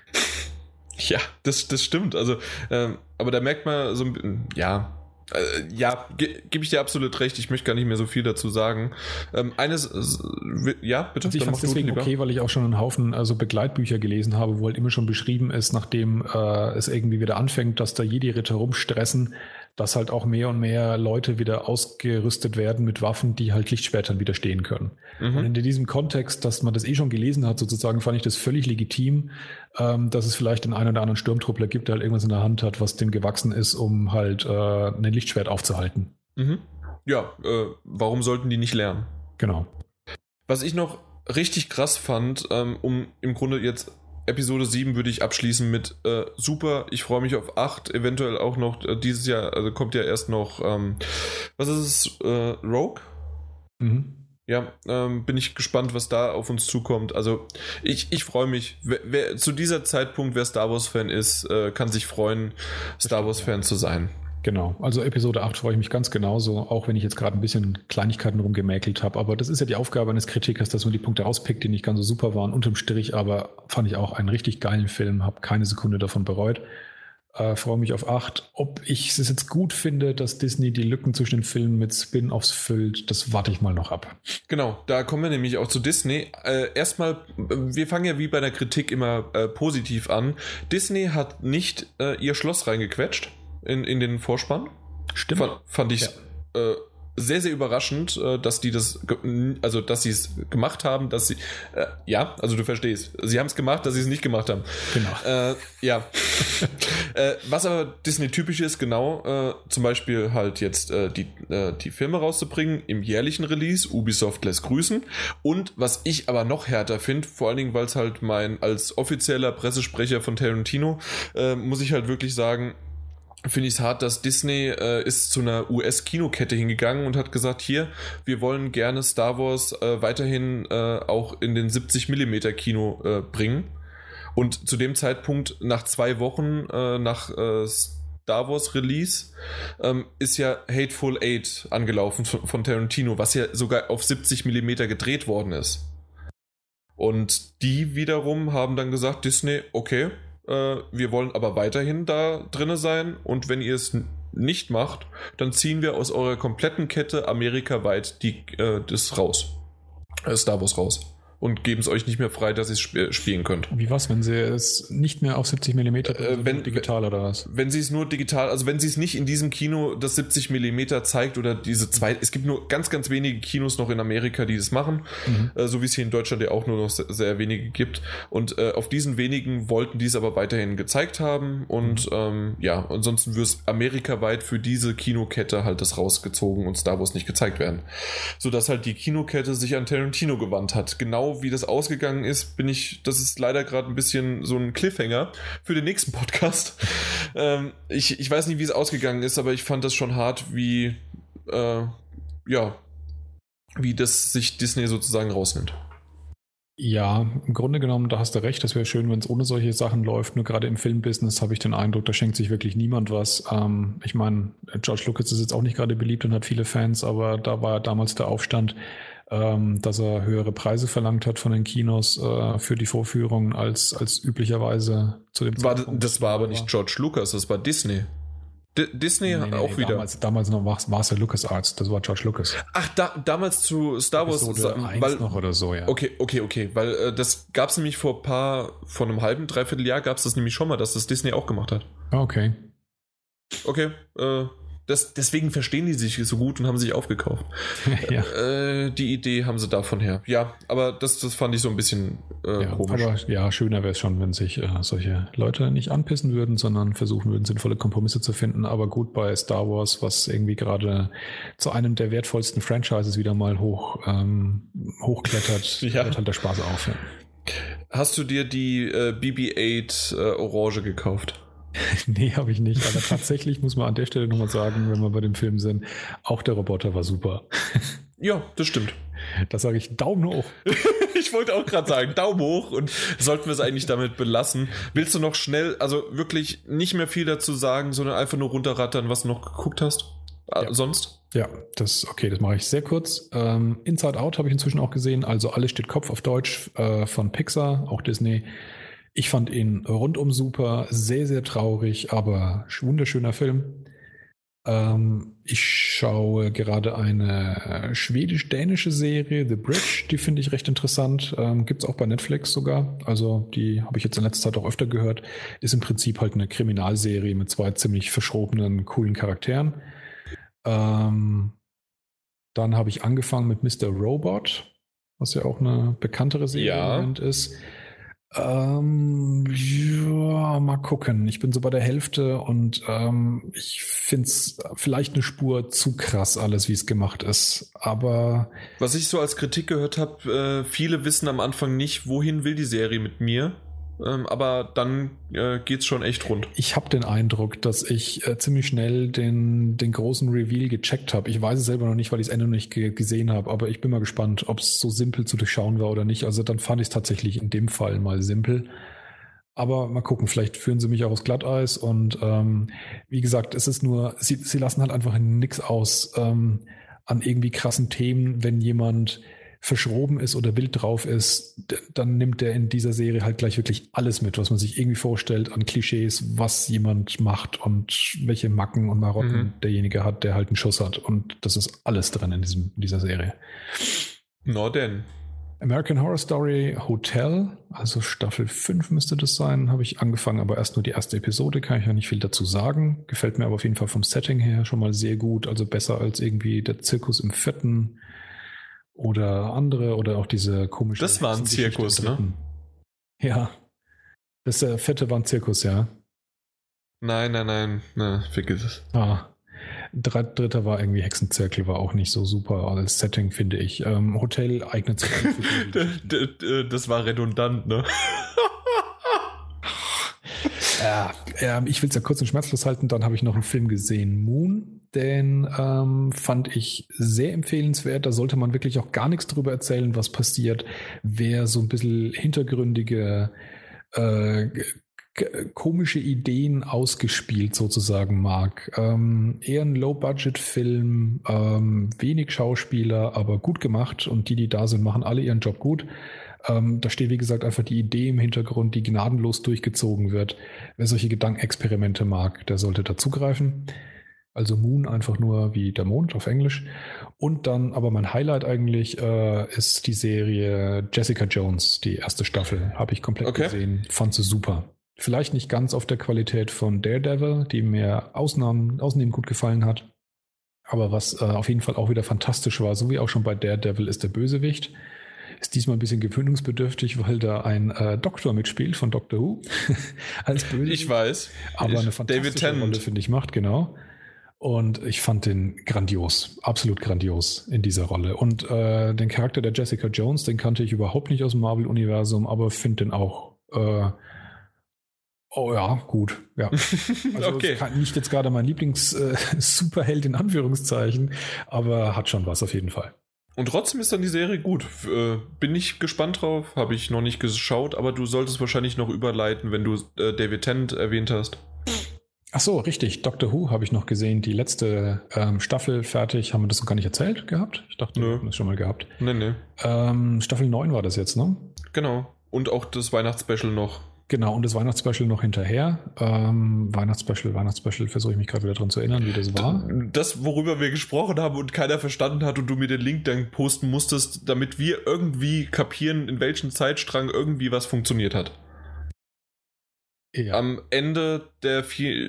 [SPEAKER 1] Ja, das, das stimmt. Also, ähm, aber da merkt man so ein ja, äh, ja, ge- gebe ich dir absolut recht. Ich möchte gar nicht mehr so viel dazu sagen. Ähm, eines, äh, ja, bitte.
[SPEAKER 2] Also ich fand es deswegen okay, weil ich auch schon einen Haufen also Begleitbücher gelesen habe, wo halt immer schon beschrieben ist, nachdem äh, es irgendwie wieder anfängt, dass da Jedi-Ritter rumstressen, dass halt auch mehr und mehr Leute wieder ausgerüstet werden mit Waffen, die halt Lichtschwertern widerstehen können. Mhm. Und in diesem Kontext, dass man das eh schon gelesen hat, sozusagen, fand ich das völlig legitim, ähm, dass es vielleicht den einen oder anderen Sturmtruppler gibt, der halt irgendwas in der Hand hat, was dem gewachsen ist, um halt äh, ein Lichtschwert aufzuhalten.
[SPEAKER 1] Mhm. Ja, äh, warum sollten die nicht lernen?
[SPEAKER 2] Genau.
[SPEAKER 1] Was ich noch richtig krass fand, ähm, um im Grunde jetzt Episode sieben würde ich abschließen mit äh, super, ich freue mich auf acht, eventuell auch noch äh, dieses Jahr, also kommt ja erst noch, ähm, was ist es, äh, Rogue?
[SPEAKER 2] Mhm.
[SPEAKER 1] Ja, ähm, bin ich gespannt, was da auf uns zukommt. Also ich, ich freue mich. Wer, wer zu dieser Zeitpunkt, wer Star Wars-Fan ist, äh, kann sich freuen, Star Wars-Fan zu sein.
[SPEAKER 2] Genau, also Episode acht freue ich mich ganz genauso, auch wenn ich jetzt gerade ein bisschen Kleinigkeiten rumgemäkelt habe. Aber das ist ja die Aufgabe eines Kritikers, dass man die Punkte rauspickt, die nicht ganz so super waren. Unterm Strich aber fand ich auch einen richtig geilen Film, habe keine Sekunde davon bereut. Äh, freue mich auf acht. Ob ich es jetzt gut finde, dass Disney die Lücken zwischen den Filmen mit Spin-Offs füllt, das warte ich mal noch ab.
[SPEAKER 1] Genau, da kommen wir nämlich auch zu Disney. Äh, erstmal, wir fangen ja wie bei der Kritik immer äh, positiv an. Disney hat nicht äh, ihr Schloss reingequetscht in, in den Vorspann.
[SPEAKER 2] Stimmt.
[SPEAKER 1] Fand, fand ich ja. äh, sehr, sehr überraschend, äh, dass die das, ge- also dass sie es gemacht haben, dass sie, äh, ja, also du verstehst, sie haben es gemacht, dass sie es nicht gemacht haben.
[SPEAKER 2] Genau.
[SPEAKER 1] Äh, ja. äh, was aber Disney typisch ist, genau, äh, zum Beispiel halt jetzt äh, die, äh, die Filme rauszubringen im jährlichen Release, Ubisoft lässt grüßen. Und was ich aber noch härter finde, vor allen Dingen, weil es halt mein, als offizieller Pressesprecher von Tarantino, äh, muss ich halt wirklich sagen, finde ich es hart, dass Disney äh, ist zu einer U S-Kinokette hingegangen und hat gesagt, hier, wir wollen gerne Star Wars äh, weiterhin äh, auch in den siebzig Millimeter Kino äh, bringen. Und zu dem Zeitpunkt, nach zwei Wochen äh, nach äh, Star Wars Release, ähm, ist ja Hateful Eight angelaufen von, von Tarantino, was ja sogar auf siebzig Millimeter gedreht worden ist. Und die wiederum haben dann gesagt, Disney, okay, wir wollen aber weiterhin da drinne sein und wenn ihr es nicht macht, dann ziehen wir aus eurer kompletten Kette amerikaweit die, äh, das raus. Äh, Star Wars raus. und geben es euch nicht mehr frei, dass ihr es sp- spielen könnt.
[SPEAKER 2] Wie was, wenn sie es nicht mehr auf siebzig Millimeter
[SPEAKER 1] äh, wenn,
[SPEAKER 2] digital oder was?
[SPEAKER 1] Wenn sie es nur digital, also wenn sie es nicht in diesem Kino das siebzig Millimeter zeigt oder diese zwei, es gibt nur ganz, ganz wenige Kinos noch in Amerika, die das machen, mhm. äh, so wie es hier in Deutschland ja auch nur noch sehr, sehr wenige gibt. Und äh, auf diesen wenigen wollten die es aber weiterhin gezeigt haben und mhm. ähm, ja, ansonsten wird es amerikaweit für diese Kinokette halt das rausgezogen und Star Wars nicht gezeigt werden. Sodass halt die Kinokette sich an Tarantino gewandt hat. Genau wie das ausgegangen ist, bin ich, das ist leider gerade ein bisschen so ein Cliffhanger für den nächsten Podcast. ähm, ich, ich weiß nicht, wie es ausgegangen ist, aber ich fand das schon hart, wie äh, ja, wie das sich Disney sozusagen rausnimmt.
[SPEAKER 2] Ja, im Grunde genommen, da hast du recht, das wäre schön, wenn es ohne solche Sachen läuft. Nur gerade im Filmbusiness habe ich den Eindruck, da schenkt sich wirklich niemand was. Ähm, ich meine, George Lucas ist jetzt auch nicht gerade beliebt und hat viele Fans, aber da war damals der Aufstand, ähm, dass er höhere Preise verlangt hat von den Kinos äh, für die Vorführung als, als üblicherweise zu dem
[SPEAKER 1] war, Zeitpunkt. Das war aber nicht George Lucas, das war Disney. D- Disney nee, nee, auch nee, wieder.
[SPEAKER 2] Damals, damals noch war es ja LucasArts, das war George Lucas.
[SPEAKER 1] Ach, da, damals zu Star Wars
[SPEAKER 2] weil, noch oder so, ja.
[SPEAKER 1] Okay, okay, okay, weil äh, das gab es nämlich vor paar, vor einem halben, dreiviertel Jahr gab es das nämlich schon mal, dass das Disney auch gemacht hat.
[SPEAKER 2] Okay.
[SPEAKER 1] Okay, äh, das, deswegen verstehen die sich so gut und haben sich aufgekauft. ja. äh, die Idee haben sie davon her. Ja, aber das, das fand ich so ein bisschen äh,
[SPEAKER 2] ja,
[SPEAKER 1] komisch.
[SPEAKER 2] Aber ja, schöner wäre es schon, wenn sich äh, solche Leute nicht anpissen würden, sondern versuchen würden, sinnvolle Kompromisse zu finden. Aber gut, bei Star Wars, was irgendwie gerade zu einem der wertvollsten Franchises wieder mal hoch ähm, hochklettert,
[SPEAKER 1] ja.
[SPEAKER 2] hört halt der Spaß auf. Ja.
[SPEAKER 1] Hast du dir die äh, B B acht äh, Orange gekauft?
[SPEAKER 2] Nee, habe ich nicht. Aber tatsächlich muss man an der Stelle nochmal sagen, wenn wir bei dem Film sind, auch der Roboter war super.
[SPEAKER 1] Ja, das stimmt.
[SPEAKER 2] Da sage ich Daumen hoch.
[SPEAKER 1] Ich wollte auch gerade sagen, Daumen hoch und sollten wir es eigentlich damit belassen. Willst du noch schnell, also wirklich nicht mehr viel dazu sagen, sondern einfach nur runterrattern, was du noch geguckt hast? Ja. Sonst?
[SPEAKER 2] Ja, das okay, das mache ich sehr kurz. Ähm, Inside Out habe ich inzwischen auch gesehen, also Alles steht Kopf auf Deutsch äh, von Pixar, auch Disney. Ich fand ihn rundum super, sehr, sehr traurig, aber wunderschöner Film. Ähm, ich schaue gerade eine schwedisch-dänische Serie, The Bridge, die finde ich recht interessant. Ähm, gibt es auch bei Netflix sogar. Also die habe ich jetzt in letzter Zeit auch öfter gehört. Ist im Prinzip halt eine Kriminalserie mit zwei ziemlich verschrobenen, coolen Charakteren. Ähm, dann habe ich angefangen mit Mister Robot, was ja auch eine bekanntere Serie
[SPEAKER 1] ja.
[SPEAKER 2] im Moment ist. Ähm, ja, mal gucken. Ich bin so bei der Hälfte und ähm, ich finde es vielleicht eine Spur zu krass alles, wie es gemacht ist. Aber
[SPEAKER 1] was ich so als Kritik gehört habe, äh, viele wissen am Anfang nicht, wohin will die Serie mit mir. Ähm, aber dann äh, geht's schon echt rund.
[SPEAKER 2] Ich habe den Eindruck, dass ich äh, ziemlich schnell den, den großen Reveal gecheckt habe. Ich weiß es selber noch nicht, weil ich das Ende noch nicht ge- gesehen habe, aber ich bin mal gespannt, ob es so simpel zu durchschauen war oder nicht. Also dann fand ich es tatsächlich in dem Fall mal simpel. Aber mal gucken, vielleicht führen sie mich auch aufs Glatteis und ähm, wie gesagt, es ist nur, sie, sie lassen halt einfach nichts aus ähm, an irgendwie krassen Themen, wenn jemand verschroben ist oder wild drauf ist, dann nimmt er in dieser Serie halt gleich wirklich alles mit, was man sich irgendwie vorstellt an Klischees, was jemand macht und welche Macken und Marotten mhm. derjenige hat, der halt einen Schuss hat. Und das ist alles drin in, diesem, in dieser Serie.
[SPEAKER 1] No denn.
[SPEAKER 2] American Horror Story Hotel, also Staffel fünf müsste das sein, habe ich angefangen, aber erst nur die erste Episode, kann ich ja nicht viel dazu sagen. Gefällt mir aber auf jeden Fall vom Setting her schon mal sehr gut, also besser als irgendwie der Zirkus im Vierten. Oder andere, oder auch diese komische...
[SPEAKER 1] Das war ein Zirkus, ne?
[SPEAKER 2] Ja. Das äh, Fette war ein Zirkus, ja.
[SPEAKER 1] Nein, nein, nein. Na, vergiss es.
[SPEAKER 2] Ah. Dritter war irgendwie Hexenzirkel, war auch nicht so super als Setting, finde ich. Ähm, Hotel eignet sich
[SPEAKER 1] für das war redundant, ne?
[SPEAKER 2] Ja, äh, ich will es ja kurz und schmerzlos halten. Dann habe ich noch einen Film gesehen, Moon. Den ähm, fand ich sehr empfehlenswert. Da sollte man wirklich auch gar nichts drüber erzählen, was passiert. Wer so ein bisschen hintergründige, äh, k- komische Ideen ausgespielt sozusagen mag. Ähm, eher ein Low-Budget-Film, ähm, wenig Schauspieler, aber gut gemacht. Und die, die da sind, machen alle ihren Job gut. Ähm, da steht, wie gesagt, einfach die Idee im Hintergrund, die gnadenlos durchgezogen wird. Wer solche Gedankenexperimente mag, der sollte dazugreifen. Also Moon einfach nur wie der Mond auf Englisch. Und dann, aber mein Highlight eigentlich äh, ist die Serie Jessica Jones, die erste Staffel. Habe ich komplett okay. gesehen, fand sie super. Vielleicht nicht ganz auf der Qualität von Daredevil, die mir ausnahmen, ausnehmend gut gefallen hat. Aber was äh, auf jeden Fall auch wieder fantastisch war, so wie auch schon bei Daredevil, ist der Bösewicht. Ist diesmal ein bisschen gewöhnungsbedürftig, weil da ein äh, Doktor mitspielt von Doctor Who. Als Bösewicht.
[SPEAKER 1] Ich weiß.
[SPEAKER 2] Aber
[SPEAKER 1] ich,
[SPEAKER 2] eine fantastische Rolle, finde ich, macht, genau. Und ich fand den grandios, absolut grandios in dieser Rolle. Und äh, den Charakter der Jessica Jones, den kannte ich überhaupt nicht aus dem Marvel-Universum, aber finde den auch, äh, oh ja, gut. Ja. Also okay. Nicht jetzt gerade mein Lieblings-Superheld äh, in Anführungszeichen, aber hat schon was auf jeden Fall.
[SPEAKER 1] Und trotzdem ist dann die Serie gut. Äh, bin ich gespannt drauf, habe ich noch nicht geschaut, aber du solltest wahrscheinlich noch überleiten, wenn du äh, David Tennant erwähnt hast.
[SPEAKER 2] Ach so, richtig. Doctor Who habe ich noch gesehen. Die letzte ähm, Staffel fertig. Haben wir das noch gar nicht erzählt gehabt? Ich dachte,
[SPEAKER 1] Nö.
[SPEAKER 2] wir haben das schon mal gehabt.
[SPEAKER 1] Nee, nee.
[SPEAKER 2] Ähm, Staffel neun war das jetzt, ne?
[SPEAKER 1] Genau. Und auch das Weihnachtsspecial noch.
[SPEAKER 2] Genau, und das Weihnachtsspecial noch hinterher. Ähm, Weihnachtsspecial, Weihnachtsspecial, versuche ich mich gerade wieder dran zu erinnern, wie das war.
[SPEAKER 1] Das, worüber wir gesprochen haben und keiner verstanden hat und du mir den Link dann posten musstest, damit wir irgendwie kapieren, in welchem Zeitstrang irgendwie was funktioniert hat. Ja. Am Ende der,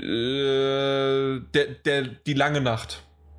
[SPEAKER 1] äh, der, der die lange Nacht.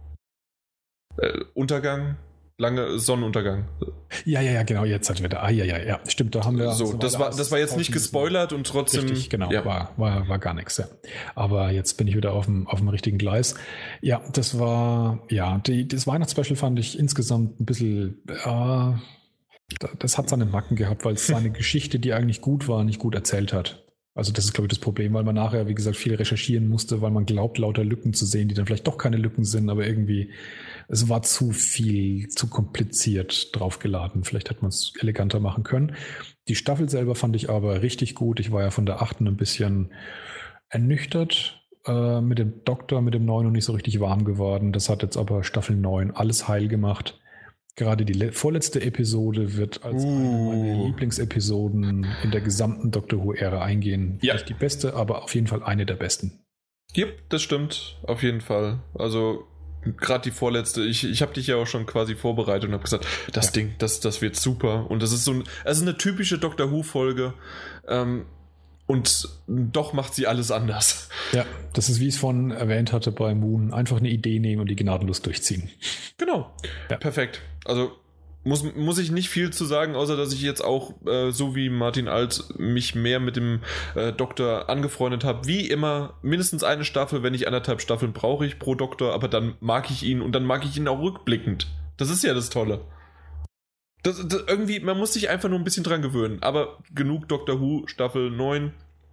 [SPEAKER 1] Äh, Untergang, lange Sonnenuntergang.
[SPEAKER 2] Ja, ja, ja, genau, jetzt halt wieder. Ah, ja, ja, ja, stimmt, da haben wir...
[SPEAKER 1] So, so das, war, das war jetzt nicht gespoilert und trotzdem...
[SPEAKER 2] Richtig, genau,
[SPEAKER 1] ja.
[SPEAKER 2] war, war, war gar nichts, ja. Aber jetzt bin ich wieder auf dem, auf dem richtigen Gleis. Ja, das war, ja, die, das Weihnachtsspecial fand ich insgesamt ein bisschen... Äh, das hat seine Macken gehabt, weil es seine Geschichte, die eigentlich gut war, nicht gut erzählt hat. Also das ist, glaube ich, das Problem, weil man nachher, wie gesagt, viel recherchieren musste, weil man glaubt, lauter Lücken zu sehen, die dann vielleicht doch keine Lücken sind, aber irgendwie, es war zu viel, zu kompliziert draufgeladen. Vielleicht hätte man es eleganter machen können. Die Staffel selber fand ich aber richtig gut. Ich war ja von der achten ein bisschen ernüchtert äh, mit dem Doktor, mit dem neuen noch nicht so richtig warm geworden. Das hat jetzt aber Staffel neun alles heil gemacht. Gerade die le- vorletzte Episode wird als uh. eine meiner Lieblingsepisoden in der gesamten Doctor Who-Ära eingehen. Ja. Nicht die beste, aber auf jeden Fall eine der besten.
[SPEAKER 1] Ja, das stimmt. Auf jeden Fall. Also gerade die vorletzte. Ich, ich habe dich ja auch schon quasi vorbereitet und habe gesagt, das ja. Ding, das, das wird super. Und das ist so ein, also eine typische Doctor Who-Folge. Ähm, Und doch macht sie alles anders.
[SPEAKER 2] Ja, das ist, wie ich es vorhin erwähnt hatte bei Moon, einfach eine Idee nehmen und die gnadenlos durchziehen.
[SPEAKER 1] Genau, ja. Perfekt. Also muss, muss ich nicht viel zu sagen, außer dass ich jetzt auch, äh, so wie Martin Alt, mich mehr mit dem äh, Doktor angefreundet habe. Wie immer, mindestens eine Staffel, wenn nicht anderthalb Staffeln brauche ich pro Doktor, aber dann mag ich ihn und dann mag ich ihn auch rückblickend. Das ist ja das Tolle. Das, das irgendwie, man muss sich einfach nur ein bisschen dran gewöhnen. Aber genug Doctor Who, Staffel neun.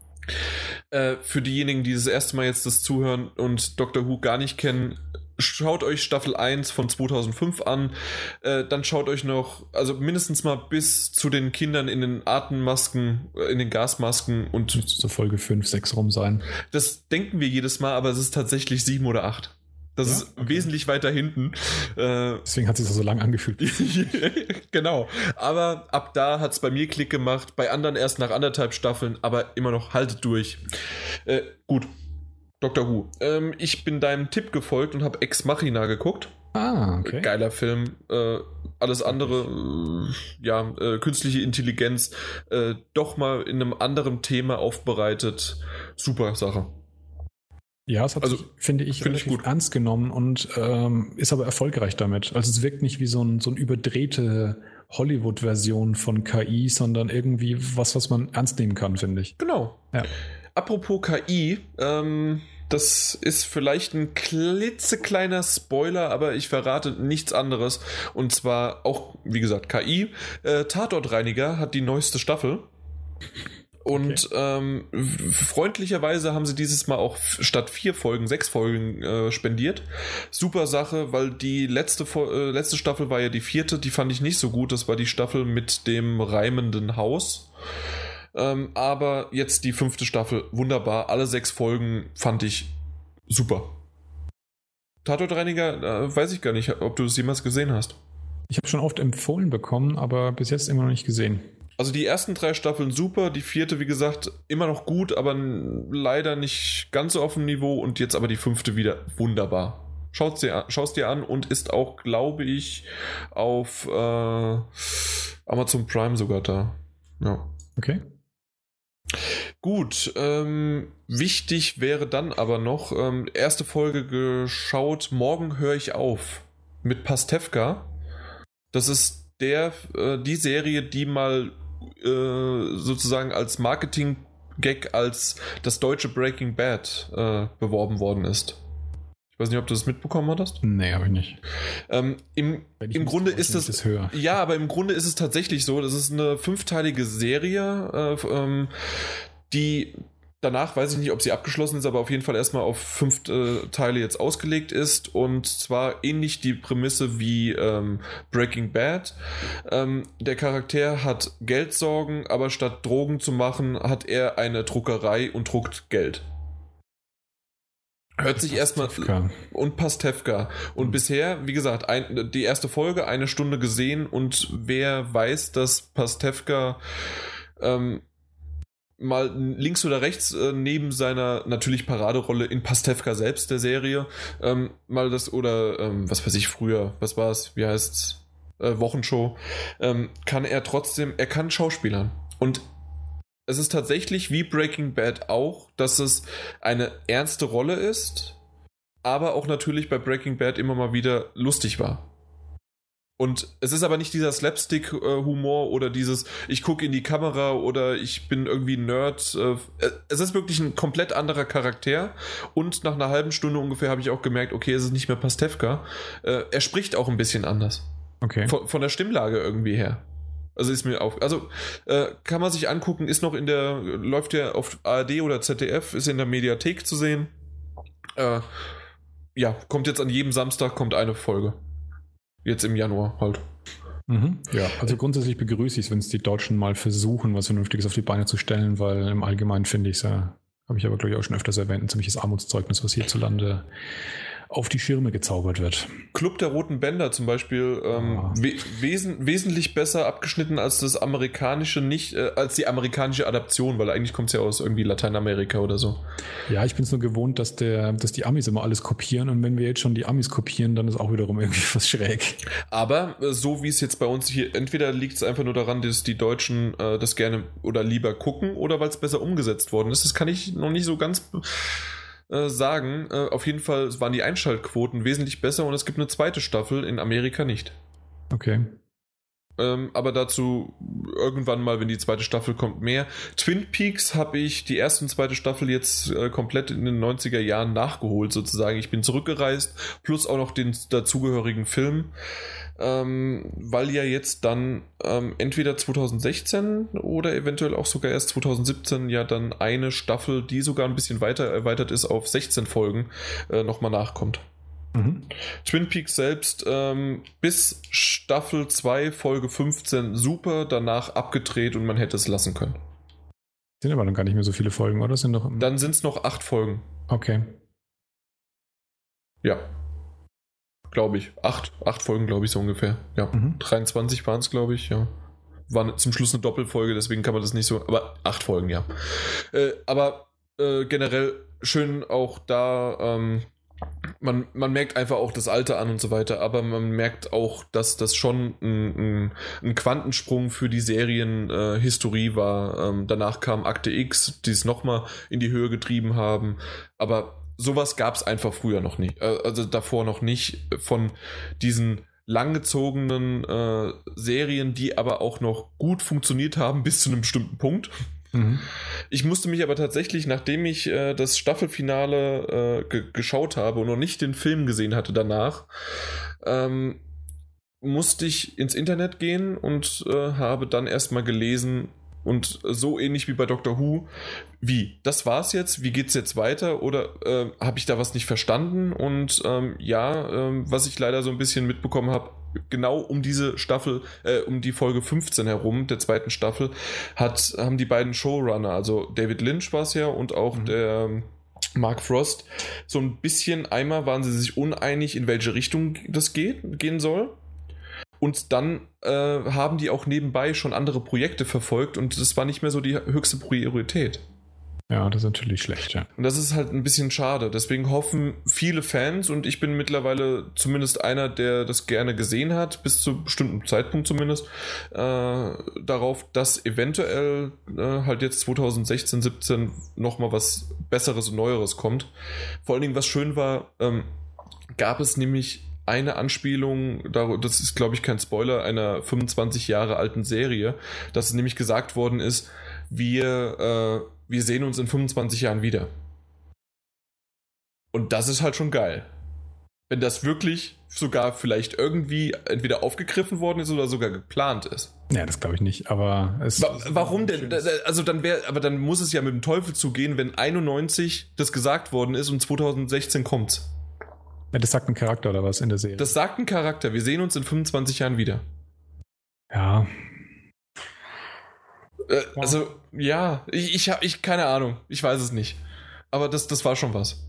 [SPEAKER 1] Äh, für diejenigen, die das erste Mal jetzt das zuhören und Doctor Who gar nicht kennen, schaut euch Staffel eins von zweitausendfünf an. Äh, dann schaut euch noch, also mindestens mal bis zu den Kindern in den Atemmasken, in den Gasmasken und...
[SPEAKER 2] Müsste zur Folge fünf, sechs rum sein.
[SPEAKER 1] Das denken wir jedes Mal, aber es ist tatsächlich sieben oder acht. Das ja? ist okay. Wesentlich weiter hinten.
[SPEAKER 2] Äh, Deswegen hat es sich so lang angefühlt.
[SPEAKER 1] Genau. Aber ab da hat es bei mir Klick gemacht. Bei anderen erst nach anderthalb Staffeln. Aber immer noch haltet durch. Äh, gut. Doctor Who. Ähm, ich bin deinem Tipp gefolgt und habe Ex Machina geguckt.
[SPEAKER 2] Ah, okay.
[SPEAKER 1] Geiler Film. Äh, alles andere, äh, ja, äh, künstliche Intelligenz, äh, doch mal in einem anderen Thema aufbereitet. Super Sache.
[SPEAKER 2] Ja, es hat
[SPEAKER 1] also,
[SPEAKER 2] sich, finde ich,
[SPEAKER 1] find
[SPEAKER 2] relativ
[SPEAKER 1] ich gut.
[SPEAKER 2] ernst genommen und ähm, ist aber erfolgreich damit. Also es wirkt nicht wie so ein, so ein überdrehte Hollywood-Version von K I, sondern irgendwie was, was man ernst nehmen kann, finde ich.
[SPEAKER 1] Genau.
[SPEAKER 2] Ja.
[SPEAKER 1] Apropos K I, ähm, das ist vielleicht ein klitzekleiner Spoiler, aber ich verrate nichts anderes. Und zwar auch, wie gesagt, K I. Äh, Tatortreiniger hat die neueste Staffel. Und okay. ähm, freundlicherweise haben sie dieses Mal auch statt vier Folgen, sechs Folgen äh, spendiert. Super Sache, weil die letzte, äh, letzte Staffel war ja die vierte, die fand ich nicht so gut. Das war die Staffel mit dem reimenden Haus. Ähm, aber jetzt die fünfte Staffel, wunderbar. Alle sechs Folgen fand ich super. Tatortreiniger, äh, weiß ich gar nicht, ob du es jemals gesehen hast.
[SPEAKER 2] Ich habe schon oft empfohlen bekommen, aber bis jetzt immer noch nicht gesehen.
[SPEAKER 1] Also die ersten drei Staffeln super, die vierte, wie gesagt, immer noch gut, aber leider nicht ganz so auf dem Niveau und jetzt aber die fünfte wieder wunderbar. Schaut's dir, schaust dir an und ist auch, glaube ich, auf äh, Amazon Prime sogar da. Ja.
[SPEAKER 2] Okay.
[SPEAKER 1] Gut, ähm, wichtig wäre dann aber noch, ähm, erste Folge geschaut, morgen höre ich auf mit Pastewka. Das ist der, äh, die Serie, die mal äh, sozusagen als Marketing-Gag als das deutsche Breaking Bad äh, beworben worden ist. Ich weiß nicht, ob du das mitbekommen hattest.
[SPEAKER 2] Nee, habe ich nicht.
[SPEAKER 1] Ähm, Im im Grunde ist es.
[SPEAKER 2] das höher.
[SPEAKER 1] Ja, aber im Grunde ist es tatsächlich so. Das ist eine fünfteilige Serie, äh, ähm, die danach, weiß ich nicht, ob sie abgeschlossen ist, aber auf jeden Fall erstmal auf fünf äh, Teile jetzt ausgelegt ist. Und zwar ähnlich die Prämisse wie ähm, Breaking Bad. Ähm, der Charakter hat Geldsorgen, aber statt Drogen zu machen, hat er eine Druckerei und druckt Geld. Hört sich erstmal und Pastewka. Und mhm. bisher, wie gesagt, ein, die erste Folge, eine Stunde gesehen und wer weiß, dass Pastewka ähm, mal links oder rechts äh, neben seiner natürlich Paraderolle in Pastewka selbst der Serie ähm, mal das oder ähm, was weiß ich früher, was war es, wie heißt's, äh, Wochenshow, ähm, kann er trotzdem, er kann Schauspielern und es ist tatsächlich wie Breaking Bad auch, dass es eine ernste Rolle ist, aber auch natürlich bei Breaking Bad immer mal wieder lustig war. Und es ist aber nicht dieser Slapstick-Humor oder dieses ich gucke in die Kamera oder ich bin irgendwie ein Nerd. Es ist wirklich ein komplett anderer Charakter und nach einer halben Stunde ungefähr habe ich auch gemerkt, okay, es ist nicht mehr Pastewka. Er spricht auch ein bisschen anders.
[SPEAKER 2] Okay.
[SPEAKER 1] Von, von der Stimmlage irgendwie her. Also ist mir auf, also äh, kann man sich angucken, ist noch in der, läuft ja auf A R D oder Z D F, ist in der Mediathek zu sehen. Äh, ja, kommt jetzt an jedem Samstag, kommt eine Folge. Jetzt im Januar halt.
[SPEAKER 2] Mhm. Ja, also grundsätzlich begrüße ich es, wenn es die Deutschen mal versuchen, was Vernünftiges auf die Beine zu stellen, weil im Allgemeinen finde ich es ja, habe ich aber glaube ich auch schon öfters erwähnt, ein ziemliches Armutszeugnis, was hierzulande auf die Schirme gezaubert wird.
[SPEAKER 1] Club der Roten Bänder zum Beispiel ähm, ah. we- wesen- wesentlich besser abgeschnitten als das amerikanische, nicht äh, als die amerikanische Adaption, weil eigentlich kommt es ja aus irgendwie Lateinamerika oder so.
[SPEAKER 2] Ja, ich bin es nur gewohnt, dass der, dass die Amis immer alles kopieren und wenn wir jetzt schon die Amis kopieren, dann ist auch wiederum irgendwie was schräg.
[SPEAKER 1] Aber äh, so wie es jetzt bei uns hier, entweder liegt es einfach nur daran, dass die Deutschen äh, das gerne oder lieber gucken oder weil es besser umgesetzt worden ist. Das kann ich noch nicht so ganz Äh, sagen. Äh, auf jeden Fall waren die Einschaltquoten wesentlich besser und es gibt eine zweite Staffel, in Amerika nicht.
[SPEAKER 2] Okay.
[SPEAKER 1] Ähm, aber dazu irgendwann mal, wenn die zweite Staffel kommt, mehr. Twin Peaks habe ich die erste und zweite Staffel jetzt äh, komplett in den neunziger Jahren nachgeholt sozusagen. Ich bin zurückgereist, plus auch noch den dazugehörigen Film. Ähm, weil ja jetzt dann ähm, entweder zwanzig sechzehn oder eventuell auch sogar erst zwanzig siebzehn ja dann eine Staffel, die sogar ein bisschen weiter erweitert ist auf sechzehn Folgen, äh, nochmal nachkommt. Mhm. Twin Peaks selbst ähm, bis Staffel zwei, Folge fünfzehn super, danach abgedreht und man hätte es lassen können.
[SPEAKER 2] Sind aber dann gar nicht mehr so viele Folgen, oder? Sind noch
[SPEAKER 1] dann sind es noch acht Folgen.
[SPEAKER 2] Okay.
[SPEAKER 1] Ja. Glaube ich. Acht, acht Folgen, glaube ich, so ungefähr. Ja. Mhm. dreiundzwanzig waren es, glaube ich, ja. War zum Schluss eine Doppelfolge, deswegen kann man das nicht so. Aber acht Folgen, ja. Äh, aber äh, generell schön auch da. Ähm, man, man merkt einfach auch das Alter an und so weiter, aber man merkt auch, dass das schon ein, ein, ein Quantensprung für die Serienhistorie äh, war. Ähm, danach kam Akte X, die es nochmal in die Höhe getrieben haben. Aber sowas gab es einfach früher noch nicht. Also davor noch nicht von diesen langgezogenen äh, Serien, die aber auch noch gut funktioniert haben bis zu einem bestimmten Punkt. Mhm. Ich musste mich aber tatsächlich, nachdem ich äh, das Staffelfinale äh, ge- geschaut habe und noch nicht den Film gesehen hatte danach, ähm, musste ich ins Internet gehen und äh, habe dann erstmal gelesen, und so ähnlich wie bei Doctor Who, wie, das war's jetzt, wie geht's jetzt weiter oder äh, habe ich da was nicht verstanden? Und ähm, ja, ähm, was ich leider so ein bisschen mitbekommen habe, genau um diese Staffel, äh, um die Folge fünfzehn herum, der zweiten Staffel, hat, haben die beiden Showrunner, also David Lynch war es ja und auch mhm. der Mark Frost, so ein bisschen, einmal waren sie sich uneinig, in welche Richtung das geht, gehen soll. Und dann äh, haben die auch nebenbei schon andere Projekte verfolgt und das war nicht mehr so die höchste Priorität.
[SPEAKER 2] Ja, das ist natürlich schlecht, ja.
[SPEAKER 1] Und das ist halt ein bisschen schade. Deswegen hoffen viele Fans, und ich bin mittlerweile zumindest einer, der das gerne gesehen hat, bis zu einem bestimmten Zeitpunkt zumindest, äh, darauf, dass eventuell äh, halt jetzt zwanzig sechzehn, siebzehn nochmal was Besseres und Neueres kommt. Vor allen Dingen, was schön war, ähm, gab es nämlich eine Anspielung, das ist glaube ich kein Spoiler, einer fünfundzwanzig Jahre alten Serie, dass es nämlich gesagt worden ist, wir, äh, wir sehen uns in fünfundzwanzig Jahren wieder. Und das ist halt schon geil. Wenn das wirklich sogar vielleicht irgendwie entweder aufgegriffen worden ist oder sogar geplant ist.
[SPEAKER 2] Ja, das glaube ich nicht, aber es
[SPEAKER 1] Wa- Warum denn? Also dann wäre, aber dann muss es ja mit dem Teufel zugehen, wenn einundneunzig das gesagt worden ist und zwanzig sechzehn kommt's.
[SPEAKER 2] Ja, das sagt ein Charakter oder was in der Serie?
[SPEAKER 1] Das sagt ein Charakter. Wir sehen uns in fünfundzwanzig Jahren wieder.
[SPEAKER 2] Ja.
[SPEAKER 1] Äh, also, ja, ich, ich habe ich, keine Ahnung. Ich weiß es nicht. Aber das, das war schon was.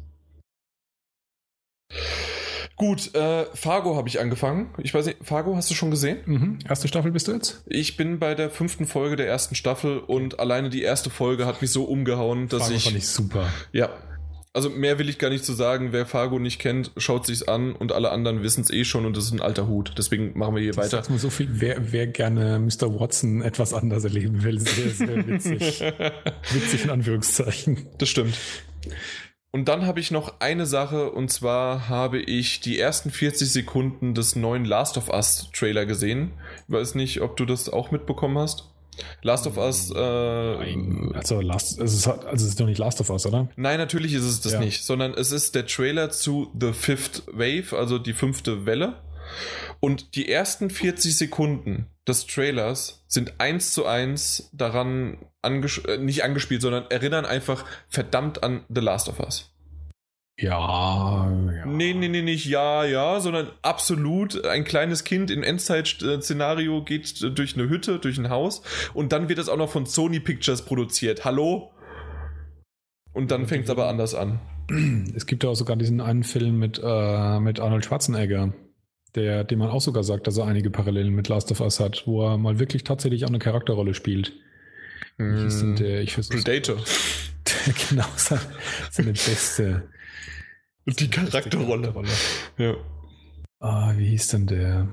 [SPEAKER 1] Gut, äh, Fargo habe ich angefangen. Ich weiß nicht, Fargo hast du schon gesehen?
[SPEAKER 2] Mhm. Erste Staffel bist du jetzt?
[SPEAKER 1] Ich bin bei der fünften Folge der ersten Staffel und alleine die erste Folge hat mich so umgehauen, dass
[SPEAKER 2] Fargo
[SPEAKER 1] ich...
[SPEAKER 2] fand ich super.
[SPEAKER 1] Ja. Also mehr will ich gar nicht zu sagen. Wer Fargo nicht kennt, schaut sich's an und alle anderen wissen es eh schon und das ist ein alter Hut. Deswegen machen wir hier
[SPEAKER 2] das
[SPEAKER 1] weiter.
[SPEAKER 2] Sagt mir so viel, wer, wer gerne Mister Watson etwas anders erleben will, sehr, sehr witzig. Witzig in Anführungszeichen.
[SPEAKER 1] Das stimmt. Und dann habe ich noch eine Sache, und zwar habe ich die ersten vierzig Sekunden des neuen Last of Us Trailer gesehen. Ich weiß nicht, ob du das auch mitbekommen hast. Last of Us. Äh,
[SPEAKER 2] Nein, also, Last, also, es ist, also es ist doch nicht Last of Us, oder?
[SPEAKER 1] Nein, natürlich ist es das
[SPEAKER 2] ja.
[SPEAKER 1] nicht, sondern es ist der Trailer zu The Fifth Wave, also die fünfte Welle. Und die ersten vierzig Sekunden des Trailers sind eins zu eins daran anges- äh, nicht angespielt, sondern erinnern einfach verdammt an The Last of Us.
[SPEAKER 2] Ja, ja.
[SPEAKER 1] Nee, nee, nee, nicht ja, ja, sondern absolut. Ein kleines Kind im Endzeit-Szenario geht durch eine Hütte, durch ein Haus und dann wird es auch noch von Sony Pictures produziert. Hallo? Und dann fängt es aber anders an.
[SPEAKER 2] Es gibt ja auch sogar diesen einen Film mit, äh, mit Arnold Schwarzenegger, der, dem man auch sogar sagt, dass er einige Parallelen mit Last of Us hat, wo er mal wirklich tatsächlich auch eine Charakterrolle spielt.
[SPEAKER 1] Mm,
[SPEAKER 2] Wie ist der, ich
[SPEAKER 1] Predator.
[SPEAKER 2] Genau, seine beste...
[SPEAKER 1] Die Charakterrolle. Ja.
[SPEAKER 2] Ah, wie hieß denn der?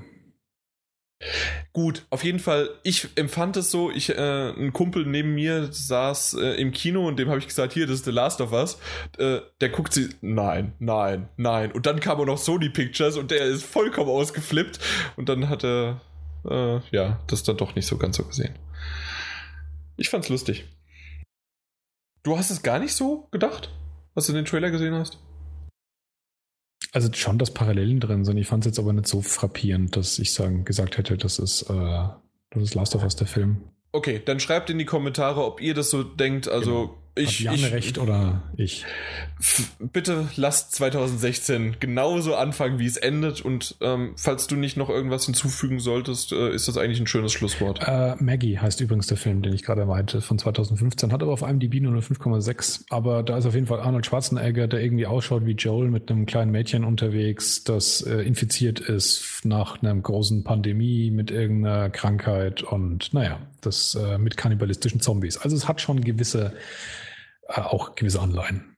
[SPEAKER 1] Gut, auf jeden Fall, ich empfand es so, ich, äh, ein Kumpel neben mir saß äh, im Kino und dem habe ich gesagt, hier, das ist The Last of Us. Äh, der guckt sie, nein, nein, nein. Und dann kam auch noch Sony Pictures und der ist vollkommen ausgeflippt. Und dann hat er, äh, ja, das dann doch nicht so ganz so gesehen. Ich fand's lustig. Du hast es gar nicht so gedacht, als du den Trailer gesehen hast?
[SPEAKER 2] Also schon, dass Parallelen drin sind. Ich fand es jetzt aber nicht so frappierend, dass ich sagen, gesagt hätte, das ist, äh, das ist Last of Us, der Film.
[SPEAKER 1] Okay, dann schreibt in die Kommentare, ob ihr das so denkt. Also
[SPEAKER 2] genau.
[SPEAKER 1] ich,
[SPEAKER 2] Hat Jan
[SPEAKER 1] ich
[SPEAKER 2] recht oder ich.
[SPEAKER 1] Bitte lasst zwanzig sechzehn genauso anfangen, wie es endet. Und ähm, falls du nicht noch irgendwas hinzufügen solltest, äh, ist das eigentlich ein schönes Schlusswort.
[SPEAKER 2] Äh, Maggie heißt übrigens der Film, den ich gerade meinte, von zwanzig fünfzehn. Hat aber auf IMDb nur eine fünf Komma sechs. Aber da ist auf jeden Fall Arnold Schwarzenegger, der irgendwie ausschaut wie Joel mit einem kleinen Mädchen unterwegs, das äh, infiziert ist nach einer großen Pandemie mit irgendeiner Krankheit und naja, das äh, mit kannibalistischen Zombies. Also es hat schon gewisse, äh, auch gewisse Anleihen.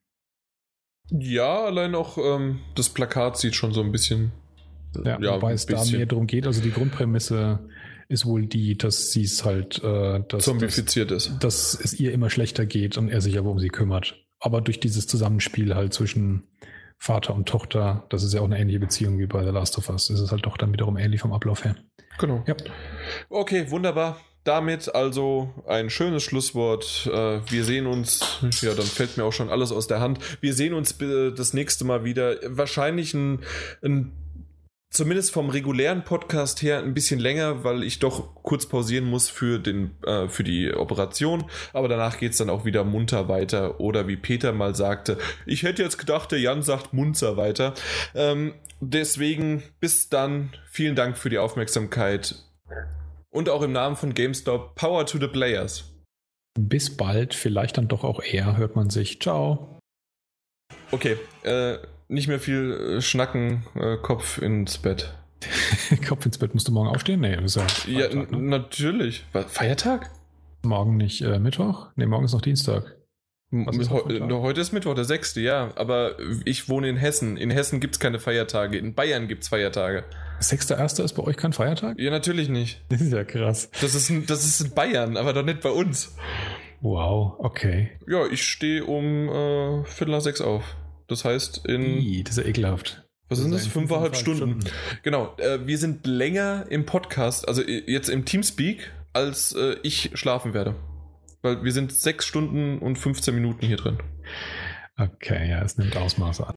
[SPEAKER 1] Ja, allein auch ähm, das Plakat sieht schon so ein bisschen.
[SPEAKER 2] Ja, ja wobei es da mehr darum geht. Also die Grundprämisse ist wohl die, dass sie es halt, äh, dass,
[SPEAKER 1] zombifiziert
[SPEAKER 2] dass,
[SPEAKER 1] ist.
[SPEAKER 2] Dass es ihr immer schlechter geht und er sich aber um sie kümmert. Aber durch dieses Zusammenspiel halt zwischen Vater und Tochter, das ist ja auch eine ähnliche Beziehung wie bei The Last of Us, ist es halt doch dann wiederum ähnlich vom Ablauf her.
[SPEAKER 1] Genau.
[SPEAKER 2] Ja.
[SPEAKER 1] Okay, wunderbar. Damit also ein schönes Schlusswort. Wir sehen uns, ja, dann fällt mir auch schon alles aus der Hand. Wir sehen uns das nächste Mal wieder. Wahrscheinlich ein, ein zumindest vom regulären Podcast her ein bisschen länger, weil ich doch kurz pausieren muss für, den, äh, für die Operation. Aber danach geht es dann auch wieder munter weiter. Oder wie Peter mal sagte, ich hätte jetzt gedacht, der Jan sagt munter weiter. Ähm, deswegen bis dann. Vielen Dank für die Aufmerksamkeit. Und auch im Namen von GameStop, Power to the Players.
[SPEAKER 2] Bis bald, vielleicht dann doch auch eher, hört man sich. Ciao.
[SPEAKER 1] Okay, äh, nicht mehr viel äh, schnacken, äh, Kopf ins Bett.
[SPEAKER 2] Kopf ins Bett, musst du morgen aufstehen? Nee, ist ja,
[SPEAKER 1] Ja,
[SPEAKER 2] Feiertag, ne?
[SPEAKER 1] natürlich. Was, Feiertag?
[SPEAKER 2] Morgen nicht äh, Mittwoch? Nee, morgen ist noch Dienstag. Was ist
[SPEAKER 1] Heu-
[SPEAKER 2] heute für ein Tag?
[SPEAKER 1] Heute ist Mittwoch, der sechste, ja. Aber ich wohne in Hessen. In Hessen gibt es keine Feiertage. In Bayern gibt es Feiertage.
[SPEAKER 2] sechster erster ist bei euch kein Feiertag?
[SPEAKER 1] Ja, natürlich nicht.
[SPEAKER 2] Das ist ja krass.
[SPEAKER 1] Das ist, in- das ist in Bayern, aber doch nicht bei uns.
[SPEAKER 2] Wow, okay.
[SPEAKER 1] Ja, ich stehe um äh, Viertel nach sechs auf. Das heißt, in.
[SPEAKER 2] Ih, das ist ja ekelhaft.
[SPEAKER 1] Was sind das?
[SPEAKER 2] in
[SPEAKER 1] Fünfeinhalb
[SPEAKER 2] fünfeinhalb
[SPEAKER 1] Stunden. Genau. Äh, wir sind länger im Podcast, also äh, jetzt im Teamspeak, als äh, ich schlafen werde. Weil wir sind sechs Stunden und fünfzehn Minuten hier drin.
[SPEAKER 2] Okay, ja, es nimmt Ausmaße an.